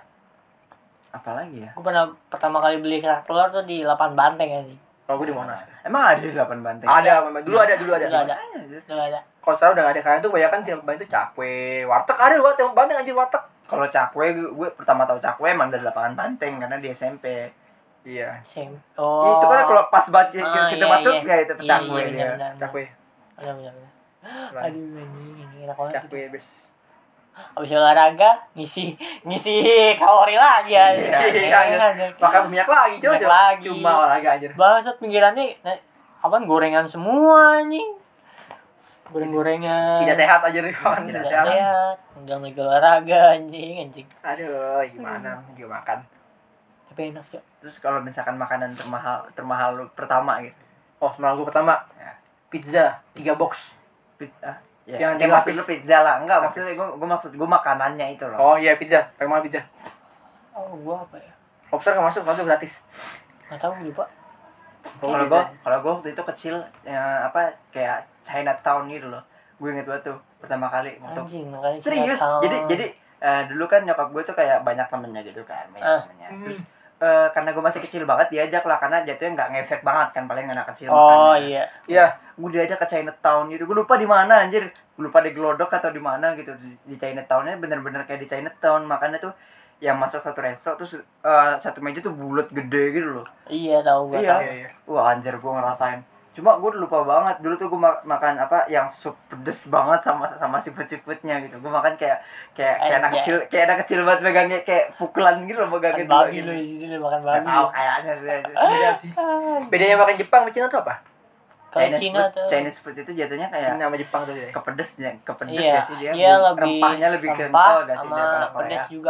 Apalagi ya? Gue pernah pertama kali beli kerak telur tuh di 8 Banteng ya sih. Kalau gue di Monas. Emang ada di 8 banteng? Ada, dulu ada. Dulu ada. Makanya, anjir. Dulu ada. Kalau sekarang udah gak ada karena itu banyak kan tiap itu cakwe, warteg ada gua tiap Banteng anjir warteg. Kalau cakwe gue pertama tahu cakwe emang dari lapangan banteng karena di SMP. Iya, Same. Itu kan kalau pas banget kita iya, masuk iya. ya itu Iya, cakwe iya, dia. benar. cakwe. Benar. Aduh, ini enak banget. Cakwe bes. Habis olahraga ngisi kalori lagi ya. Iya, makan minyak lagi coba. Minyak lagi. Cuma olahraga anjir. Bangsat pinggirannya apaan gorengan semua anjing. Goreng-gorengan. Tidak sehat aja nih makan Tidak tidak sehat. sehat. Udah lagi olahraga anjing. Aduh, gimana dia makan. Tapi enak ya. Terus kalau misalkan makanan termahal lu pertama gitu. Oh, semalam gua pertama Ya. pizza 3 box. Pizza. Ya, Yang yang maksud lapis. lu pizza lah. Enggak, maksudnya gue maksud gue makanannya itu loh. Oh iya pizza, paling mahal pizza. Oh, gua apa ya? Lobster nggak masuk, kalau itu gratis. Enggak tahu lupa. Kalau gue waktu itu kecil ya, apa kayak Chinatown gitu loh. Gue inget banget tuh pertama kali waktu Anjing, makanya serius. kita tahu. Jadi dulu kan nyokap gue tuh kayak banyak temennya gitu kan, temennya. Terus karena gue masih kecil banget diajak lah, karena jatuhnya nggak ngefek banget kan, paling anak kecil Oh makannya. iya. Iya. Gue diajak ke Chinatown gitu, gue lupa di mana anjir, gue lupa di Glodok atau di mana gitu. Di Chinatownnya bener-bener kayak di Chinatown, makannya tuh yang masuk satu resto terus satu meja tuh bulat gede gitu loh. Iya tahu gua Iya. tahu. Iya. Wah anjir, gue ngerasain. Cuma gue lupa banget dulu tuh gue makan apa yang sup pedes banget sama seafoodnya gitu. Gue makan kayak anak kecil, kayak anak kecil banget megangnya kayak pukulan gitu loh, megangin Makan babi gitu. lu di sini makan Nggak babi. tahu kayaknya sih. Beda sih. Bedanya makan Jepang sama Cina tuh apa? Kalau Cina tuh Chinese food itu jatuhnya kayak Cina sama Jepang tuh ya. kepedes iya, ya sih dia. iya lebih Rempahnya lebih rempah kental gak sih sama daripada Korea? pedas juga.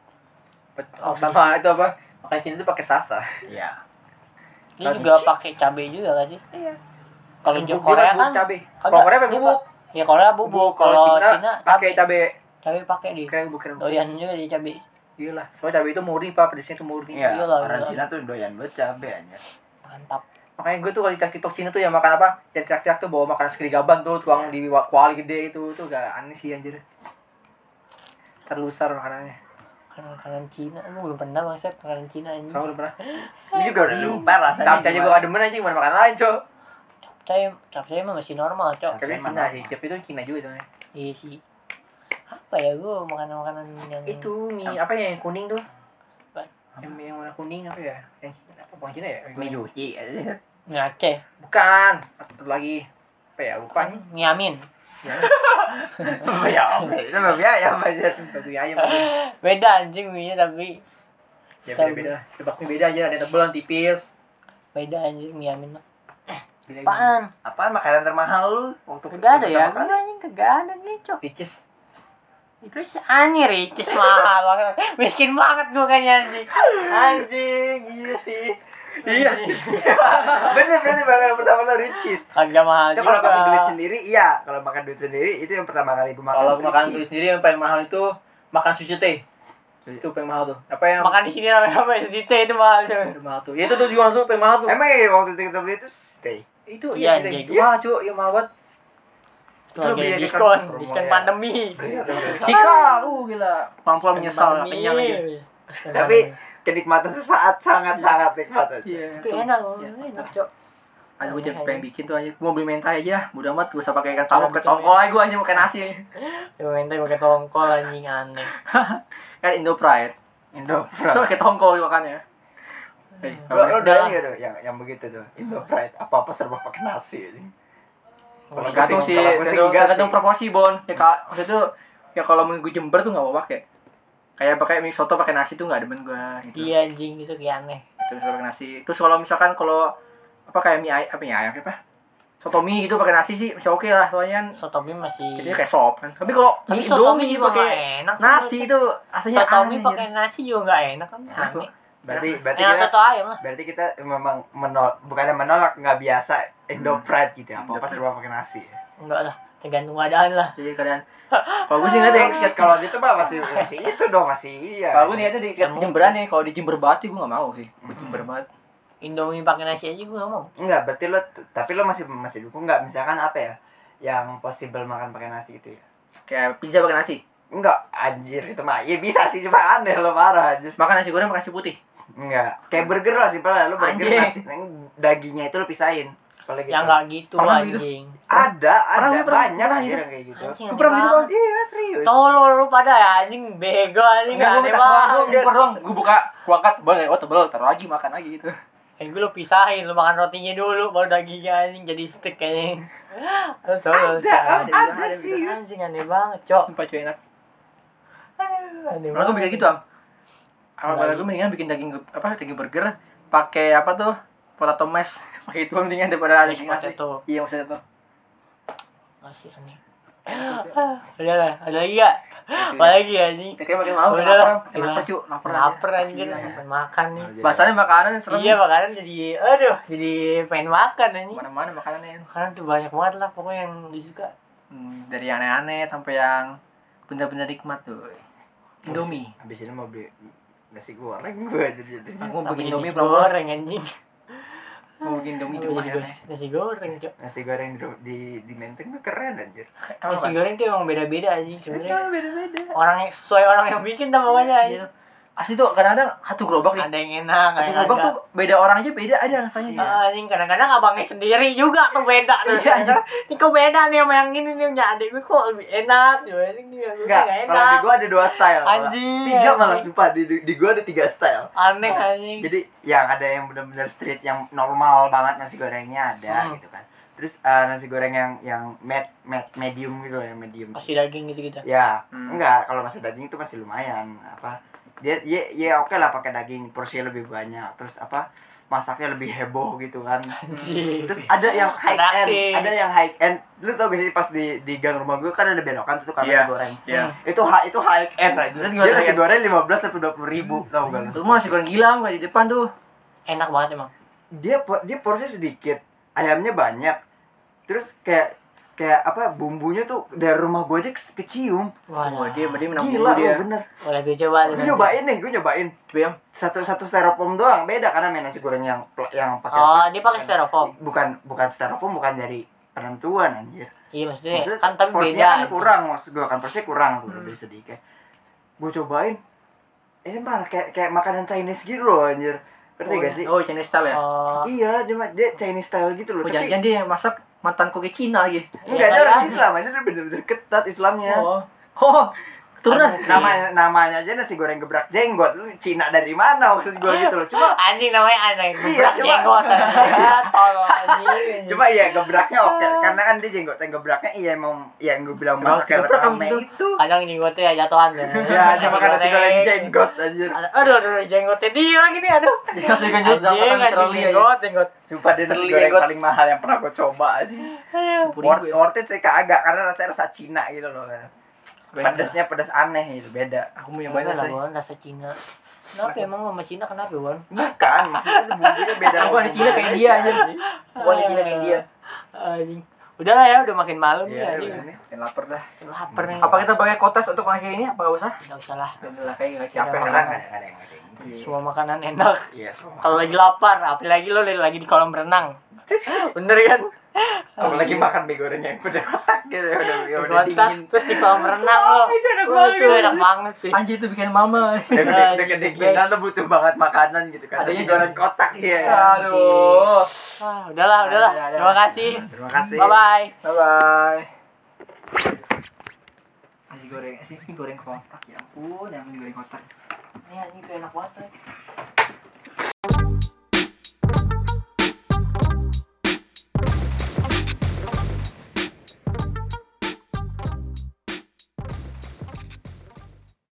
Oh, sama itu apa? Makan Cina tuh pakai sasa. Iya. Dia juga pakai cabai juga gak sih? Iya. Kalau Bubuk Korea dia kan cabai. kagak, Kalau Korea pakai dia bubuk. Ya Korea bubuk, kalau Cina pakai cabai. cabai pakai di. Kayak bukan. Doyan juga di cabai. Iya lah. Soalnya cabai itu murni pak, pedesnya itu murni. Iya, Iyalah, orang iyalah. Cina tuh doyan banget cabe anjir. Mantap. Makanya gue tuh kalau di TikTok Cina tuh yang makan apa? Yang teriak-teriak tuh bawa makanan segerigaban tuh, tuang di kuali gede itu tuh gak aneh sih anjir. Terlusar makanannya. Makanan Cina, lu belum pernah bang Sep makanan Cina anjing. Kamu udah pernah? Ini juga udah lupa rasanya. Capcay aja gue gak demen anjing, mana makan lain cok. Capcay mah masih normal, Cok. Tapi Capcay Cina mana? sih, cap itu Cina juga tuh. Iya sih. Apa ya gua makanan-makanan yang Itu mie apa ya yang kuning tuh? Apa? Yang warna kuning apa ya? Yang Cina apa? Bukan Cina ya? Mie cuci aja. Aceh, Bukan. Satu lagi. Apa ya? Lupa nih. Miamin. Ya, oke. Itu babi ayam aja. Bagus ayam. Bagus. Beda anjing mie tapi Ya beda-beda. Tebak mie beda aja. Ada yang tebel, yang tipis. beda anjing Miamin mah. Beda. Apaan? Apaan makanan termahal lu? Waktu Kagak ada ya? pertama kali? Enggak anjing kagak ada nih, Cok. Ricis. Ricis anjir, Ricis mahal banget. Miskin banget gua kayaknya anjing. Anjing, iya sih. Iya sih. Bener berarti makanan pertama lu Ricis. Kagak mahal Itu juga. kalau makan duit sendiri, iya. Kalau makan duit sendiri itu yang pertama kali gue makan. Kalau makan Ricis. duit sendiri yang paling mahal itu makan sushi teh. Itu paling mahal tuh. Apa yang Makan di sini apa ya? Situ itu mahal tuh. paling mahal tuh? Ya itu tuh jual tuh paling mahal tuh. Emang ya waktu itu kita beli itu stay. Itu Iya, iya, anjing. itu mahal cuy, iya mahal banget. Itu lagi beli diskon, promo diskon ya. pandemi. Cika, gila. Pelan-pelan menyesal, Pandemi. kenyang aja. Tapi kenikmatan sesaat sangat nikmat aja. Iya, Tapi tuh. enak, Iya. enak, Cok. Ada gue jadi pengen bikin tuh aja. Gue mau beli mentai aja, mudah amat gue usah pakai ikan Sama salmon, pakai bikin tongkol aja gue anjing pakai nasi. Yang minta pakai tongkol anjing aneh. Kan Indo Pride. Indo Gue Pride. pakai tongkol makannya. Lo udah gitu yang begitu tuh. Indo Pride apa-apa serba pakai nasi aja. Kalau Tergantung gue sih, kalau gue enggak tergantung sih. proporsi Bon. Ya kak, maksudnya tuh ya kalau mau gue Jember tuh nggak mau pakai. Kayak pakai mie soto pakai nasi tuh nggak demen gue. Gitu. Iya anjing itu kayak aneh. Terus pakai nasi. Terus kalau misalkan kalau apa kayak mie ayam, apa mie ayam apa? Soto mie gitu pakai nasi sih masih oke lah, soalnya kan Sotomi masih. jadinya kayak sop kan. Tapi kalau Tapi mie sotomi Indomie juga pakai nggak enak sih, nasi menurut itu aslinya Sotomi aneh, pakai anjir. nasi juga nggak enak kan? Enak Aneh. Berarti Enak kita soto ayam lah. berarti kita memang bukannya menolak, nggak biasa Indo Pride gitu ya. Apa-apa serba pakai nasi. Enggak lah, tergantung keadaan lah. Jadi kadang kalau gue sih nggak ada yang Buset, kalau gitu mah masih itu dong, masih iya. kalau gue niatnya di Jemberan nih, kalau di Jember banget gue nggak mau sih. Gue Jember banget. Indomie pakai nasi aja gue nggak mau. Enggak, berarti lo tapi lo masih dukung enggak misalkan apa ya? Yang possible makan pakai nasi itu ya. Kayak pizza pakai nasi. Enggak, anjir itu mah. Ya bisa sih, cuma aneh lo parah anjir. Makan nasi goreng pakai nasi putih. Enggak, kayak burger lah simpel lah, lo burger Anjing. nasi dagingnya itu lo pisahin. Apalagi Ya nggak gitu Pernah gitu? anjing. ada Pernah banyak gitu. anjir yang kayak gitu. Anjing Gue aneh pernah gitu banget. Iya, serius. Tolol lu pada ya anjing bego anjing Enggak, gue aneh minta doang, banget. gue ngumpul doang. Gue buka, gue angkat, boleh, oh tebel, taruh lagi, makan lagi gitu. Gue lu pisahin, lu makan rotinya dulu baru dagingnya anjing jadi steak kayaknya. Lu tolol sih. ada, serius. Anjing aneh banget, Cok. Sumpah cuy enak. Aneh Malah gue bikin gitu, Am. Malah gue mendingan bikin daging burger pakai apa tuh? Potato mash. Pakai itu mendingan daripada Mashed daging nasi. potato. Iya, maksudnya tuh. Masih aneh. Udah lah, ada lagi gak? Apa lagi anjing? Kayak makin mau, Udah lah. lapar cuy, lapar. Lapar anjir, Gila. pengen makan nih. Bahasanya makanan serem. Iya makanan jadi, aduh, jadi pengen makan anjing. Mana-mana makanannya. Makanan tuh banyak banget lah pokoknya yang disuka. Dari yang aneh-aneh sampai yang bener-bener nikmat tuh. Indomie. Habis ini mau beli nasi goreng gue jadi. Aku Tapi bikin Indomie jadi pelan-pelan. goreng anjing. Mau bikin Indomie di rumah ya. Nasi goreng, Cok. Nasi goreng di Menteng tuh keren anjir. Nasi goreng tuh emang beda-beda anjing sebenarnya. Beda-beda. Orang yang sesuai orang yang bikin tuh pokoknya anjing. Iya. Asli tuh kadang-kadang satu gerobak nih. Ada yang enak, Satu gerobak tuh beda orang aja beda ada rasanya ya. anjing kadang-kadang abangnya sendiri juga tuh beda tuh. Iya, anjing. Ini kok beda nih sama yang ini nih punya adik gue kok lebih enak. Ini gue Enggak, enggak kalau di enak. gua ada 2 style. Anjing, 3 malah anjing. sumpah di gua ada 3 style. Aneh anjing. Jadi yang ada yang benar-benar street yang normal banget nasi gorengnya ada gitu kan. Terus nasi goreng yang medium gitu loh, yang medium. Kasih daging gitu-gitu. Ya, enggak, kalau masih daging itu masih lumayan apa. Dia oke lah pakai daging, porsi lebih banyak. Terus apa? Masaknya lebih heboh gitu kan. Anjing. Terus ada yang high end, Atraksi. ada yang high end. Lu tau gak sih pas di gang rumah gue kan ada belokan tuh kan Iya. nasi goreng. Iya. Itu high end aja. Terus Dia gimana nasi ya? goreng 15 sampai 20 ribu, tau gak lu? Itu mah nasi goreng gila mah di depan tuh. Enak banget emang. Dia porsi sedikit, ayamnya banyak. Terus kayak apa bumbunya tuh dari rumah gue aja kecium. Wah, Wah, dia menang Gila bumbu dia. lu bener. boleh gue coba Gue nyobain. Coba yang Satu styrofoam doang, beda karena main nasi goreng yang pakai Oh, dia pakai styrofoam. bukan styrofoam, bukan dari penentuan anjir. Iya maksudnya, Maksudnya kan tapi porsinya beda. kan kurang, maksud gue kan porsinya kurang tuh lebih sedikit. Gue cobain, ini mah kayak makanan Chinese gitu loh anjir. Ngerti gak sih? Oh, Chinese style ya. Oh, Iya, dia Chinese style gitu loh. Oh, Tapi jangan-jangan dia yang masak mantan koki Cina lagi. enggak, Iya, dia orang kan? Islam aja, dia bener-bener ketat Islamnya. Oh, turunan. Namanya aja nasi goreng gebrak jenggot. Lu Cina dari mana maksud gue gitu loh. Cuma anjing namanya aneh. Iya, Gebrak cuma- jenggot. Tolong anjing. Cuma iya gebraknya oke, karena kan dia jenggotnya gebraknya iya emang yang gue bilang Emang masak gebrak rame gitu. itu. Kadang jenggotnya ya jatuhan ya. Ya, cuma karena nasi goreng jenggot anjir. Aduh, jenggotnya dia lagi nih, aduh. Dia nasi goreng Anjing, anjing, jenggot. Sumpah dia nasi Terli goreng jenggot. paling mahal yang pernah gue coba aja. Worth it sih kagak, karena rasanya rasa Cina gitu loh kan. Pedasnya pedas aneh itu beda. Aku mau yang Banyak banyak lah, sih. Bon, rasa Cina. Kenapa emang sama Cina kenapa, Bon? Bukan, maksudnya itu bumbunya beda. Aku ada Cina kayak dia aja. Aku ada Cina kayak dia. Anjing. Udah lah ya, udah makin malam nih Iya, anjing. udah. Yang lapar dah. Lapar nih. Apa kita pakai kotas untuk mengakhiri ini? Apa gak usah? Enggak usah lah. Udah lah kayak Udah, capek nih. Orang ada yang Iya. Semua makanan enak. Iya, semua. Kalau lagi lapar, apalagi lo lagi di kolam renang. Bener kan? Apalagi makan mie goreng yang udah kotak gitu ya udah Kontak, dingin. terus di kolam renang lo. Itu enak Wah, banget. itu enak banget sih. Anjir itu bikin mama. Udah kedinginan tuh butuh banget makanan gitu kan. Adanya Nasi goreng kotak ya. Aduh. Ah, udahlah. Ada. Terima kasih. Terima kasih. Bye bye. Bye bye. Nasi goreng, nasi goreng kotak ya ampun, yang goreng kotak. Ini anjing enak banget.